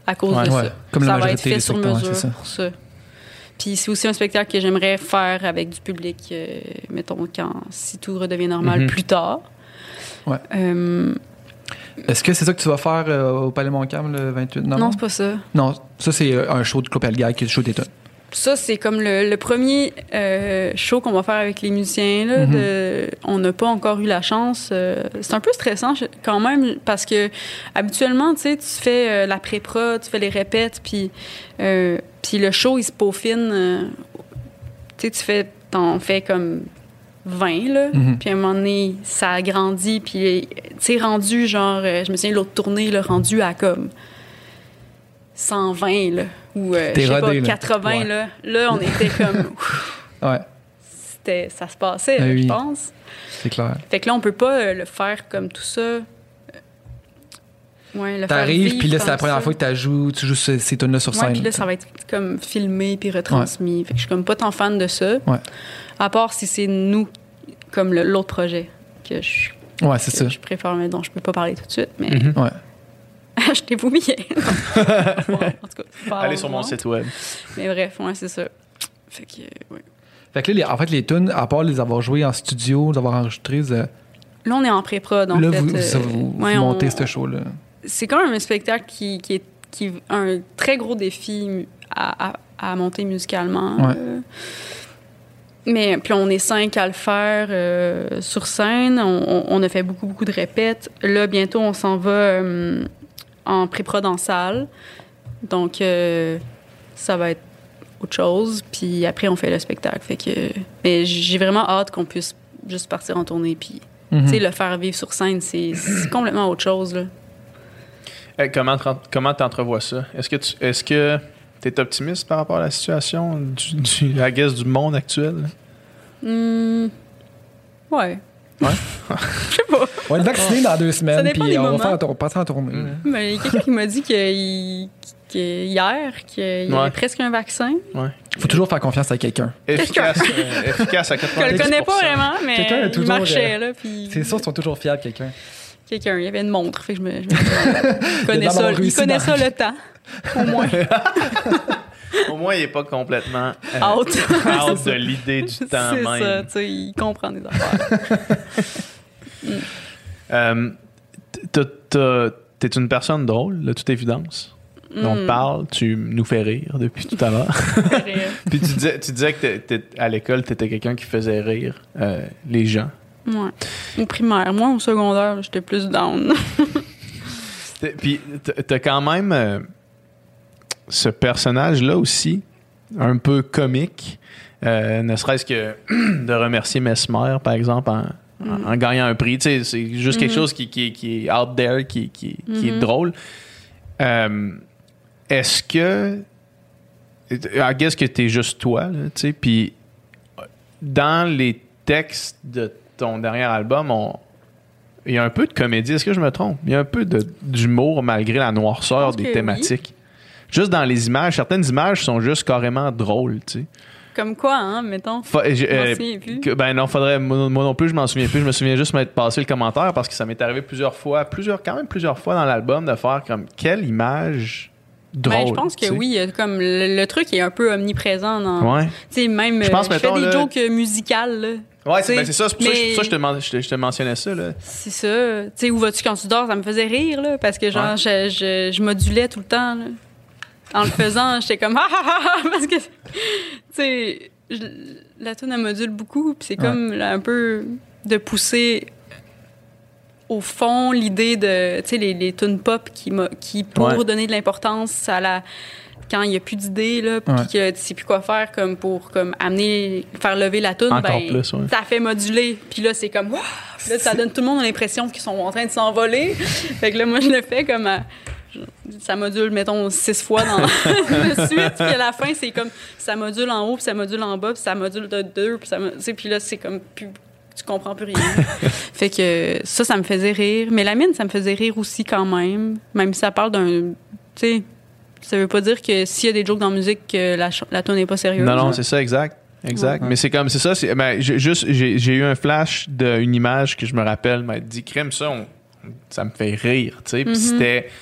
à cause Ouais, de ouais. ça. Comme ça la va être majorité fait des sur spectacles, mesure c'est ça. pour ça. Puis c'est aussi un spectacle que j'aimerais faire avec du public, euh, mettons, quand, si tout redevient normal Mm-hmm. plus tard. Ouais. Euh, Est-ce que c'est ça que tu vas faire euh, au Palais Montcalm le vingt-huit novembre? non, c'est pas ça. Non, ça, c'est euh, un show de Claude Pelgag qui est le show des tunes. Ça, c'est comme le, le premier euh, show qu'on va faire avec les musiciens. Là, Mhm. de, on n'a pas encore eu la chance. euh, c'est un peu stressant je- quand même parce que habituellement, tu sais, tu fais euh, la pré-prod, tu fais les répètes, puis euh, puis le show, il se peaufine. euh, tu sais, tu fais, t'en fais comme vingt, là. Mhm. Puis à un moment donné, ça a grandi. Puis, tu sais, rendu, genre, euh, je me souviens, l'autre tournée, là, rendu à comme cent vingt, là. Ou, euh, T'es je sais pas, rodé, là. quatre-vingts, Ouais. là. Là, on était comme... Ouais, c'était, ça se passait, Ah là, oui. je pense. c'est clair. Fait que là, on peut pas euh, le faire comme tout ça. Euh, Ouais, le faire T'arrives, vivre puis là, c'est la comme première ça. fois que tu joues, tu joues ces, ces tunes-là sur Ouais, scène. puis là, ça va être comme filmé puis retransmis. Fait que je suis comme pas tant fan de ça. Ouais. À part si c'est nous, comme le- l'autre projet, que je, Ouais, c'est que ça. je préfère, mais dont je peux pas parler tout de suite. Mais Mhm. Ouais. achetez-vous bien. en tout cas, c'est pas Allez sur mon vraiment. site web. Mais bref, ouais, c'est ça. Fait que, ouais. Fait que là, les- en fait, les tunes, à part les avoir jouées en studio, les avoir enregistrées, euh, Là, on est en pré-prod, en là, fait. vous, euh, ça, vous, vous ouais, on- montez ce show-là. C'est quand même un spectacle qui, qui est qui est un très gros défi à, à, à monter musicalement. Ouais. Euh, mais puis on est cinq à le faire euh, sur scène. On, on- on a fait beaucoup, beaucoup de répètes. Là, bientôt, on s'en va euh, en pré-prod en salle. Donc, euh, ça va être autre chose. Puis après, on fait le spectacle. Fait que, mais j'ai vraiment hâte qu'on puisse juste partir en tournée. Puis, Mhm. tu sais, le faire vivre sur scène, c'est c'est complètement autre chose, là. Hey, comment tu comment t'entrevois ça? Est-ce que tu est-ce que t'es optimiste par rapport à la situation du, du I guess, du monde actuel? Hmm. Ouais. Ouais? Je sais pas. On va être vacciné dans deux semaines, dépend puis des on va moments. faire un tour- passer en tournée. là. Mais il y a quelqu'un qui m'a dit qu'il- que hier qu'il y Ouais. avait presque un vaccin. Ouais. Faut toujours faire confiance à quelqu'un. Efficace, euh, efficace à Je le quatre-vingt-dix pour cent. connais pas vraiment, mais Quelqu'un est il toujours, marchait, euh, là, puis C'est sûr qu'ils sont toujours fiers de quelqu'un. quelqu'un, il y avait une montre, fait que je me, je me il connaît d'avoir ça, il réussi connaît dans ça la le temps, au moins. Au moins, il n'est pas complètement euh, Out. out de l'idée du temps C'est même. ça, tu sais, il comprend des affaires. Euh, t'as- t'as- T'es une personne drôle, de toute évidence. On te Mm. parle, tu nous fais rire depuis tout à l'heure. Rire. Puis tu disais, tu disais que t'es- t'es- à l'école, tu étais quelqu'un qui faisait rire euh, les gens. Ouais. Au primaire. Moi, au secondaire, là, j'étais plus down. T'es- Puis t- t'as quand même euh, ce personnage-là aussi, un peu comique, euh, ne serait-ce que de remercier Mesmer, par exemple, en, en- en gagnant un prix. Tu sais, c'est juste quelque Mhm. chose qui, qui, qui est out there, qui, qui, qui est Mhm. drôle. Euh, Est-ce que... I guess que t'es juste toi, là, tu sais, puis dans les textes de ton dernier album, on... il y a un peu de comédie. Est-ce que je me trompe? Il y a un peu de- d'humour malgré la noirceur Je pense des que thématiques. Juste dans les images, certaines images sont juste carrément drôles, tu sais. Comme quoi, hein, mettons. Fa- j'ai- Je m'en euh, souviens plus. que- ben non, faudrait. Moi, moi non plus, je m'en souviens plus. Je me souviens juste m'être passé le commentaire parce que ça m'est arrivé plusieurs fois, plusieurs, quand même plusieurs fois dans l'album de faire comme quelle image drôle. Ben, je pense que tu sais. oui, il y a comme le, le truc est un peu omniprésent dans. Ouais. Tu sais, même, Je je, pense, je fais mettons, des là- jokes musicales, là. Ouais, c'est Tu ben, sais, c'est ça. C'est pour ça que je- mais- ça, je te, men- je te- je te mentionnais ça. Là. C'est ça. Tu sais, où vas-tu quand tu dors? Ça me faisait rire, là, parce que, genre, je, je, je modulais tout le temps, là. En le faisant, j'étais comme, ah, ah, ah, ah, parce que, tu sais, je- la tune elle module beaucoup, puis c'est comme là, un peu de pousser au fond l'idée de, tu sais, les, les tunes pop qui, m'a- qui pour Ouais. donner de l'importance à la quand il n'y a plus d'idées, là, puis Ouais. que tu sais plus quoi faire comme pour comme amener, faire lever la tune, Encore ben, plus, ouais. ça fait moduler. Puis là, c'est comme, Wouah! Puis là, ça donne tout le monde l'impression qu'ils sont en train de s'envoler. Fait que là, moi, je le fais comme, à- ça module, mettons, six fois dans de suite. Puis à la fin, c'est comme, ça module en haut, puis ça module en bas, puis ça module de deux, puis ça, mo- tu sais, puis là, c'est comme, plus, tu comprends plus rien. Fait que ça, ça me faisait rire. Mais la mienne, ça me faisait rire aussi quand même. Même si ça parle d'un, tu sais, ça veut pas dire que s'il y a des jokes dans la musique, que la, ch- la tune n'est pas sérieuse. Non, non, là. c'est ça, exact. Exact. Ouais. Mais c'est comme, c'est ça. c'est- Ben, j'ai, juste, j'ai, j'ai eu un flash d'une image que je me rappelle m'a dit, crème, ça, on- ça me fait rire. Tu sais. Puis Mhm. c'était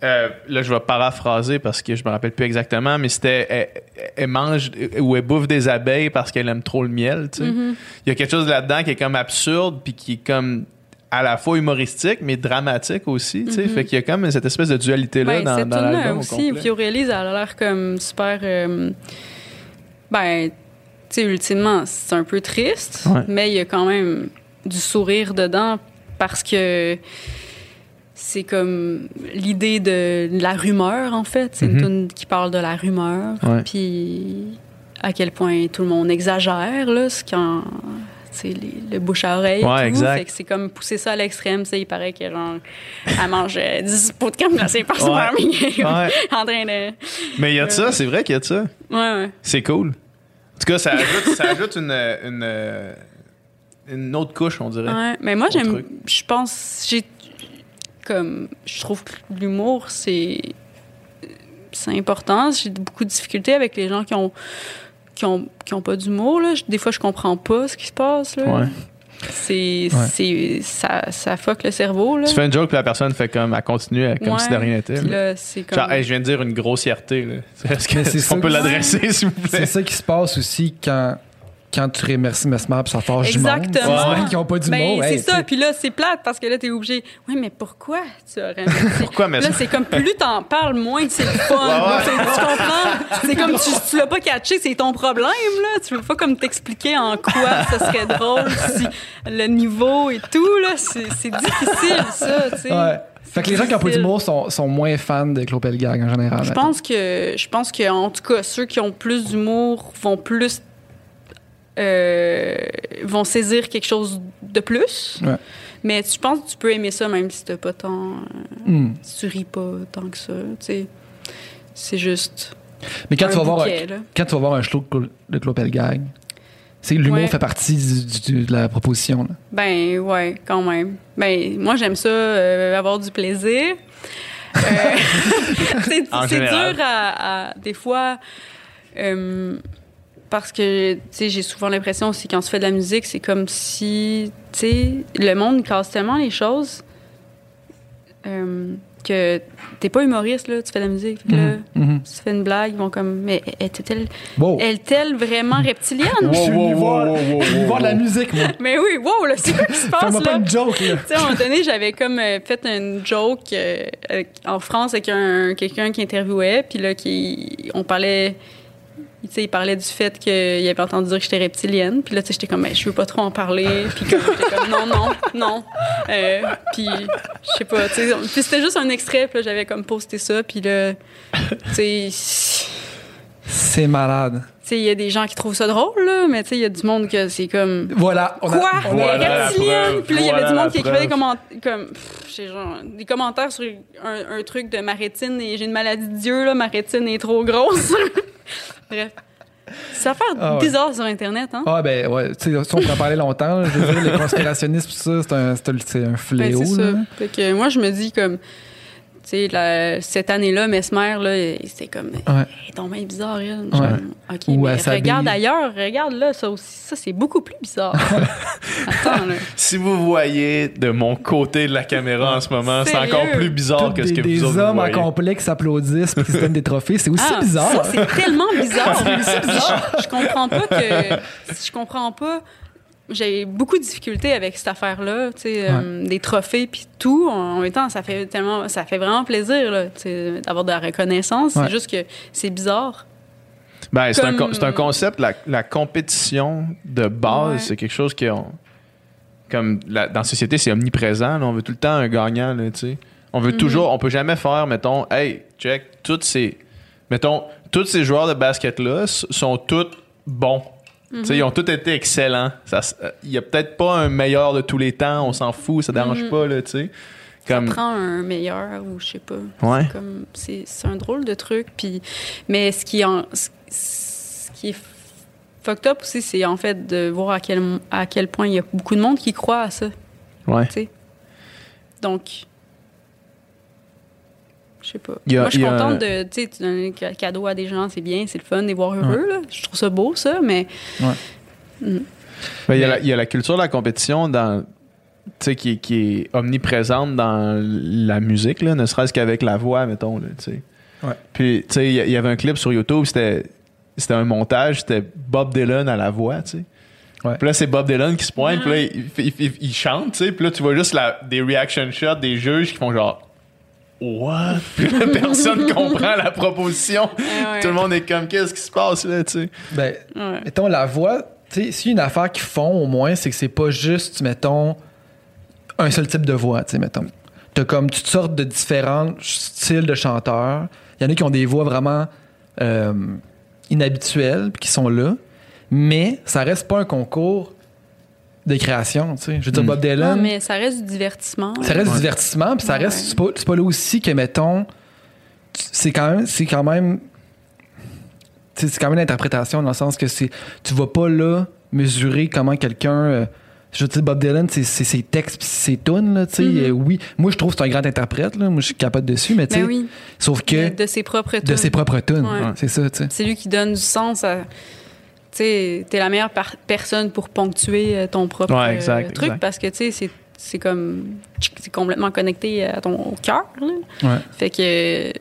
Euh, là, je vais paraphraser parce que je me rappelle plus exactement, mais c'était elle, elle mange ou elle bouffe des abeilles parce qu'elle aime trop le miel. Tu sais. Mm-hmm. Il y a quelque chose là-dedans qui est comme absurde puis qui est comme à la fois humoristique mais dramatique aussi. Tu sais. Mm-hmm. Fait qu'il y a comme cette espèce de dualité-là ben, dans, dans l'album aussi, au complet. Puis Aurélie, elle a l'air comme super... Euh, ben, tu sais, ultimement, c'est un peu triste, ouais. mais il y a quand même du sourire dedans parce que... C'est comme l'idée de la rumeur, en fait. C'est mm-hmm. une tune qui parle de la rumeur. Ouais. Puis à quel point tout le monde exagère, là, c'est quand... C'est le bouche à oreille ouais, et tout. Exact. Fait que c'est comme pousser ça à l'extrême. Il paraît qu'elle mange dix pots de crème glacée par soir. Ouais. ouais. En train de... Mais il y a de ça, c'est vrai qu'il y a de ça. Ouais, ouais. C'est cool. En tout cas, ça ajoute, ça ajoute une... une une autre couche, on dirait. Ouais, mais moi, j'aime... Je pense... J'ai comme je trouve que l'humour c'est c'est important. J'ai beaucoup de difficultés avec les gens qui ont qui ont qui ont pas d'humour là. Des fois je comprends pas ce qui se passe là. Ouais. C'est ouais. c'est ça ça fuck le cerveau là. Tu fais une joke puis la personne fait comme elle continue comme ouais. si de rien n'était. Là, c'est comme... Genre hey, je viens de dire une grossièreté là. Est-ce que c'est est-ce qu'on peut l'adresser s'il vous plaît? C'est ça qui se passe aussi quand quand tu remercies Mesmer puis ça fâche du monde. Exactement. Ouais. Qui n'ont pas d'humour. Ben, hey, c'est ça. Puis là, c'est plate parce que là, t'es obligé. Oui, mais pourquoi tu as remercié? Pourquoi Mesmer? Là, c'est comme plus t'en parles, moins c'est le fun. Ouais, ouais. Tu comprends? C'est comme tu, tu l'as pas catché, c'est ton problème, là. Tu veux pas comme t'expliquer en quoi ça serait drôle si le niveau et tout, là. C'est, c'est difficile, ça, tu sais. Ouais. Fait que les gens qui n'ont pas d'humour sont, sont moins fans de Claude Pelgag en général. Je pense que, je pense que, en tout cas, ceux qui ont plus d'humour vont plus Euh, vont saisir quelque chose de plus. Ouais. Mais je pense que tu peux aimer ça même si t'as pas tant... Euh, mm. Si tu ris pas tant que ça. T'sais. C'est juste Mais quand, un tu vas bouquet, voir un, quand tu vas voir un show de Claude Pelgag, c'est l'humour ouais. fait partie du, du, de la proposition. Là. Ben, ouais, quand même. Ben, moi, j'aime ça, euh, avoir du plaisir. Euh, c'est c'est dur à, à... Des fois... Euh, Parce que, tu sais, j'ai souvent l'impression aussi, quand on se fait de la musique, c'est comme si, tu sais, le monde casse tellement les choses euh, que t'es pas humoriste, là, tu fais de la musique. Fait que là, mm-hmm. tu fais une blague, ils vont comme, mais est-elle, wow. est-elle vraiment reptilienne? Wow, je suis venu voir, wow, wow, wow, voir de la musique, moi. Mais oui, wow, là, c'est quoi qui se passe, Fais-moi là? pas une joke, là. Tu sais, à un moment donné, j'avais comme euh, fait une joke euh, avec, en France avec un, quelqu'un qui interviewait, puis là, qui, on parlait... Tu sais, il parlait du fait qu'il avait entendu dire que j'étais reptilienne. Puis là, tu sais, j'étais comme, ben, je veux pas trop en parler. Puis comme, j'étais comme, non, non, non. Euh, puis, je sais pas, tu sais. Puis c'était juste un extrait. Puis là, j'avais comme posté ça. Puis là, tu sais... C'est malade. Tu sais, il y a des gens qui trouvent ça drôle, là. Mais tu sais, il y a du monde que c'est comme... Voilà. On Quoi? A, on a, voilà reptilienne? Puis là, il y avait du monde qui écrivait des commentaires... Comme, pff, genre, des commentaires sur un, un truc de ma rétine. Et j'ai une maladie de Dieu, là. Ma rétine est trop grosse. Bref. C'est affaire ah, ouais. bizarre sur Internet, hein? Ah, ben, ouais. Tu sais, on pourrait en parler longtemps. Là. Je veux dire, les conspirationnistes, tout ça, c'est un, c'est un, c'est un fléau. Ben, c'est ça. Fait que moi, je me dis comme. Tu sais, cette année-là, Mesmer, là, c'était comme. Ouais. Elle est donc bien bizarre, elle. Genre, ouais. OK, ou mais regarde ailleurs, regarde là, ça aussi. Ça, c'est beaucoup plus bizarre. Attends, là. Si vous voyez de mon côté de la caméra en ce moment, Sérieux? c'est encore plus bizarre Toutes que ce des, que des vous autres hommes vous en complet qui s'applaudissent et qui se donnent des trophées. C'est aussi ah, bizarre. Ça, c'est tellement bizarre. c'est bizarre. Je, je comprends pas que. Je comprends pas. J'ai beaucoup de difficultés avec cette affaire-là, tu sais, ouais. euh, des trophées puis tout. En même temps, ça fait tellement, ça fait vraiment plaisir là, d'avoir de la reconnaissance. Ouais. C'est juste que c'est bizarre. Ben, c'est, Comme... un, c'est un concept, la, la compétition de base, ouais. c'est quelque chose qui, on, comme la, dans la société, c'est omniprésent. Là, on veut tout le temps un gagnant, tu sais. On veut mm-hmm. toujours, on peut jamais faire, mettons, hey, check, toutes ces, mettons, tous ces joueurs de basket là sont tous bons. Mm-hmm. Ils ont tous été excellents. Il n'y a peut-être pas un meilleur de tous les temps, on s'en fout, ça ne dérange mm-hmm. pas. Là, comme... Ça prend un meilleur ou je sais pas. Ouais. C'est, comme, c'est, c'est un drôle de truc. Puis, mais ce qui, en, ce, ce qui est fucked up aussi, c'est en fait de voir à quel, à quel point il y a beaucoup de monde qui croit à ça. Ouais. T'sais. Donc... Je sais pas. A, Moi, je suis contente de, tu sais, tu donnes un cadeau à des gens, c'est bien, c'est le fun de les voir heureux, ouais. là. Je trouve ça beau, ça, mais... Ouais. Mm. Ben, il y a la, il y a la culture de la compétition dans, sais, qui, qui est omniprésente dans la musique, là, ne serait-ce qu'avec la voix, mettons, là, tu sais. Ouais. Puis, tu sais, il y, y avait un clip sur YouTube, c'était, c'était un montage, c'était Bob Dylan à la voix, tu sais. Ouais. Puis là, c'est Bob Dylan qui se pointe, puis là, il, il, il, il chante, tu sais, puis là, tu vois juste la, des reaction shots des juges qui font genre « What? » Puis là, personne comprend la proposition. Ouais. Tout le monde est comme « Qu'est-ce qui se passe, là, tu sais? » Ben, Ouais. mettons, la voix, tu sais, s'il y a une affaire qu'ils font, au moins, c'est que c'est pas juste, mettons, un seul type de voix, tu sais, mettons. T'as comme toutes sortes de différents styles de chanteurs. Il y en a qui ont des voix vraiment euh, inhabituelles, puis qui sont là. Mais ça reste pas un concours de création, tu sais. Je veux dire, Mm. Bob Dylan, Non, mais ça reste du divertissement. ça reste Ouais. du divertissement, puis ça Ouais. reste, c'est pas, c'est pas là aussi que, mettons, tu- c'est quand même, c'est quand même, tu sais, c'est quand même une interprétation dans le sens que c'est, tu vas pas là mesurer comment quelqu'un, euh, je veux dire, Bob Dylan, c'est, c'est ses textes pis ses tunes, là, tu sais. Mhm. Euh, oui, moi, je trouve que c'est un grand interprète, là. Moi, je suis capable dessus, mais tu sais, Ben oui, sauf que de, de ses propres de tunes. ses propres tunes. Ouais. C'est ça, tu sais. C'est lui qui donne du sens à... Tu sais, t'es la meilleure par- personne pour ponctuer euh, ton propre Ouais, exact, euh, truc exact. parce que, tu sais, c'est, c'est comme... C'est complètement connecté à ton au cœur, là. Ouais. Fait que... euh,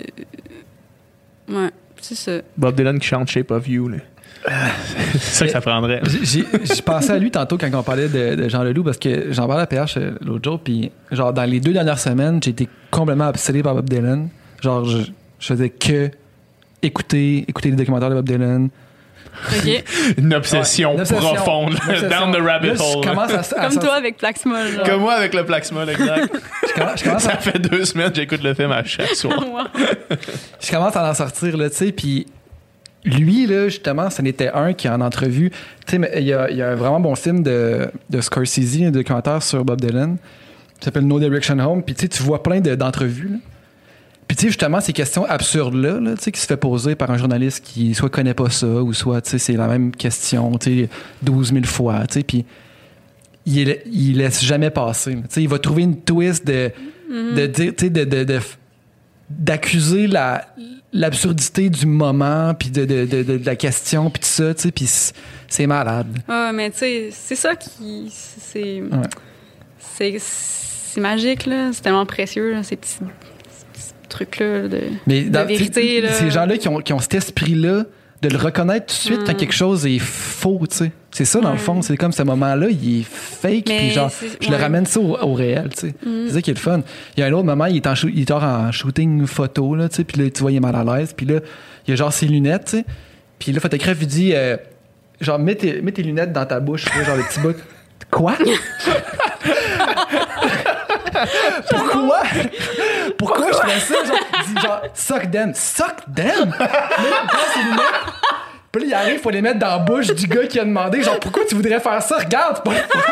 Ouais, c'est ça. Bob Dylan qui chante Shape of You, là. c'est ça que ça prendrait. J'ai- J'ai j'ai pensé à lui tantôt quand on parlait de, de Jean Leloup parce que j'en parlais à P H euh, l'autre jour, puis genre dans les deux dernières semaines, j'ai été complètement obsédé par Bob Dylan. Genre, je, je faisais que écouter, écouter les documentaires de Bob Dylan. OK. Une obsession, Ouais, une obsession. profonde, Une obsession. down the rabbit Là, je hole. commence à- à Comme sortir- toi avec Plaxmol, genre. Comme moi avec le Plaxmol, exact. je commence- je commence à- Ça fait deux semaines que j'écoute le film à chaque soir. Wow. je commence à en sortir, là, tu sais, puis lui, là, justement, ce n'était un qui, en entrevue, tu sais, mais il y a, il y a un vraiment bon film de, de Scorsese, un documentaire sur Bob Dylan, qui s'appelle No Direction Home, puis tu sais, tu vois plein de- d'entrevues, là. Puis tu sais, justement, ces questions absurdes-là, là, tu sais, qui se fait poser par un journaliste qui soit connaît pas ça, ou soit, tu sais, c'est la même question, tu sais, douze mille fois, tu sais, puis il, il laisse jamais passer, là. Tu sais, il va trouver une twist de, de dire, tu sais, de, de, de, d'accuser la l'absurdité du moment puis de, de, de, de, de la question puis tout ça, tu sais, puis c'est, c'est malade. Ah, mais tu sais, c'est ça qui... C'est... Ouais. C'est, c'est magique, là. C'est tellement précieux, là, ces petits, ces petits trucs-là de, Mais de dans- vérité, t'sais, là. ces gens-là qui ont, qui ont cet esprit-là de le reconnaître tout de suite Mm. quand quelque chose est faux, tu sais. C'est ça, dans le Ouais. fond. C'est comme ce moment-là, il est fake, Mais puis genre, c'est- je le ouais. ramène ça au, au réel, tu sais. Mm. C'est ça qui est le fun. Il y a un autre moment, il est en, shoo- il est genre en shooting photo, là, tu sais, puis là, tu vois, il est mal à l'aise, puis là, il y a genre ses lunettes, tu sais. Puis là, le photographe, il dit, euh, genre, mets tes, mets tes lunettes dans ta bouche, là, genre le petit bout. Quoi? Pourquoi? Pourquoi je fais ça? Genre, il dit genre, suck them. Suck them? Mais il prend ses lunettes. Puis là, il arrive, il faut les mettre dans la bouche du gars qui a demandé, genre, pourquoi tu voudrais faire ça? Regarde, c'est pas...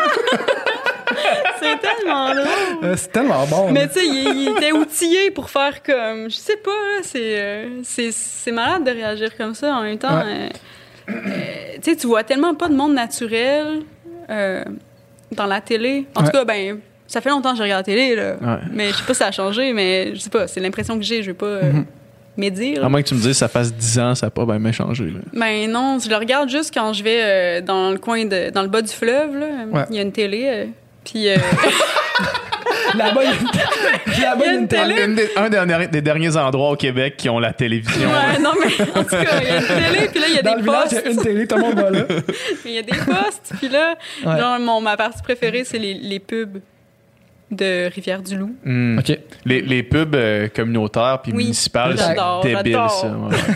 C'est tellement drôle. Euh, c'est tellement bon. Mais là. tu sais, il, il était outillé pour faire comme... Je sais pas, là, c'est, euh, c'est, c'est malade de réagir comme ça. En même temps, Ouais. euh, euh, tu sais, tu vois tellement pas de monde naturel euh, dans la télé. En Ouais. tout cas, ben, ça fait longtemps que je regarde la télé, là. Ouais. Mais je sais pas si ça a changé, mais je sais pas, c'est l'impression que j'ai. Je vais pas euh, Mhm. médire. À moins que tu me dises que ça fasse dix ans, ça n'a pas bien changé. Là. Ben non, je le regarde juste quand je vais euh, dans le coin, de, dans le bas du fleuve, là. Ouais. Il y a une télé, euh, puis... euh, Là-bas, il y a une, là-bas, il y a une télé. Une des- un des, derniers- des derniers endroits au Québec qui ont la télévision. ouais, non, mais en tout cas, il y a une télé, puis là, il y a Dans des le village, postes. il y a une télé, tout le monde va là. Il y a des postes, puis là, Ouais. genre, mon, ma partie préférée, c'est les, les pubs de Rivière-du-Loup. Hmm. OK. Les, les pubs euh, communautaires puis Oui. municipales, c'est J'adore, débile, j'adore. ça.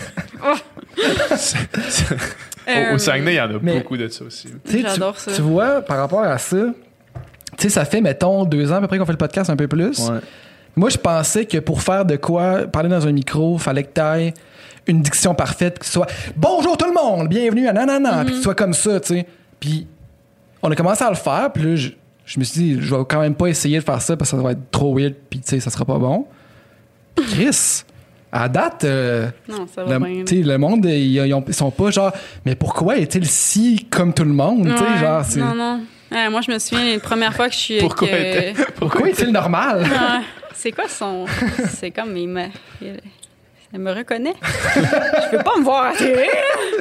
ouais. C'est- c'est- Au, Euh, au Saguenay, il y en a mais- beaucoup de ça aussi. Tu sais, tu- J'adore ça. Tu vois, par rapport à ça, tu sais, ça fait, mettons, deux ans à peu près qu'on fait le podcast, un peu plus. Ouais. Moi, je pensais que pour faire de quoi, parler dans un micro, fallait que t'ailles une diction parfaite, que ce soit « Bonjour tout le monde, bienvenue à nanana », puis que tu sois comme ça, tu sais. Puis on a commencé à le faire, puis là, je, je me suis dit « Je vais quand même pas essayer de faire ça parce que ça va être trop weird, puis tu sais, ça sera pas bon. » Chris, à date, euh, Non, ça va bien. le, tu sais, le monde, ils, ils ont- ils sont pas genre « Mais pourquoi est-il si comme tout le monde? » Tu sais, Ouais, genre, c'est... non, non. Ouais, moi, je me souviens, les premières fois que je suis... Pourquoi avec, euh, Pourquoi est-il normal? ouais, c'est quoi son... C'est comme... Il me, il, elle me reconnaît. Je peux pas me voir à la télé.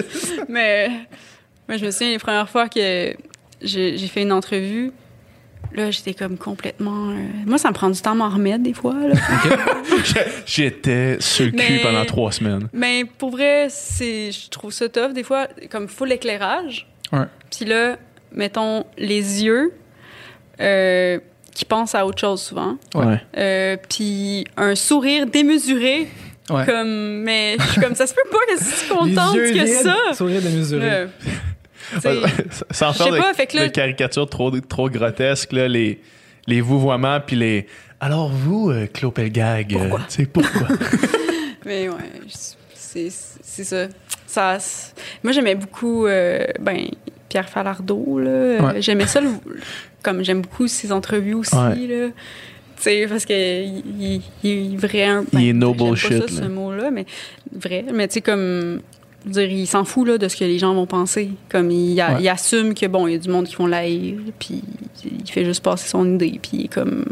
Mais... Moi, je me souviens, les premières fois que j'ai, j'ai fait une entrevue, là, j'étais comme complètement... euh, Moi, ça me prend du temps à m'en remettre des fois, là. J'étais sur le cul Mais- pendant trois semaines. Mais pour vrai, c'est, je trouve ça tough. Des fois, comme full éclairage. Ouais. Puis là, mettons, les yeux euh, qui pensent à autre chose souvent. Ouais. Euh, puis un sourire démesuré. Ouais. Comme, mais je suis comme, ça se peut pas que je suis contente Les yeux que vides, ça. sourire démesuré. Euh, t'sais, Sans Je faire sais de, pas, fait que là- de caricatures trop, trop grotesques, là, les, les vouvoiements puis les... Alors vous, euh, Claude Pelgag, Pourquoi? euh, tu sais, pourquoi? mais ouais, c'est, c'est ça. ça c'est- Moi, j'aimais beaucoup euh, ben, Pierre Falardeau. Là. Ouais. J'aimais ça, le- comme j'aime beaucoup ses entrevues aussi. Ouais. Là. Tu sais, parce qu'il il, il est vrai. un- Il est no j'aime pas bullshit, ça, là. ce mot-là, mais vrai. Mais tu sais, comme. Je veux dire, il s'en fout là, de ce que les gens vont penser. Comme il, a- Ouais. il assume que bon, il y a du monde qui vont l'haïr, puis il fait juste passer son idée, puis il est comme.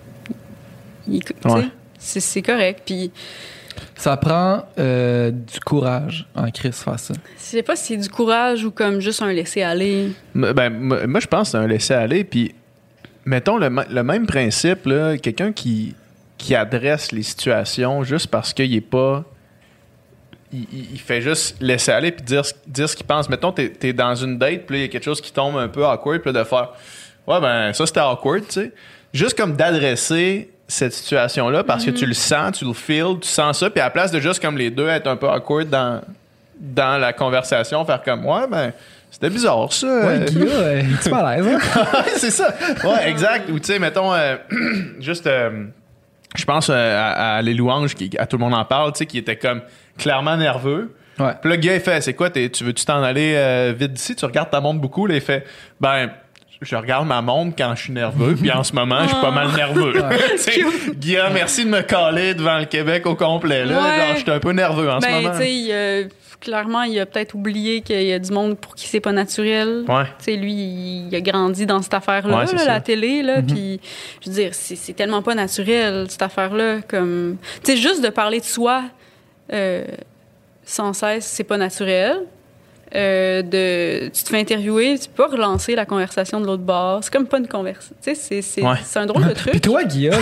Il, tu sais, Ouais. c'est, c'est correct. Puis Ça prend euh, du courage en crise faire ça. je sais pas si c'est du courage ou comme juste un laisser-aller. M- ben, m- moi, je pense que c'est un laisser-aller. Puis, mettons le, m- le même principe, là, quelqu'un qui, qui adresse les situations juste parce qu'il est pas... Il, il- il fait juste laisser aller puis dire, ce- dire ce qu'il pense. Mettons, t'es, t'es dans une date, puis là, il y a quelque chose qui tombe un peu awkward, puis là, de faire « Ouais, ben, ça, c'était awkward, tu sais. » Juste comme d'adresser cette situation-là parce que tu le sens, tu le feels, tu sens ça, puis à la place de juste comme les deux être un peu awkward dans, dans la conversation, faire comme « Ouais, ben... » C'était bizarre, ça. Ouais, Guilla, euh, tu pas à l'aise, hein? c'est ça. Ouais, exact. Ou tu sais, mettons, euh, juste, euh, je pense euh, à, à Les Louanges, qui, à tout le monde en parle, tu sais, qui était comme clairement nerveux. Ouais. Puis le gars, il fait, c'est quoi, t'es- tu veux-tu t'en aller euh, vite d'ici? Tu regardes ta montre beaucoup, là, il fait, ben, je regarde ma montre quand je suis nerveux, puis en ce moment, je suis pas mal nerveux. Tu sais, Guillaume, merci de me caler devant le Québec au complet, là. Ouais. Genre, je suis un peu nerveux en ce Ben, moment. tu sais, il, euh, clairement, il a peut-être oublié qu'il y a du monde pour qui c'est pas naturel. Ouais. Tu sais, lui, il, il a grandi dans cette affaire-là, Ouais, c'est là, ça. la télé, là, puis je veux dire, c'est, c'est tellement pas naturel, cette affaire-là, comme... Tu sais, juste de parler de soi euh, sans cesse, c'est pas naturel. Euh, de, tu te fais interviewer, tu peux pas relancer la conversation de l'autre bord. C'est comme pas une conversation. Tu sais, c'est, c'est, Ouais. c'est un drôle de truc. Puis toi, Guilla,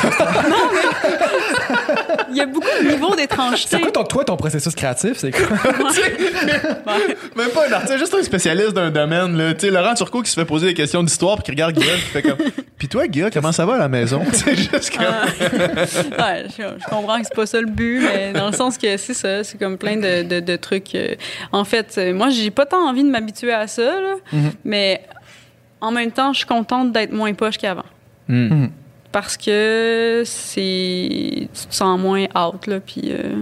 Il y a beaucoup de niveaux d'étrangeté. c'est quoi ton, toi, ton processus créatif? C'est quoi? Même pas un artiste, juste un spécialiste d'un domaine. Là. Tu sais, Laurent Turcot qui se fait poser des questions d'histoire puis qui regarde Guillaume qui fait comme puis toi, Guillaume, comment ça va à la maison? C'est juste comme. Ouais, je, je comprends que c'est pas ça le but, mais dans le sens que c'est ça, c'est comme plein de, de, de trucs. euh. En fait, euh, moi, j'ai pas tant envie de m'habituer à ça, là, Mhm. mais en même temps, je suis contente d'être moins poche qu'avant. Hmm. Parce que c'est. Tu te sens moins out, là, puis. euh,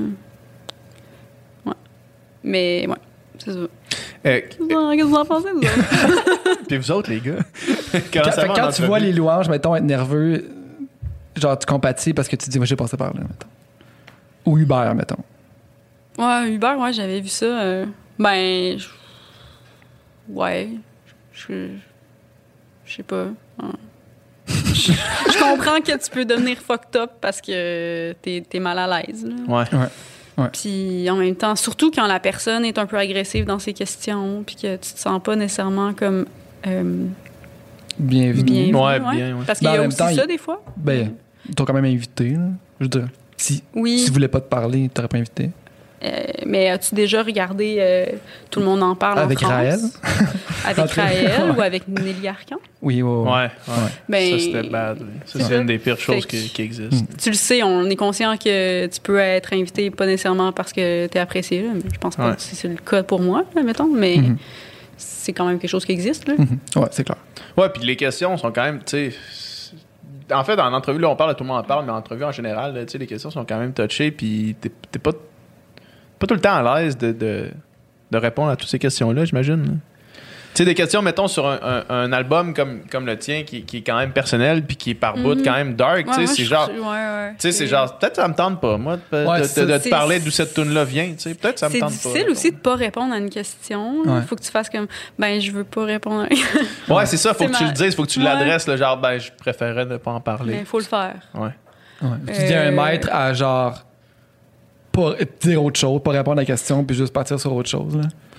Ouais. Mais, ouais, c'est ça. Euh, Qu'est-ce que vous en pensez, vous autres? puis vous autres, les gars? Quand, Comment ça fait va que en quand tu vois entrevue? les louanges, mettons, être nerveux, genre, tu compatis parce que tu te dis, moi, j'ai passé par là, mettons. Ou Uber, mettons. Ouais, Uber, ouais, j'avais vu ça. euh, Ben. je- Ouais. Je. Je sais pas. hein. Je je comprends que tu peux devenir fucked up parce que t'es, t'es mal à l'aise. Là. Ouais. Puis en même temps, surtout quand la personne est un peu agressive dans ses questions, puis que tu te sens pas nécessairement comme euh, Bienvenue. bienvenue. Ouais, bien, ouais. Parce qu'il Ben, y a en même aussi temps, ça il- des fois. Ben, ils t'ont quand même invité, là. Je veux dire, si, Oui. si tu voulais pas te parler, ils t'auraient pas invité. Euh, mais as-tu déjà regardé euh, Tout le monde en parle Avec en France? Raël? Avec Ok. Raël Ouais. ou avec Nelly Arcan? Oui, ouais, ouais. Ouais, ouais. Ben, ça, c'était bad. oui. Ça, c'est c'est ça. une des pires choses Fait qui, que- qui existent. Tu le sais, on est conscient que tu peux être invité pas nécessairement parce que tu es apprécié. Là, mais je pense pas Ouais. que c'est le cas pour moi, là, mettons, mais Mhm. c'est quand même quelque chose qui existe. Là. Mhm. Ouais, c'est clair. Ouais, puis les questions sont quand même, tu sais. En fait, en entrevue, là, on parle, tout le monde en parle, mais en entrevue en général, là, tu sais, les questions sont quand même touchées, puis t'es, t'es pas, pas tout le temps à l'aise de, de, de répondre à toutes ces questions-là, j'imagine. là. Tu sais, des questions, mettons, sur un, un, un album comme, comme le tien, qui, qui est quand même personnel, puis qui est par bout Mhm. quand même dark, Ouais, tu sais, moi, c'est je genre. trouve- ouais, ouais, Tu sais, c'est genre, peut-être ça me tente pas, moi, de, Ouais, de- c'est de ça. te C'est- parler d'où cette tune-là vient, tu sais. Peut-être ça me C'est tente pas. difficile aussi de pas répondre à une question. Il Ouais. faut que tu fasses comme, ben, je veux pas répondre à rien. Ouais, c'est ça, faut C'est que tu ma- le dises, faut que tu Ouais. l'adresses, le genre, ben, je préférais ne pas en Mais parler. il faut le faire. Ouais. Ouais. Tu dis à un Euh, maître à genre pas dire autre chose, pas répondre à la question, puis juste partir sur autre chose. Là.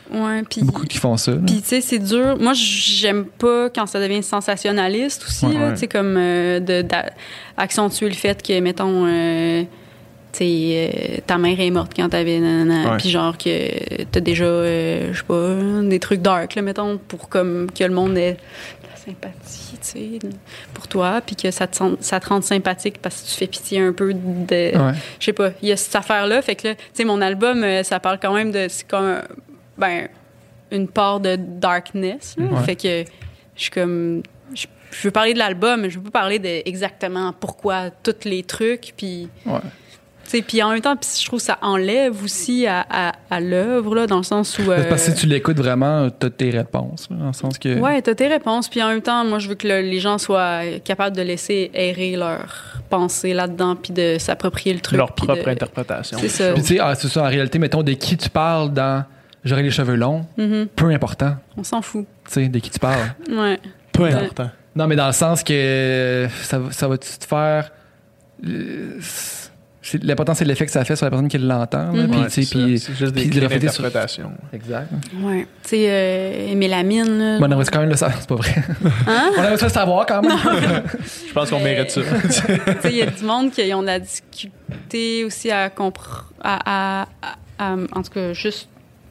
Ouais, puis... Beaucoup qui font ça. Puis, tu sais, c'est dur. Moi, j'aime pas quand ça devient sensationnaliste aussi, ouais, là, ouais. tu sais, comme euh, de, d'accentuer le fait que, mettons, euh, tu sais, euh, ta mère est morte quand t'avais nanana, Ouais. puis genre que t'as déjà, euh, je sais pas, des trucs dark, là, mettons, pour comme que le monde ait de la sympathie, tu sais, pour toi, puis que ça te, sent- ça te rende sympathique parce que tu fais pitié un peu de... Ouais. Je sais pas, il y a cette affaire-là, fait que là, tu sais, mon album, euh, ça parle quand même de... C'est comme... un- ben, une part de darkness. Là. Ouais. Fait que je suis comme... Je, je veux parler de l'album, mais je veux pas parler de exactement pourquoi tous les trucs. Puis, Ouais. tu sais, puis en même temps, puis je trouve que ça enlève aussi à, à, à l'œuvre, là, dans le sens où... euh, Parce que si tu l'écoutes vraiment, t'as tes réponses. Là, dans le sens que. Ouais, t'as tes réponses. Puis en même temps, moi, je veux que le- les gens soient capables de laisser errer leur pensée là-dedans, puis de s'approprier le truc. Leur puis propre de- interprétation. C'est ça. Puis tu sais, ah, c'est ça, en réalité, mettons, de qui tu parles dans J'aurais les cheveux longs, Mhm. peu important, On s'en fout. tu sais, de qui tu parles. Ouais. Peu Ouais. important. Non, mais dans le sens que euh, ça, va- ça va-tu te faire. euh, c'est- L'important, c'est l'effet que ça fait sur la personne qui l'entend. là, Mhm. puis, Ouais, tu sais, c'est ça. puis- c'est juste des puis de clés refléter sur- d'interprétation. Exact. Ouais. Tu sais, euh, Mélamine, là. Bon, on aimerait quand même le savoir, c'est pas vrai. Hein? On aimerait ça le savoir quand même. Je pense qu'on Mais- mérite ça. Tu sais, il y a du monde qui ont de la difficulté aussi à comprendre, à, à, à- à- en tout cas, juste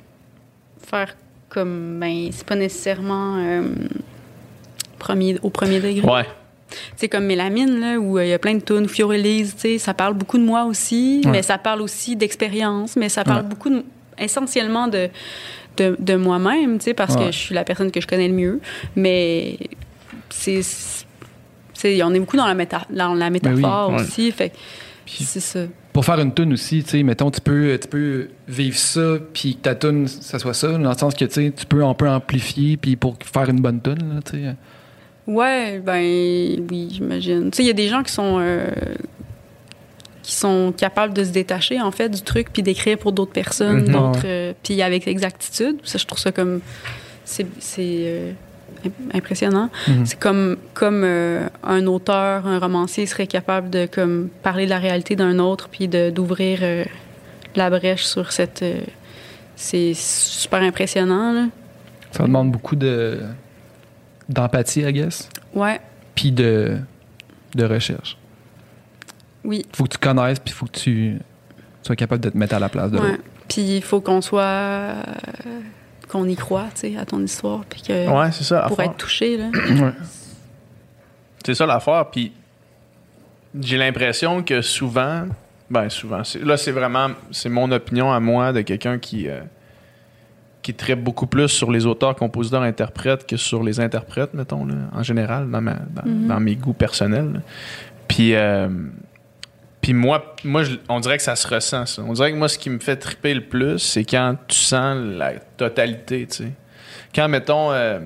faire comme, ben, c'est pas nécessairement euh, premier, au premier degré. Ouais. C'est comme Mélamine, là, où euh, il y a plein de tunes, Fiorelise, tu sais, ça parle beaucoup de moi aussi, Ouais. mais ça parle aussi d'expérience, mais ça parle Ouais. beaucoup, de- essentiellement de, de, de moi-même, tu sais, parce Ouais. que je suis la personne que je connais le mieux. Mais c'est... c'est on est beaucoup dans la, méta, dans la métaphore ouais. aussi, fait que Puis- c'est ça. Pour faire une tune aussi, tu sais, mettons, tu peux, tu peux vivre ça, puis que ta tune, ça soit ça, dans le sens que, tu sais, tu peux un peu amplifier, puis pour faire une bonne tune, là, tu sais. Ouais, ben oui, j'imagine. Tu sais, il y a des gens qui sont euh, qui sont capables de se détacher en fait du truc puis d'écrire pour d'autres personnes, Mhm. d'autres euh, puis avec exactitude. Ça, je trouve ça comme c'est c'est euh, im- impressionnant. Mhm. C'est comme comme euh, un auteur, un romancier serait capable de comme parler de la réalité d'un autre puis de d'ouvrir euh, la brèche sur cette euh, c'est super impressionnant là. Ça demande beaucoup de d'empathie, I guess, Ouais, puis de, de recherche. oui. Faut que tu connaisses, puis faut que tu sois capable de te mettre à la place de Ouais. l'autre. Puis il faut qu'on soit. euh, qu'on y croit, tu sais, à ton histoire. Puis que. Ouais, c'est ça. Pour l'affaire. être touché, là. Ouais. C'est ça l'affaire. Puis j'ai l'impression que souvent, ben souvent, c'est- là c'est vraiment, c'est mon opinion à moi de quelqu'un qui euh, qui traite beaucoup plus sur les auteurs, compositeurs, interprètes que sur les interprètes, mettons là, en général dans ma dans, Mhm. dans mes goûts personnels. là. Puis euh, puis moi, moi je- on dirait que ça se ressent ça. On dirait que moi ce qui me fait triper le plus, c'est quand tu sens la totalité, tu sais. Quand mettons euh,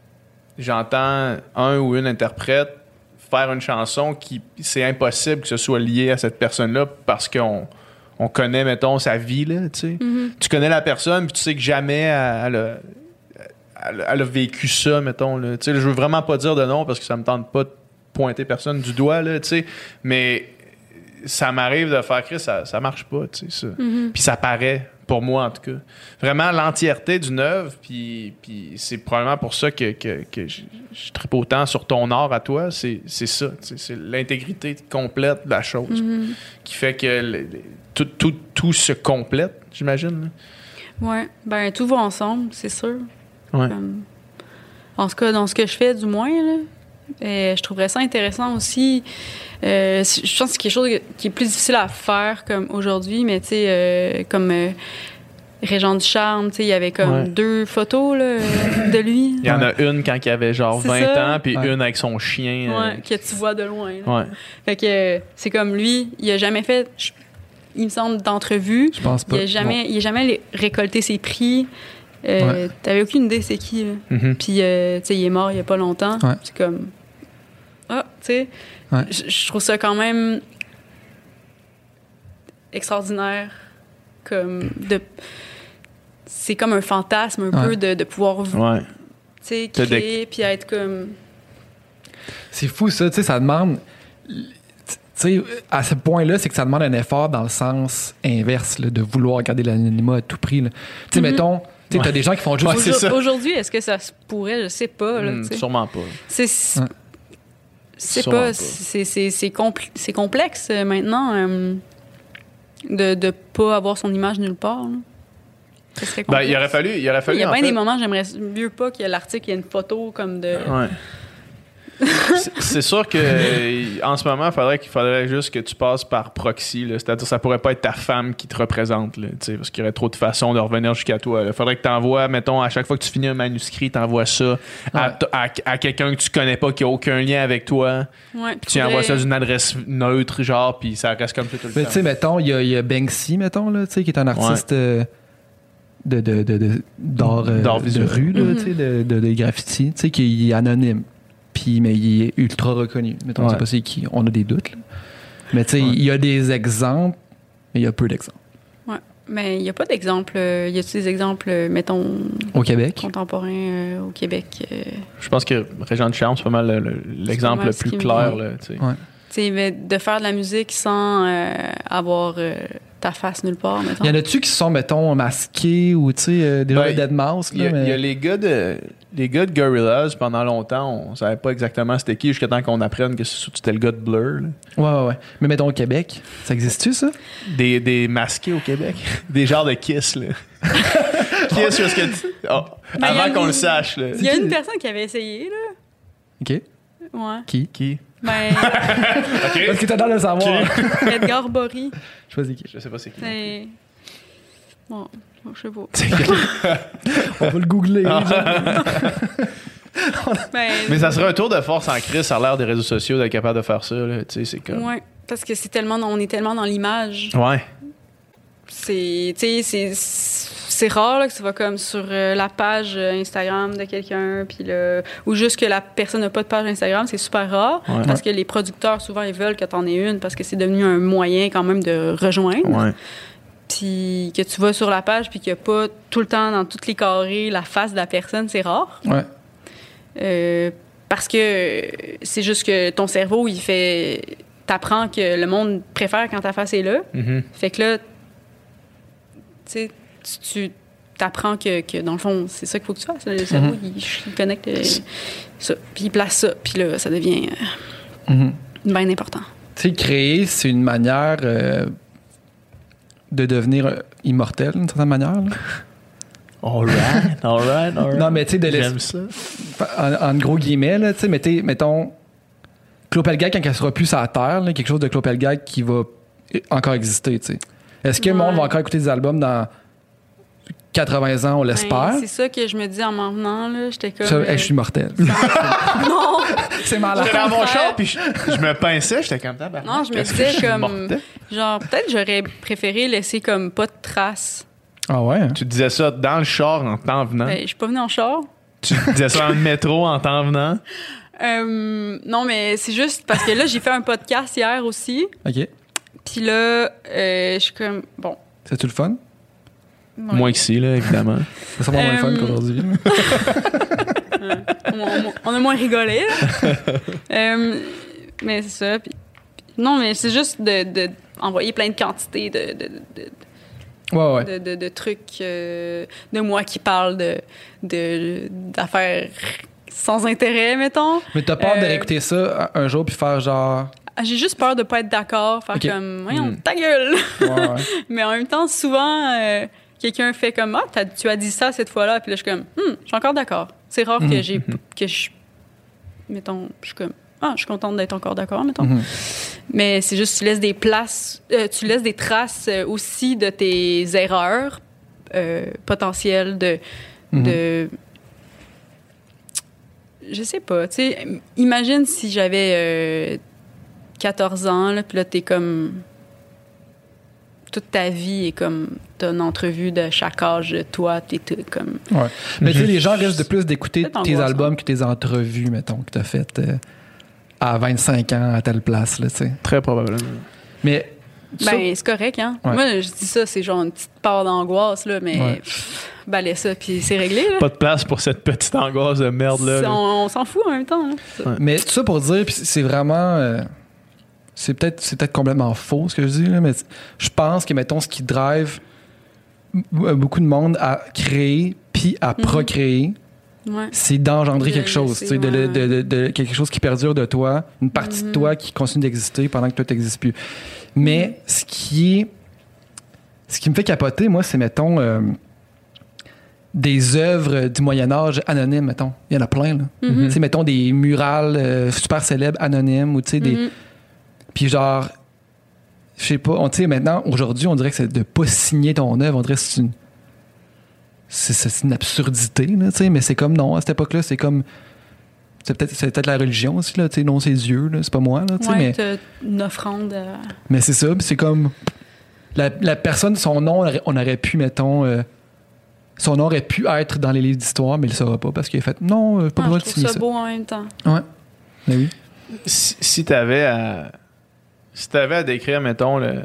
j'entends un ou une interprète faire une chanson qui c'est impossible que ce soit lié à cette personne-là parce qu'on on connaît, mettons, sa vie, là, tu sais. Mhm. Tu connais la personne, puis tu sais que jamais elle, elle a, elle a- elle a vécu ça, mettons, là. Tu sais, je veux vraiment pas dire de nom parce que ça me tente pas de pointer personne du doigt, là, tu sais. Mais ça m'arrive de faire Chris, ça, ça marche pas, tu sais, ça. Mhm. Puis ça paraît, pour moi en tout cas. Vraiment l'entièreté d'une œuvre, puis, puis c'est probablement pour ça que, que, que je, je tripe autant sur ton art à toi, c'est, c'est ça, tu sais, c'est l'intégrité complète de la chose Mhm. qui fait que le- le- tout, tout, tout se complète, j'imagine. là. Ouais. Ben, tout va ensemble, c'est sûr. Ouais. Comme- en tout cas, dans ce que je fais, du moins, là. Et je trouverais ça intéressant aussi. Euh, je pense que c'est quelque chose qui est plus difficile à faire comme aujourd'hui, mais tu sais, euh, comme euh, Régent Ducharme, tu sais, il y avait comme Ouais. deux photos là, euh, de lui. Il y en a une quand il avait genre C'est vingt ça. ans, puis Ouais. une avec son chien. euh, Ouais, que tu vois de loin. là. ouais. Fait que euh, c'est comme lui, il a jamais fait, je- il me semble, d'entrevue. Je pense pas. Il a jamais, il a jamais les- récolté ses prix. Euh, Ouais. T'avais aucune idée c'est qui. Là. Mhm. Puis, euh, tu sais, il est mort il y a pas longtemps. Ouais. C'est comme, ah, tu sais, Ouais. je je trouve ça quand même extraordinaire, comme de, c'est comme un fantasme un Ouais. peu de, de pouvoir, tu Ouais. sais, T'as créer puis être comme, C'est fou, ça. Tu sais, ça demande. Tu sais, à ce point-là, c'est que ça demande un effort dans le sens inverse, là, de vouloir garder l'anonymat à tout prix. là. Tu sais, Mhm. mettons, Tu sais, t'as des gens qui font juste... Ouais, c'est ça. Aujourd'hui, est-ce que ça se pourrait? Je sais pas. Là, Hmm, tu sais. sûrement pas. C'est Ouais. c'est Sûrement pas, pas. c'est c'est c'est compl- c'est complexe euh, maintenant euh, de de pas avoir son image nulle part. Là. Ça serait Ben, complexe. il aurait fallu. Il aurait fallu Il y a en bien fait- des moments, j'aimerais mieux pas qu'il y ait l'article, il y ait une photo comme de. Ouais. c'est, c'est sûr que euh, en ce moment, il faudrait qu'il faudrait juste que tu passes par proxy. Là. C'est-à-dire ça pourrait pas être ta femme qui te représente, là, tu sais, parce qu'il y aurait trop de façons de revenir jusqu'à toi. Il faudrait que tu envoies, mettons, à chaque fois que tu finis un manuscrit, tu envoies ça à, Ouais. à- à quelqu'un que tu connais pas, qui a aucun lien avec toi. Ouais, Puis tu envoies ça d'une adresse neutre, genre, puis ça reste comme ça tout le Mais temps. tu sais, mettons, il y, a- il y a Banksy, mettons, là, tu sais, qui est un artiste euh, de, de, de, de- d'art, euh, D'art de visuel. rue, là, Mhm. tu sais, de, de, de graffiti, tu sais, qui est anonyme. Puis, mais il est ultra reconnu. Mettons, Ouais. je sais pas c'est qui. On a des doutes, là. Mais tu sais, Ouais. il y a des exemples, mais il y a peu d'exemples. Ouais. Mais il n'y a pas d'exemple. euh, Y a-t-il des exemples, euh, mettons, Au Québec? contemporains euh, au Québec? euh, Je pense que Régent de Charme, c'est pas mal le- le- l'exemple mal le ce plus qui me clair. vient. Là, tu sais. Ouais. Tu sais, mais de faire de la musique sans euh, avoir euh, ta face nulle part, mettons. Il y en a-tu qui sont, mettons, masqués ou, tu sais, euh, des gens Ben, de Dead Mouse, Il y, là, a, mais... il y a les gars de les gars de Gorillaz, pendant longtemps, on savait pas exactement c'était qui jusqu'à temps qu'on apprenne que c'était le gars de Blur. là. Ouais, ouais, ouais. Mais mettons, au Québec, ça existe-tu, ça? Des, des masqués au Québec. Des genres de Kiss, là. Kiss, parce que tu- oh, Ben, il y a avant qu'on une- le sache, là. Il y a une personne qui avait essayé, là. OK. Ouais. Qui? Qui? Ben, OK. Parce que t'as l'air de le savoir. Edgar Bory. Choisis qui? Je sais pas c'est qui. C'est. Bon, je sais pas. On va le googler. Ah. Ben, Mais ça serait un tour de force en crise, ça a l'air des réseaux sociaux d'être capable de faire ça, là. Tu sais, c'est comme. ouais, parce que c'est tellement, on est tellement dans l'image. Ouais. C'est, tu sais, c'est, c'est rare là, que ça va comme sur euh, la page euh, Instagram de quelqu'un, puis là, ou juste que la personne n'a pas de page Instagram, c'est super rare, Ouais. parce que les producteurs souvent ils veulent que t'en aies une, parce que c'est devenu un moyen quand même de rejoindre. Ouais. Puis que tu vas sur la page, puis qu'il n'y a pas tout le temps dans toutes les carrés la face de la personne, c'est rare. Ouais. Euh, parce que c'est juste que ton cerveau, il fait. T'apprends que le monde préfère quand ta face est là. Mhm. Fait que là, tu sais, tu- tu t'apprends que, que dans le fond, c'est ça qu'il faut que tu fasses. Le cerveau, il, il connecte euh, ça, puis il place ça, puis là, ça devient euh, Mhm. bien important. Tu sais, créer, c'est une manière euh, de devenir euh, immortel, d'une certaine manière. Là. Alright, alright, alright. Non, mais tu sais, de laisser. J'aime ça. En, en gros guillemets, là, tu sais, mettez- mettons, Claude Pelgag, quand elle sera plus sur la Terre, là, quelque chose de Claude Pelgag qui va encore exister, tu sais. Est-ce que le monde Ouais. va encore écouter des albums dans quatre-vingts ans, on l'espère? Ben, c'est ça que je me dis en m'en venant, là. J'étais comme. Ça, euh, hey, je suis mortel. non! C'est malade. J'étais dans mon contraire. char, puis je, je me pinçais, j'étais comme tabarnak. Non, je me est-ce que disais suis comme. mortel? Genre, peut-être j'aurais préféré laisser comme pas de traces. Ah ouais? hein? Tu disais ça dans le char en t'en venant. Ben, je suis pas venue en char. Tu disais ça dans le métro en t'en venant. Euh, non, mais c'est juste parce que là, j'ai fait un podcast hier aussi. OK. Puis là, euh, je suis comme. Bon. C'est-tu le fun? Ouais. Moins qu'ici, là, évidemment. Ça sera moins Euh, fun qu'aujourd'hui. on, on- on a moins rigolé, là. Euh, mais c'est ça. Puis- puis- non, mais c'est juste de, de envoyer plein de quantités de, de, de, Ouais, ouais. de, de- de trucs euh, de moi qui parle de, de, d'affaires sans intérêt, mettons. Mais t'as peur de Euh, réécouter ça un jour puis faire genre. Ah, j'ai juste peur de pas être d'accord, faire Ok. comme, voyons, Mm. ta gueule. Ouais, ouais. Mais en même temps, souvent, euh, quelqu'un fait comme, ah, t'as- tu as dit ça cette fois-là, puis là, je suis comme, hum, je suis encore d'accord. C'est rare que j'ai, que je, mettons, je suis comme, ah, je suis contente d'être encore d'accord, mettons. Mhm. Mais c'est juste, tu laisses des places, euh, tu laisses des traces euh, aussi de tes erreurs euh, potentielles, de, Mhm. de, je sais pas, tu sais, imagine si j'avais euh, quatorze ans, là, puis là, t'es comme, toute ta vie est comme, t'as une entrevue de chaque âge de toi, t'es tout comme, Ouais. Mais tu sais, les gens risquent de plus d'écouter C'est tes angoissant. albums que tes entrevues, mettons, que t'as faites euh, à vingt-cinq ans à telle place, là, tu sais. Très probablement. Mais. ça- ben, c'est correct, hein. Ouais. Moi, je dis ça, c'est genre une petite part d'angoisse, là, mais Ouais. pff, balai ça, puis c'est réglé, là. Pas de place pour cette petite angoisse de merde-là. C'est- là. on, on s'en fout en même temps, là. Ouais. Mais tout ça pour dire, puis c'est vraiment. euh, c'est peut-être c'est peut-être complètement faux ce que je dis, là, mais je pense que, mettons, ce qui drive beaucoup de monde à créer puis à mm-hmm. procréer. Ouais. C'est d'engendrer de quelque chose, tu sais, de, de, de, de, de quelque chose qui perdure de toi, une partie mm-hmm. de toi qui continue d'exister pendant que toi, tu n'existes plus. Mais mm-hmm. ce qui est... Ce qui me fait capoter, moi, c'est, mettons, euh, des œuvres du Moyen-Âge anonymes, mettons. Il y en a plein, là. Mm-hmm. Tu sais, mettons, des murales euh, super célèbres anonymes ou, tu sais, des... Mm-hmm. Puis genre, je sais pas, tu sais, maintenant, aujourd'hui, on dirait que c'est de pas signer ton œuvre, on dirait que c'est une... C'est, c'est une absurdité, là, tu sais, mais c'est comme, non, à cette époque-là, c'est comme... C'est peut-être, c'est peut-être la religion aussi, là, tu sais, non, c'est Dieu, là, c'est pas moi, là, tu sais, ouais, mais... t'as une offrande à... Mais c'est ça, c'est comme... La, la personne, son nom, on aurait pu, mettons... Euh, son nom aurait pu être dans les livres d'histoire, mais il le saura pas, parce qu'il a fait, non, euh, pas besoin de signer ça. Je trouve ça beau en même temps. Ouais, mais oui. Si, si t'avais à... Si t'avais à décrire, mettons, le,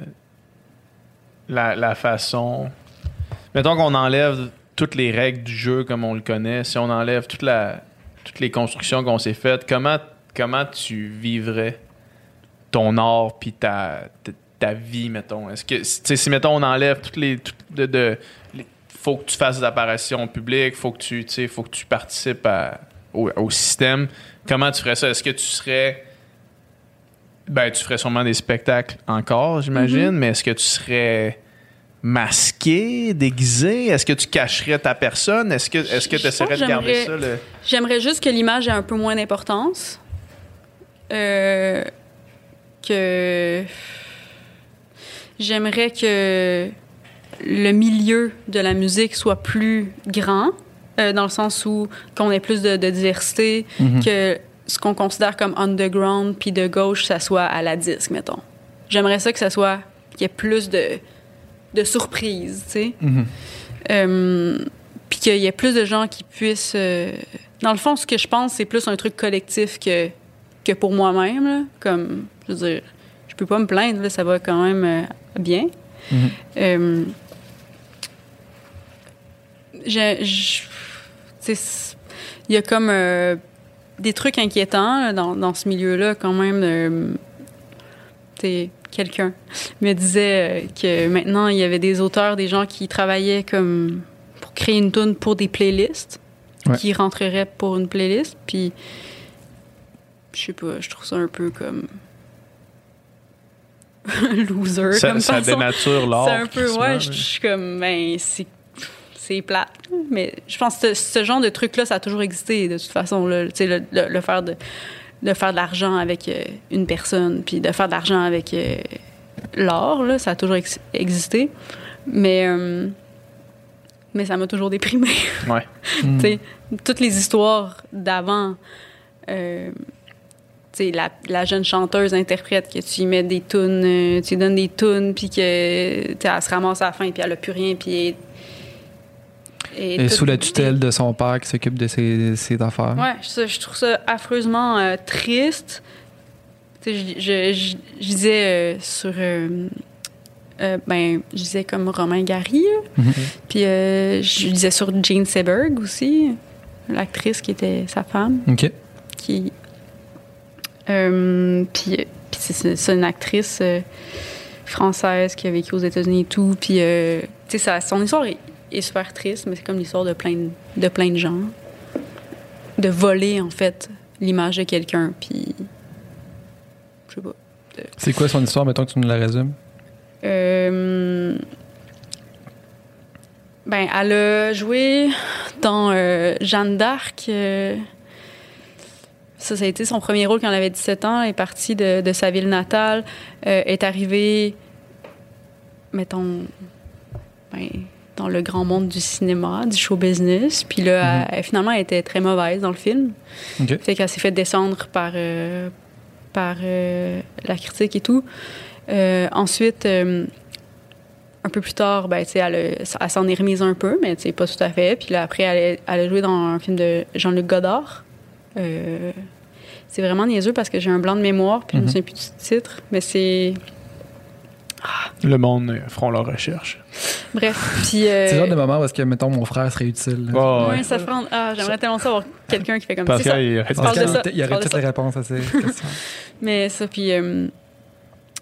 la, la façon... Mettons qu'on enlève toutes les règles du jeu comme on le connaît, si on enlève toute la, toutes les constructions qu'on s'est faites, comment, comment tu vivrais ton art puis ta, ta, ta vie, mettons? Est-ce que, tu sais, si, mettons, on enlève toutes les... Toutes de, de, les, faut que tu fasses des apparitions publiques, faut que tu, tu sais, faut que tu participes à, au, au système, comment tu ferais ça? Est-ce que tu serais... Ben, tu ferais sûrement des spectacles encore, j'imagine, mm-hmm. mais est-ce que tu serais... masqué, déguisé? Est-ce que tu cacherais ta personne? Est-ce que est-ce que tu essaierais de garder ça? Le... J'aimerais juste que l'image ait un peu moins d'importance. Euh, que... J'aimerais que le milieu de la musique soit plus grand, euh, dans le sens où qu'on ait plus de, de diversité, mm-hmm. que ce qu'on considère comme underground puis de gauche, ça soit à la disque, mettons. J'aimerais ça que ça soit... qu'il y ait plus de... de surprise, tu sais. Mm-hmm. Euh, puis qu'il y ait plus de gens qui puissent... Euh... Dans le fond, ce que je pense, c'est plus un truc collectif que, que pour moi-même, là. Comme, je veux dire, je peux pas me plaindre, là, ça va quand même euh, bien. Mm-hmm. Euh... Je... je... Tu sais, il y a comme euh, des trucs inquiétants là, dans, dans ce milieu-là, quand même. Euh... Tu sais... Quelqu'un me disait que maintenant, il y avait des auteurs, des gens qui travaillaient comme pour créer une tune pour des playlists, ouais. qui rentreraient pour une playlist. Puis, je sais pas, je trouve ça un peu comme loser. Ça, comme ça façon. Dénature l'art. C'est un peu, ouais, je suis comme, ben, c'est, c'est plate. Mais je pense que ce, ce genre de truc-là, ça a toujours existé, de toute façon. Tu sais, le, le, le faire de... de faire de l'argent avec euh, une personne, puis de faire de l'argent avec euh, l'art, là, ça a toujours ex- existé. Mais, euh, mais ça m'a toujours déprimée. Ouais. Mm. Tu sais, toutes les histoires d'avant, euh, tu sais, la, la jeune chanteuse interprète que tu y mets des tunes, euh, tu lui donnes des tunes, puis que, tu sais, elle se ramasse à la fin, puis elle a plus rien, puis Et, et sous la tutelle de son père qui s'occupe de ses, ses affaires. Ouais, je, je trouve ça affreusement euh, triste. Tu sais, je, je, je, je disais euh, sur... Euh, euh, ben, je disais comme Romain Gary. Mm-hmm. Puis euh, je disais sur Jane Seberg aussi, l'actrice qui était sa femme. OK. Qui... Euh, puis puis c'est, c'est une actrice euh, française qui a vécu aux États-Unis et tout. Puis, euh, tu sais, son histoire est... est super triste, mais c'est comme l'histoire de plein de, de plein de gens. De voler, en fait, l'image de quelqu'un, puis... Je sais pas. De... C'est quoi son histoire, mettons que tu nous la résumes? Euh... Ben, elle a joué dans euh, Jeanne d'Arc. Euh... Ça, ça a été son premier rôle quand elle avait dix-sept ans. Elle est partie de, de sa ville natale. Euh, est arrivée, mettons... Ben, dans le grand monde du cinéma, du show business. Puis là, mm-hmm. elle, elle, finalement, elle était très mauvaise dans le film. Okay. Fait qu'elle s'est fait descendre par, euh, par euh, la critique et tout. Euh, ensuite, euh, un peu plus tard, ben, elle, elle s'en est remise un peu, mais pas tout à fait. Puis là, après, elle, elle a joué dans un film de Jean-Luc Godard. Euh, c'est vraiment niaiseux parce que j'ai un blanc de mémoire, puis mm-hmm. je me souviens plus du titre, mais c'est... Ah. Le monde feront leur recherche. Bref, puis... Euh... C'est le genre de moment où est-ce que, mettons, mon frère serait utile. Oh, ouais, ouais, ça prend... Ah, j'aimerais ça... tellement ça avoir quelqu'un qui fait comme Pascal, ça. Il, Pascal, il, il y aurait toutes les réponses à ces questions. Mais ça, puis... Euh...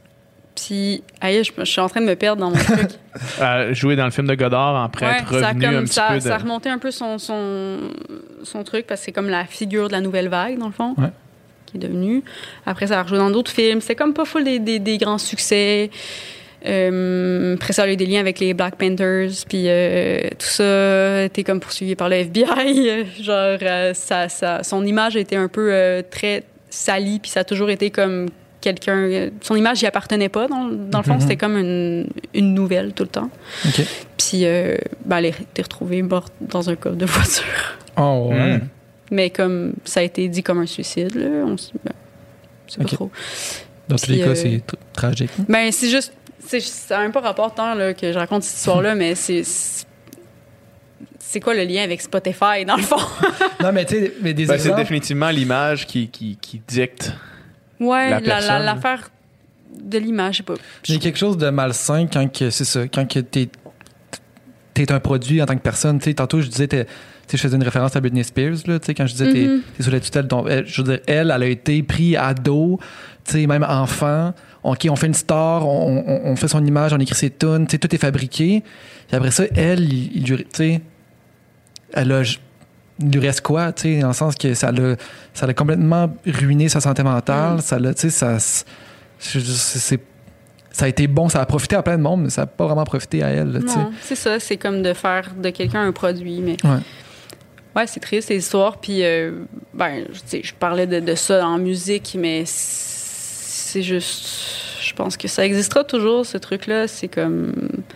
Puis, aïe, je, je suis en train de me perdre dans mon truc. Euh, jouer dans le film de Godard en prêtre ouais, ça, revenu comme, un petit ça, peu. De... ça a remonté un peu son, son, son truc parce que c'est comme la figure de la nouvelle vague, dans le fond, ouais. qui est devenue. Après, ça a rejoué dans d'autres films. C'est comme pas full des, des, des grands succès. Euh, après ça, il y a eu des liens avec les Black Panthers, puis euh, tout ça était comme poursuivi par le F B I. Genre, euh, ça, ça, son image a été un peu euh, très salie, puis ça a toujours été comme quelqu'un... Son image n'y appartenait pas, dans, dans le fond. Mm-hmm. C'était comme une, une nouvelle tout le temps. Okay. Puis, euh, ben, elle a été retrouvée morte dans un coffre de voiture. Oh, ouais. Mm. Mais comme ça a été dit comme un suicide, là, on s... ben, c'est pas okay. trop. Dans tous les cas, euh... c'est tr- tragique. Ben, c'est juste... C'est, ça n'a même pas rapport tant là, que je raconte cette histoire-là, mais c'est, c'est... C'est quoi le lien avec Spotify, dans le fond? Non, mais tu sais, mais des ben, exemples... C'est définitivement l'image qui, qui, qui dicte ouais, la la, personne. La, l'affaire de l'image, je sais pas. Il y a quelque chose de malsain quand que, c'est ça, quand que t'es, t'es un produit en tant que personne. Tu sais, tantôt, je disais, t'es, je faisais une référence à Britney Spears, là, quand je disais, mm-hmm. t'es, t'es sous la tutelle. Donc, elle, je veux dire, elle, elle a été prise ado, même enfant. OK, on fait une star, on, on, on fait son image, on écrit ses tunes, tout est fabriqué. Puis après ça, elle, il, il lui, t'sais, elle a, il lui reste quoi, tu sais, dans le sens que ça l'a, ça l'a complètement ruiné sa santé mentale. Mm. Ça l'a, tu sais, ça, c'est, c'est, ça a été bon, ça a profité à plein de monde, mais ça n'a pas vraiment profité à elle. Là, non, c'est ça, c'est comme de faire de quelqu'un un produit, mais... Ouais. Ouais, c'est triste, ces histoires. Puis, euh, ben, tu sais, je parlais de, de ça en musique, mais c'est juste... Je pense que ça existera toujours, ce truc-là. C'est comme...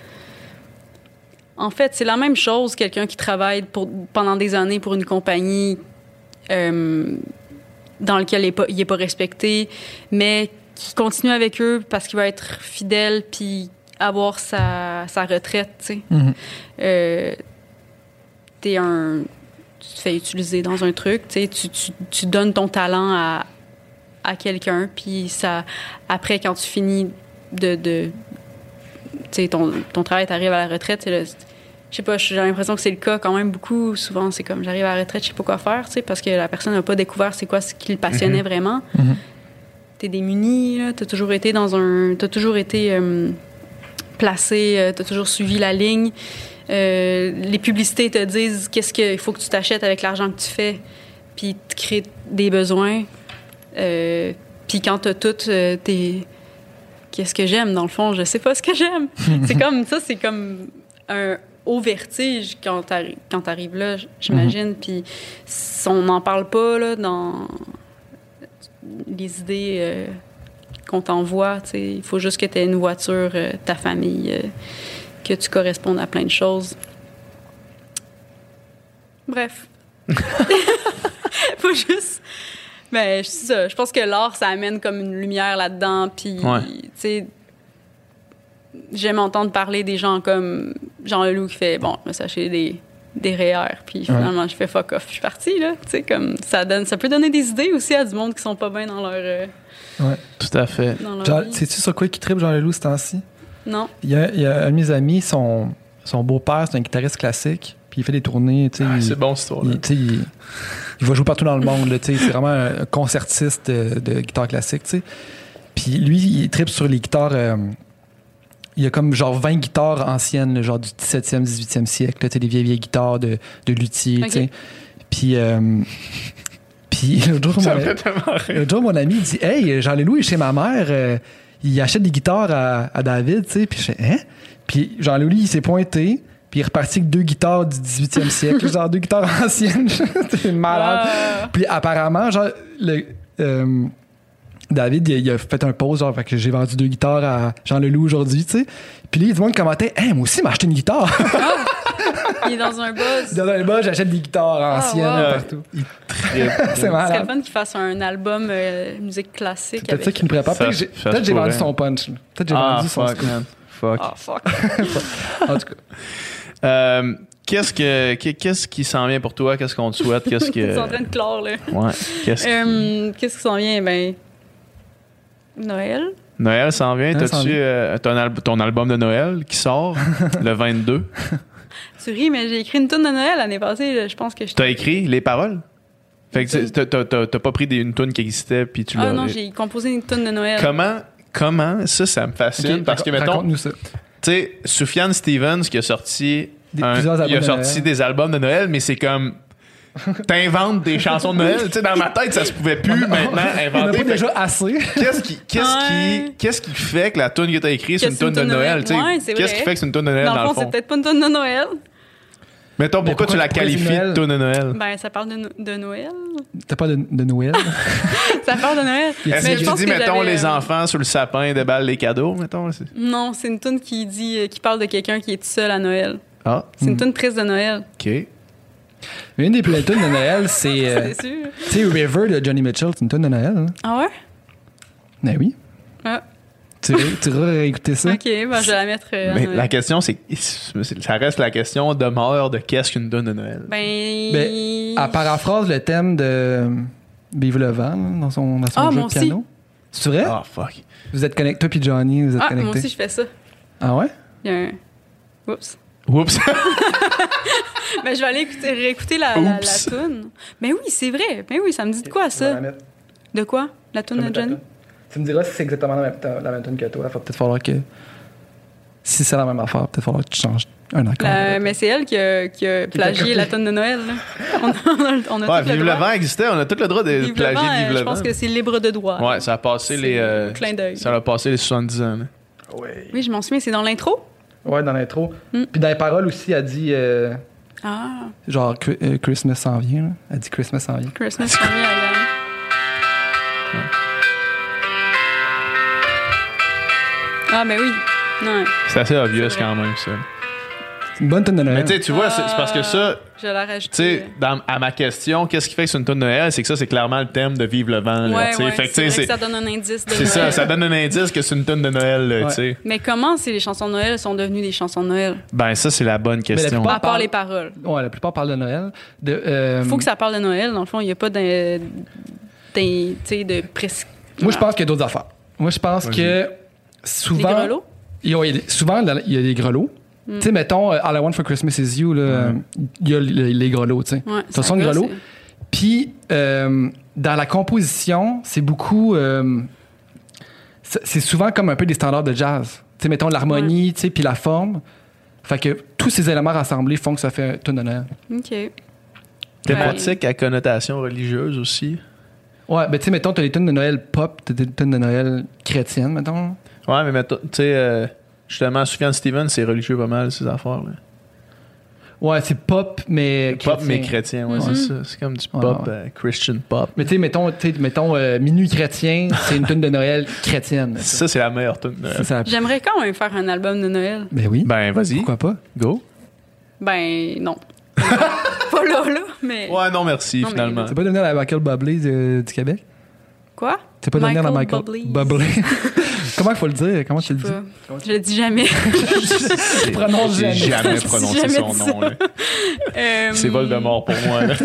En fait, c'est la même chose, quelqu'un qui travaille pour, pendant des années pour une compagnie euh, dans laquelle il n'est pas, il est pas respecté, mais qui continue avec eux parce qu'il va être fidèle puis avoir sa, sa retraite, tu sais. Mm-hmm. Euh, t'es un... Tu te fais utiliser dans un truc, tu sais, tu, tu, tu donnes ton talent à, à quelqu'un, puis ça... Après, quand tu finis de... de tu sais, ton, ton travail, t'arrives à la retraite, c'est le... Je sais pas, j'ai l'impression que c'est le cas quand même beaucoup. Souvent, c'est comme, j'arrive à la retraite, je sais pas quoi faire, tu sais, parce que la personne n'a pas découvert c'est quoi ce qui le passionnait mm-hmm. vraiment. Mm-hmm. T'es démuni, là, t'as toujours été dans un... T'as toujours été euh, placé, euh, t'as toujours suivi la ligne. Euh, les publicités te disent qu'est-ce qu'il faut que tu t'achètes avec l'argent que tu fais, puis te créer des besoins. Euh, puis quand t'as tout, euh, t'es... Qu'est-ce que j'aime, dans le fond? Je sais pas ce que j'aime. C'est comme ça, c'est comme un haut vertige quand t'arrives, quand t'arrives là, j'imagine. Mm-hmm. Puis on n'en parle pas, là, dans les idées euh, qu'on t'envoie. T'sais. Il faut juste que t'aies une voiture, euh, ta famille, euh, que tu correspondes à plein de choses. Bref. Faut juste... Ben, c'est ça. Je pense que l'art, ça amène comme une lumière là-dedans. Puis, ouais. tu sais, j'aime entendre parler des gens comme Jean Leloup qui fait, bon, je me suis acheté des, des R E R. Puis finalement, ouais. je fais fuck off. Je suis partie, là. Tu sais, comme ça donne... Ça peut donner des idées aussi à du monde qui sont pas bien dans leur... Euh, ouais. Tout à fait. Genre, sais-tu sur quoi qui tripe Jean Leloup ce temps-ci? Non. Il y a, il y a un de mes amis, son, son beau-père, c'est un guitariste classique, puis il fait des tournées. Ah, il, c'est bon, cette histoire-là. Il, il, il va jouer partout dans le monde. Là, c'est vraiment un concertiste de, de guitare classique. T'sais. Puis lui, il tripe sur les guitares. Euh, il y a comme genre vingt guitares anciennes, là, genre du dix-septième, dix-huitième siècle. Là, des vieilles, vieilles guitares de, de luthier. Okay. Puis... Euh, puis l'autre jour, mon, l'autre jour, mon ami il dit « Hey, Jean Leloup est chez ma mère. Euh, il achète des guitares à, à David. » Puis je fais « Hein? » Puis Jean Leloup, il s'est pointé. Puis il est reparti avec deux guitares du dix-huitième siècle, genre deux guitares anciennes. C'est malade. Ah. Puis apparemment, genre, le, euh, David, il a, il a fait un pause, genre, fait que j'ai vendu deux guitares à Jean Leloup aujourd'hui, tu sais. Puis là, il y a du monde qui commentait, hey, moi aussi, m'a acheté une guitare. Ah. Il est dans un buzz. Il est dans un buzz, j'achète des guitares anciennes ah, wow. partout. Il tripe. C'est malade. C'est le fun qu'il fasse un album euh, musique classique. C'est peut-être avec... ça qu'il me prépare. Peut-être, j'ai, peut-être j'ai vendu son punch. Peut-être j'ai ah, vendu son fuck, man. Fuck. Ah, fuck. En tout cas. Euh, qu'est-ce, que, qu'est-ce qui s'en vient pour toi? Qu'est-ce qu'on te souhaite? Qu'est-ce que... C'est en train de clore, là. Ouais. Qu'est-ce, euh, qui... qu'est-ce qui s'en vient? Ben, Noël. Noël s'en vient. Noël T'as-tu s'en vient. Euh, ton, al- ton album de Noël qui sort le vingt-deux? Tu ris, mais j'ai écrit une toune de Noël l'année passée. Je pense que je T'as écrit les paroles? Fait que t'as, t'as, t'as, t'as pas pris des, une toune qui existait puis tu ah l'as... non, j'ai composé une toune de Noël. Comment... comment? Ça, ça me fascine. Ok, parce que, mettons, raconte-nous ça. tu sais, Sufjan Stevens qui a sorti, Des- un- plusieurs albums il a de sorti Noël. des albums de Noël, mais c'est comme t'inventes des chansons de Noël. Tu sais, dans ma tête, ça se pouvait plus maintenant On n'a inventer. pas Fait déjà assez. Qu'est-ce qui, qu'est-ce Ouais. qui, qu'est-ce qui fait que la tune que t'as écrite, c'est Que une tune de Noël? tu sais? Ouais, c'est Qu'est-ce vrai. qui fait que c'est une tune de Noël Dans dans, le fond, c'est peut-être pas une tonne de Noël. Mettons, Mais pourquoi, pourquoi- tu la pourquoi c'est qualifies Noël? de tune de Noël? Ben, ça parle de, no- de Noël. T'as pas de, de Noël? Ça parle de Noël. Est-ce Est-ce Mais que je tu pense dis, que mettons, j'avais, les euh, enfants sur le sapin déballent les cadeaux, mettons? c'est- Non, c'est une tune qui dit, euh, qui parle de quelqu'un qui est tout seul à Noël. Ah, C'est une tune triste de Noël. OK. Mais une des plus belles tunes de Noël, c'est. euh, C'est sûr. tu sais, River de Johnny Mitchell, c'est une tune de Noël. Hein? Ah ouais? Ben oui. Ah, Tu tu vas réécouter ça? ok, ben, je vais la mettre euh, à Mais Noël. la question, c'est. Ça reste la question demeure de qu'est-ce qu'une tune de Noël? Ben. Ben, Elle paraphrase le thème de Vive le vent là, dans son, dans son Ah, jeu moi de piano. aussi. C'est vrai? Ah, fuck. Vous êtes connectés, toi puis Johnny, vous êtes Ah, connectés. moi aussi, je fais ça. Ah ouais? Il y a un. Oups. Oups. Ben, je vais aller écouter, réécouter la, la, la Oups. toune. Ben oui, c'est vrai. Ben oui, ça me dit de quoi, ça? De quoi? La toune de Johnny? Tu me diras si c'est exactement la même, la même tune que toi. Il va peut-être falloir que. Si c'est la même affaire, peut-être falloir que tu changes un accord. La- mais c'est elle qui a, qui a plagié la toune de Noël. Là. On a, on a, on a Ouais, tout le Vive le droit. vent existait, on a tout le droit de Vive le plagier vent, Vive euh, le je vent. pense que c'est libre de droit. Ouais, ça a passé C'est les. euh, un clin d'œil. Ça a passé les soixante-dix ans. là. Ouais. Oui, je m'en souviens, c'est dans l'intro. Ouais, dans l'intro. Mm. Puis dans les paroles aussi, elle dit. euh, Ah, genre, Cri- euh, Christmas s'en vient. Là. Elle dit Christmas s'en vient. Christmas for me, I am. Ah, ben oui. Non. C'est assez obvious C'est vrai. quand même, ça. C'est une bonne tune de Noël. Mais tu sais, tu vois, c'est c'est parce que ça. Je l'ai Tu rajouté. sais, dans- à ma question, qu'est-ce qui fait que c'est une tune de Noël? C'est que ça, c'est clairement le thème de Vive le vent. là, Ouais, tu sais. ouais, Fait que, c'est tu sais, vrai que c'est ça donne un indice de c'est ça, Noël. ça donne un indice que c'est une tune de Noël. là, Ouais. tu sais. Mais comment c'est les chansons de Noël sont devenues des chansons de Noël? Ben, ça, c'est la bonne question. plupart- À part parle- les paroles. Ouais, la plupart parlent de Noël. De, euh, Il faut que ça parle de Noël. Dans le fond, il n'y a pas d'un, d'un- tu sais, de presque. Moi, je pense qu'il y a d'autres affaires. Moi, je pense Vas-y. que Les souvent. grelots? Il y a- il y a- souvent, il y a des grelots. Mm. Tu sais, mettons, euh, All I Want for Christmas is You, là, euh, il y a les, les grelots, tu sais. Ouais, Ça sonne gosse, grelot. Puis, euh, dans la composition, c'est beaucoup. euh, c'est c'est souvent comme un peu des standards de jazz. Tu sais, mettons l'harmonie, tu sais, puis la forme. Fait que tous ces éléments rassemblés font que ça fait un tune de Noël. c'est- OK. Thématique à connotation religieuse aussi. Ouais, ben tu sais, mettons, t'as les tunes de Noël pop, t'as des tunes de Noël chrétiennes, mettons. Ouais, mais mettons, tu sais, euh, justement, Sufjan Stevens, c'est religieux pas mal, ces affaires-là. Ouais, c'est pop, mais Pop, chrétien. mais chrétien, ouais, Mhm. c'est ça. C'est comme du Ouais, pop, ouais. euh, Christian pop. Mais tu sais, mettons, tu sais, mettons euh, Minuit chrétien, c'est une tune de Noël chrétienne. Ça, c'est la meilleure tune de Noël. Ça, ça- J'aimerais quand même faire un album de Noël. Ben oui. Ben, vas-y. Pourquoi pas? Go. Ben, non. Pas là, là, mais. Ouais, non, merci, Non, mais- finalement. C'est pas devenir la Michael Bublé du, du Québec? Quoi? C'est pas devenir la Michael Bublé. Bublé. Comment il faut le dire? Comment tu le dis? Pas. Je le dis jamais. Je prononce J'ai jamais. jamais J'ai prononcé jamais son dit nom. là. Euh, C'est Voldemort pour moi. là.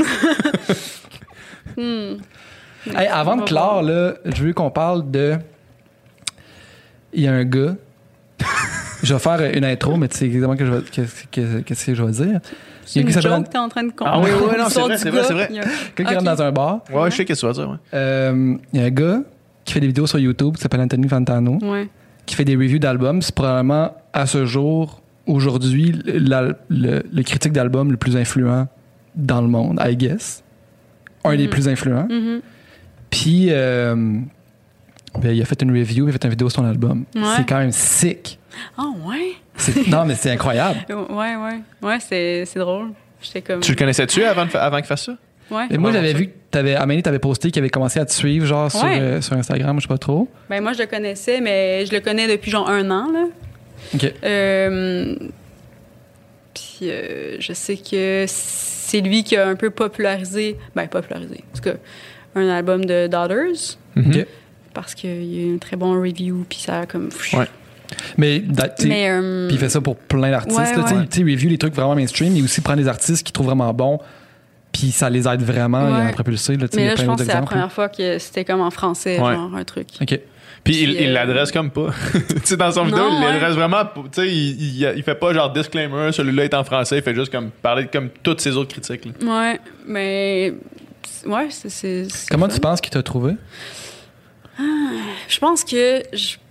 hmm. Hey, avant On de va clore, voir. là, je veux qu'on parle de. Il y a un gars. Je vais faire une intro, mais tu sais exactement que je vais- qu'est-ce que, qu'est-ce que je vais dire. C'est Il y a une qui s'appelle- joke que t'es en train de compter. Ah oui, oui, non, c'est L'histoire vrai, du c'est vrai, gars, c'est vrai. il y a- Quelqu'un qui Ok. rentre dans un bar. Ouais, je sais qu'est-ce que tu vas dire. Ouais. Euh, Il y a un gars qui fait des vidéos sur YouTube qui s'appelle Anthony Fantano, Ouais. qui fait des reviews d'albums. C'est probablement, à ce jour, aujourd'hui, la- le, le critique d'album le plus influent dans le monde, I guess. Un des Mhm. plus influents. Mhm. Puis, euh, ben, il a fait une review, il a fait une vidéo sur son album. Ouais. C'est quand même sick. Ah, ouais? C'est- non, mais c'est incroyable. Ouais, ouais. Ouais, c'est, c'est drôle. J'étais comme. Tu le connaissais-tu avant, de fa- avant qu'il fasse ça? Ouais. Et moi, Ouais, j'avais ça. vu que t'avais, Amélie t'avais posté qu'il avait commencé à te suivre, genre, sur, Ouais. euh, sur Instagram, je sais pas trop. Ben, moi, je le connaissais, mais je le connais depuis genre un an, là. OK. Euh, Puis euh, je sais que c'est lui qui a un peu popularisé, ben popularisé, en tout cas, un album de Daughters, OK. parce qu'il y a eu un très bon review, puis ça a comme... Ouais. Mais, da- tu sais, Mais... euh, puis il fait ça pour plein d'artistes. Ouais, là, tu sais, ouais. tu sais, il review les trucs vraiment mainstream, mais aussi prend des artistes qu'il trouve vraiment bons, puis ça les aide vraiment Ouais. à propulser. Là, tu sais, il y mais a là, plein je pense d'autres que c'est la exemples. première fois que c'était comme en français, Ouais. genre un truc. OK. Puis il Puis, il euh, l'adresse comme pas. tu sais, dans son vidéo, Non, il ouais. l'adresse vraiment. Tu sais, il, il, il fait pas genre disclaimer, celui-là est en français, il fait juste comme parler comme toutes ses autres critiques. là. Ouais, mais... Ouais, c'est... c'est- c'est Comment fun. tu penses qu'il t'a trouvé? Je pense que... je-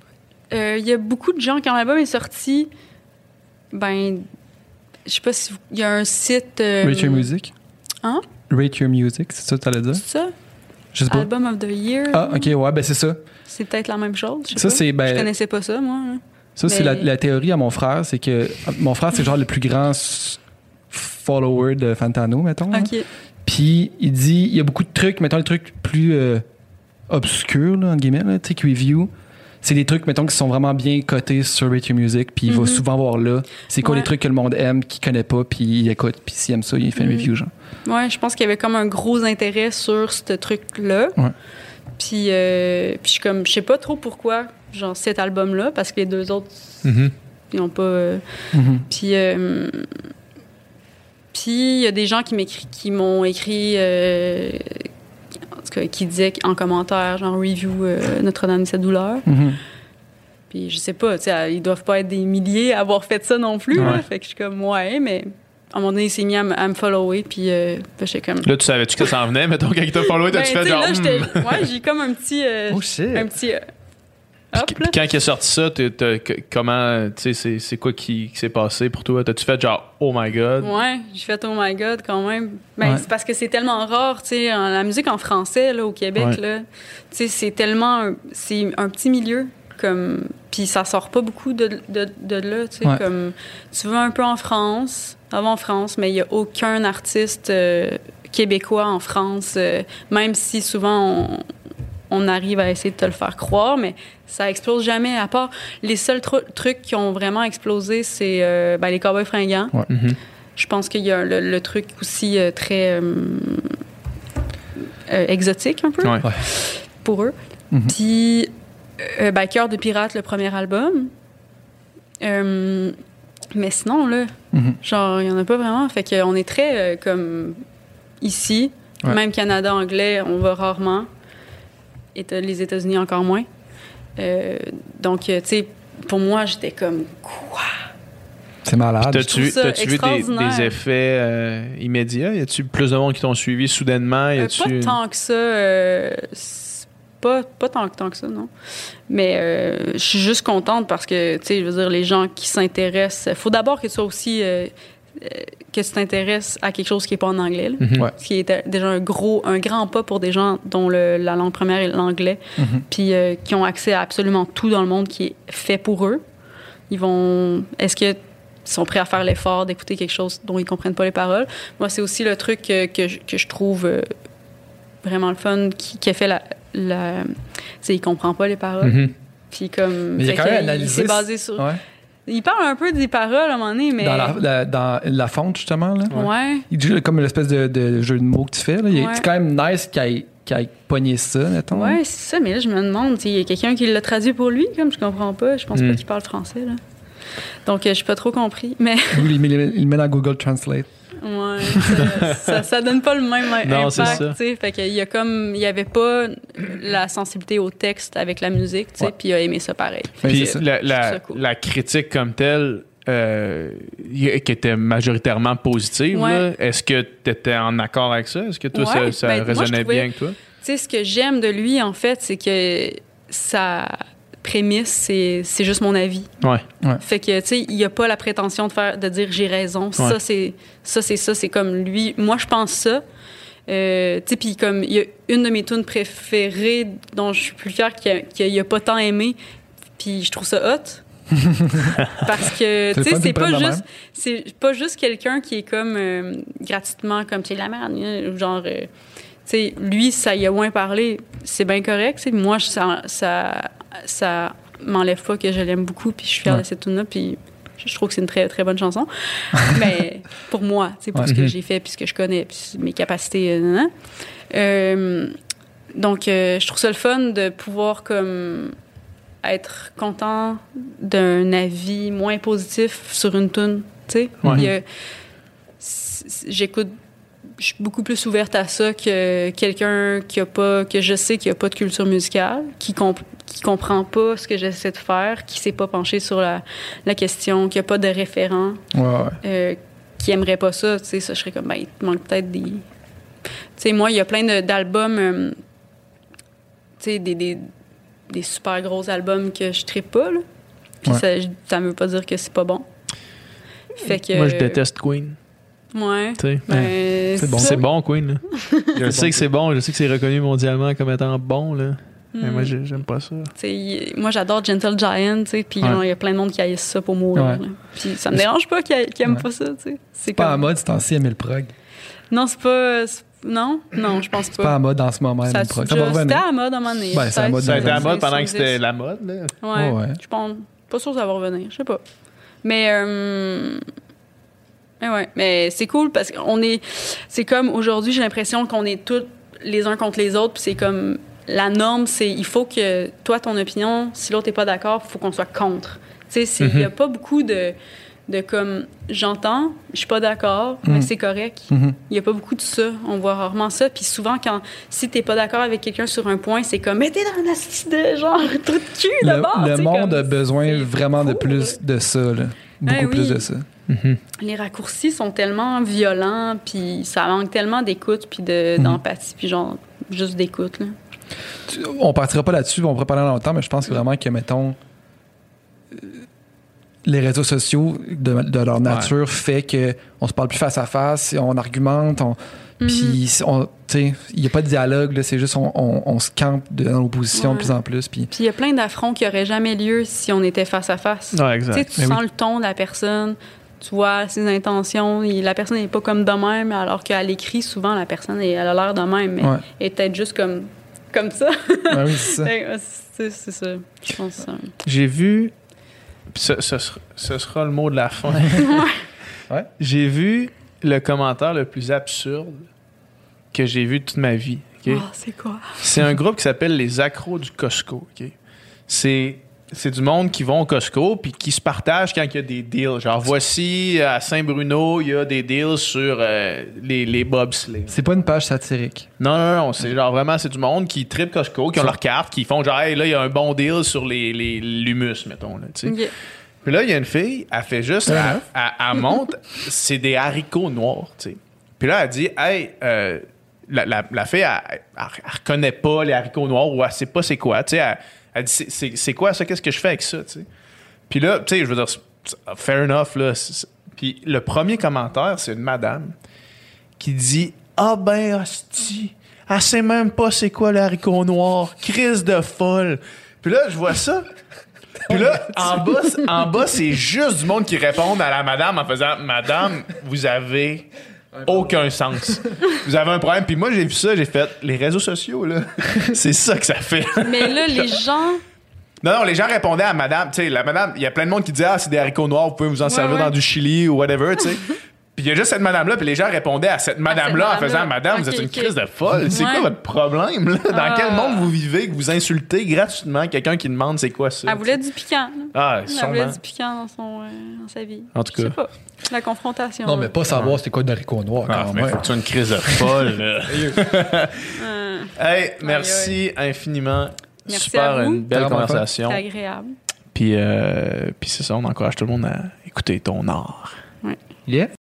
Il euh, y a beaucoup de gens, quand l'album est sorti, ben, je sais pas si... Il y a un site... Euh, Rate Your Music? Hein? Rate Your Music, c'est ça que t'allais dire? C'est ça? Je sais pas. Album of the Year. Ah, OK, ouais, ben c'est ça. C'est peut-être la même chose, je sais ça, pas. C'est, ben, je connaissais pas ça, moi. Hein. Ça, mais... c'est la, la théorie à mon frère, c'est que... Mon frère, c'est genre le plus grand follower de Fantano, mettons. OK. Hein. Puis, il dit... Il y a beaucoup de trucs, mettons, les trucs plus euh, obscurs, là, en guillemets, là, tu sais, review. C'est des trucs, mettons, qui sont vraiment bien cotés sur Rate Your Music, puis il mm-hmm. va souvent voir là. C'est quoi ouais. les trucs que le monde aime, qu'il connaît pas, puis il écoute, puis s'il aime ça, il fait mm-hmm. une review, genre. Ouais, je pense qu'il y avait comme un gros intérêt sur ce truc-là. Ouais. Puis, euh, puis je suis comme, je sais pas trop pourquoi, genre, cet album-là, parce que les deux autres, mm-hmm. ils ont pas... Euh, mm-hmm. Puis... Euh, puis il y a des gens qui, m'écrit, qui m'ont écrit... Euh, en tout cas, qui disaient en commentaire, genre review euh, Notre-Dame de cette douleur. Mm-hmm. Puis je sais pas, tu sais, ils doivent pas être des milliers à avoir fait ça non plus. Ouais. Là, fait que je suis comme, ouais, mais à un moment donné, il s'est mis à, m- à me follower, puis euh, j'étais comme... Là, tu savais-tu que ça en venait? Mettons, quand il t'a followé, t'as-tu ben, fait genre... Là, j'étais, hmm. ouais, j'ai comme un petit... Euh, oh shit! Un petit... Euh, hop, puis, puis quand il a sorti ça, t'es, t'es, comment, tu sais, c'est, c'est quoi qui, qui s'est passé pour toi? T'as-tu fait genre, oh my God? Ouais, j'ai fait oh my God quand même. Ben, ouais. c'est parce que c'est tellement rare, tu sais, la musique en français, là, au Québec, ouais. là, tu sais, c'est tellement... Un, c'est un petit milieu, comme... Puis ça sort pas beaucoup de, de, de là, tu sais, ouais. comme... Tu vas un peu en France, avant en France, mais il y a aucun artiste euh, québécois en France, euh, même si souvent on, on arrive à essayer de te le faire croire, mais ça explose jamais, à part... Les seuls tr- trucs qui ont vraiment explosé, c'est euh, ben, les Cowboys fringants. Ouais. Mm-hmm. Je pense qu'il y a le, le truc aussi euh, très euh, euh, exotique, un peu, ouais. pour eux. Mm-hmm. Puis, euh, ben, Cœur de pirate, le premier album. Euh, mais sinon, là, mm-hmm. genre, il n'y en a pas vraiment. Fait qu'on est très, euh, comme, ici, ouais. même Canada, anglais, on va rarement. Et les États-Unis encore moins. Euh, donc, tu sais, pour moi, j'étais comme, quoi? C'est malade. Puis t'as-tu, t'as-tu vu des, des effets euh, immédiats? Y a-tu plus de monde qui t'ont suivi soudainement? Y a-tu... Euh, pas tant que ça. Euh, pas, pas tant, tant que ça, non. Mais euh, je suis juste contente parce que, tu sais, je veux dire, les gens qui s'intéressent... Il faut d'abord que tu sois aussi... Euh, que tu t'intéresses à quelque chose qui n'est pas en anglais. Mm-hmm. Ouais. Ce qui est déjà un gros, un grand pas pour des gens dont le, la langue première est l'anglais, mm-hmm. puis euh, qui ont accès à absolument tout dans le monde qui est fait pour eux. Ils vont... Est-ce que sont prêts à faire l'effort d'écouter quelque chose dont ils comprennent pas les paroles? Moi, c'est aussi le truc que, que, je, que je trouve euh, vraiment le fun, qui, qui a fait la... la c'est il comprend pas les paroles. Mm-hmm. Puis comme... Mais il a quand même analysé... C'est basé sur... Ouais. Il parle un peu des paroles à un moment donné, mais... Dans la, la, dans la fonte, justement, là. Ouais. Il dit comme l'espèce de, de jeu de mots que tu fais, là. Il, ouais. C'est quand même nice qu'il ait, qu'il ait pogné ça, mettons. Ouais, c'est ça, mais là, je me demande, il y a quelqu'un qui l'a traduit pour lui, comme je comprends pas. Je pense mm. pas qu'il parle français, là. Donc, euh, je n'ai pas trop compris, mais... il, met, il met dans Google Translate. Ouais, ça, ça, ça donne pas le même non, impact, tu sais. Fait qu'il y a comme... Il y avait pas la sensibilité au texte avec la musique, tu sais, ouais. Puis il a aimé ça pareil. Puis la, la, cool. la critique comme telle, euh, qui était majoritairement positive, ouais. là, est-ce que tu étais en accord avec ça? Est-ce que toi, ouais, ça, ça ben, résonnait moi, trouvais, bien avec toi? Tu sais, ce que j'aime de lui, en fait, c'est que ça... prémisse, c'est, c'est juste mon avis. Ouais. ouais. Fait que, tu sais, il n'y a pas la prétention de faire, de dire j'ai raison. Ouais. Ça, c'est ça, c'est ça. C'est comme lui. Moi, je pense ça. Euh, tu sais, puis comme, il y a une de mes tunes préférées dont je suis plus fière qu'il n'a pas tant aimé, puis je trouve ça hot. Parce que, tu sais, c'est pas juste, c'est pas juste quelqu'un qui est comme euh, gratuitement, comme, tu sais, la merde, genre... Euh, tu sais, lui, ça y a moins parlé. C'est bien correct. T'sais. Moi, ça, ça, ça m'enlève pas que je l'aime beaucoup, puis je suis fière ouais. de cette tune-là, puis je trouve que c'est une très, très bonne chanson. Mais pour moi, pour ouais. ce que j'ai fait, puis ce que je connais, puis mes capacités. Euh, euh, donc, euh, je trouve ça le fun de pouvoir comme être content d'un avis moins positif sur une tune. Tu sais, ouais. J'écoute... Je suis beaucoup plus ouverte à ça que quelqu'un qui a pas, que je sais qui a pas de culture musicale, qui comp- qui comprend pas ce que j'essaie de faire, qui s'est pas penché sur la, la question, qui a pas de référent, ouais, ouais. Euh, qui aimerait pas ça. Tu sais, ça, je serais comme, ben, il te manque peut-être des... Tu sais, moi, il y a plein de, d'albums, euh, tu sais, des, des, des super gros albums que je trippe pas, là. Puis Ouais. ça, ça veut pas dire que c'est pas bon. Fait que... Moi, je déteste Queen. Ouais. Tu sais. Ben, c'est bon. ça. C'est bon, Queen. Là. Je sais que c'est bon. Je sais que c'est reconnu mondialement comme étant bon. Là. Mais Mm. moi, j'ai- j'aime pas ça. Tu sais, y- moi, j'adore Gentle Giant, tu sais, puis Ouais. il y a plein de monde qui haïssent ça pour mourir. Ouais. là. Puis ça me dérange pas qu'ils qu'ils aiment Ouais. pas ça, tu sais. C'est Pas comme... en mode, c'est temps-ci, aimer le prog. Non, c'est pas... c'est- Non? Non, je pense C'est pas en pas. mode en ce moment, aimer Ça, le prog. déjà- Ça va c'était revenir. à la mode à un moment donné. Ben, c'est à la mode Ça a été à la mode Ça pendant que existe. c'était la mode. Là. Ouais, Ouais, ouais. je pense. Pas sûr que ça va revenir, je sais pas. Mais... euh, Mais ouais, mais c'est cool parce qu'on est... C'est comme aujourd'hui, j'ai l'impression qu'on est tous les uns contre les autres, puis c'est comme... La norme, c'est il faut que toi, ton opinion, si l'autre n'est pas d'accord, il faut qu'on soit contre. Tu sais, il n'y a pas beaucoup de, de comme j'entends, je suis pas d'accord, mais Mm. c'est correct. Mhm. Il n'y a pas beaucoup de ça. On voit rarement ça. Puis souvent, quand si t'es pas d'accord avec quelqu'un sur un point, c'est comme mais t'es dans la style de genre trou de cul Le, là-bas. le tu sais, monde comme, a besoin c'est vraiment de fou, plus de ça. Là. Beaucoup Eh plus oui. de ça. Les raccourcis sont tellement violents, puis ça manque tellement d'écoute, puis de, Mhm. d'empathie, puis genre juste d'écoute. Là. Tu- On partira pas là-dessus, on pourrait parler longtemps, mais je pense que vraiment que, mettons, euh, les réseaux sociaux, de, de leur nature, fait que on se parle plus face à face, on argumente, on, puis on- tu sais, il n'y a pas de dialogue, là, c'est juste on, on, on se campe de- dans l'opposition Ouais. de plus en plus. Puis Puis il y a plein d'affronts qui n'auraient jamais lieu si on était face à face. Ouais, Tu sais, exact. tu Mais sens oui. le ton de la personne, tu vois ses intentions. et la personne n'est pas comme de même, alors qu'à l'écrit, souvent, la personne, elle a l'air de même, mais Ouais. elle est peut-être juste comme, comme ça. Ouais, oui, c'est ça. Fait que, c'est, c'est ça, je pense. ça. J'ai vu. puis Ce, ce sera, ce sera le mot de la fin. Ouais. J'ai vu le commentaire le plus absurde que j'ai vu de toute ma vie. ok? Ah, c'est quoi? C'est un groupe qui s'appelle les accros du Costco. ok? C'est, c'est du monde qui vont au Costco puis qui se partagent quand il y a des deals. Genre, voici à Saint-Bruno, il y a des deals sur euh, les, les bobsleighs. C'est pas une page satirique. Non, non, non. C'est genre vraiment, c'est du monde qui tripe Costco, qui ont Ça- leur carte, qui font genre, hey, là, il y a un bon deal sur les, les l'humus, mettons. Là, tu sais. Ok. Puis là, il y a une fille, elle fait juste, Ouais. elle, elle- elle monte, c'est des haricots noirs, tu sais. Puis là, elle dit, hey, euh, la, la, la fille, elle, elle, elle reconnaît pas les haricots noirs ou elle sait pas c'est quoi, tu sais. Elle, elle dit, c'est, c'est, c'est quoi ça? Qu'est-ce que je fais avec ça, tu sais? Puis là, tu sais, je veux dire, c'est- c'est- fair enough, là. c'est- c'est- Puis le premier commentaire, c'est une madame qui dit, ah ben, hostie, elle sait même pas c'est quoi le haricot noir, crise de folle. Puis là, je vois ça. Puis là, en bas, c- en bas, c'est juste du monde qui répond à la madame en faisant « Madame, vous avez aucun sens. Vous avez un problème. » Puis moi, j'ai vu ça, j'ai fait « Les réseaux sociaux, là, c'est ça que ça fait. » Mais là, les gens... Non, non, les gens répondaient à madame. Tu sais, la madame, il y a plein de monde qui disait « Ah, c'est des haricots noirs, vous pouvez vous en Ouais, servir ouais. dans du chili ou whatever. » tu sais. Puis il y a juste cette madame-là, puis les gens répondaient à cette madame-là en madame-là. faisant « Madame, vous Ok, êtes une ok. crise de folle. C'est Ouais. quoi votre problème, là? Dans Ah. quel monde vous vivez que vous insultez gratuitement quelqu'un qui demande c'est quoi ça? Elle voulait du piquant. là. Ah, Elle voulait sûrement. du piquant dans, son, euh, dans sa vie. En tout Je sais cas. pas. La confrontation. Non, mais là. pas savoir c'est quoi de haricot noir Ah, quand mais même. faut que tu aies une crise de folle, là. Euh, Hey, merci infiniment. Merci Super, à vous. une belle Vraiment conversation. C'est agréable. Puis, euh, puis c'est ça, on encourage tout le monde à écouter ton art. Yeah.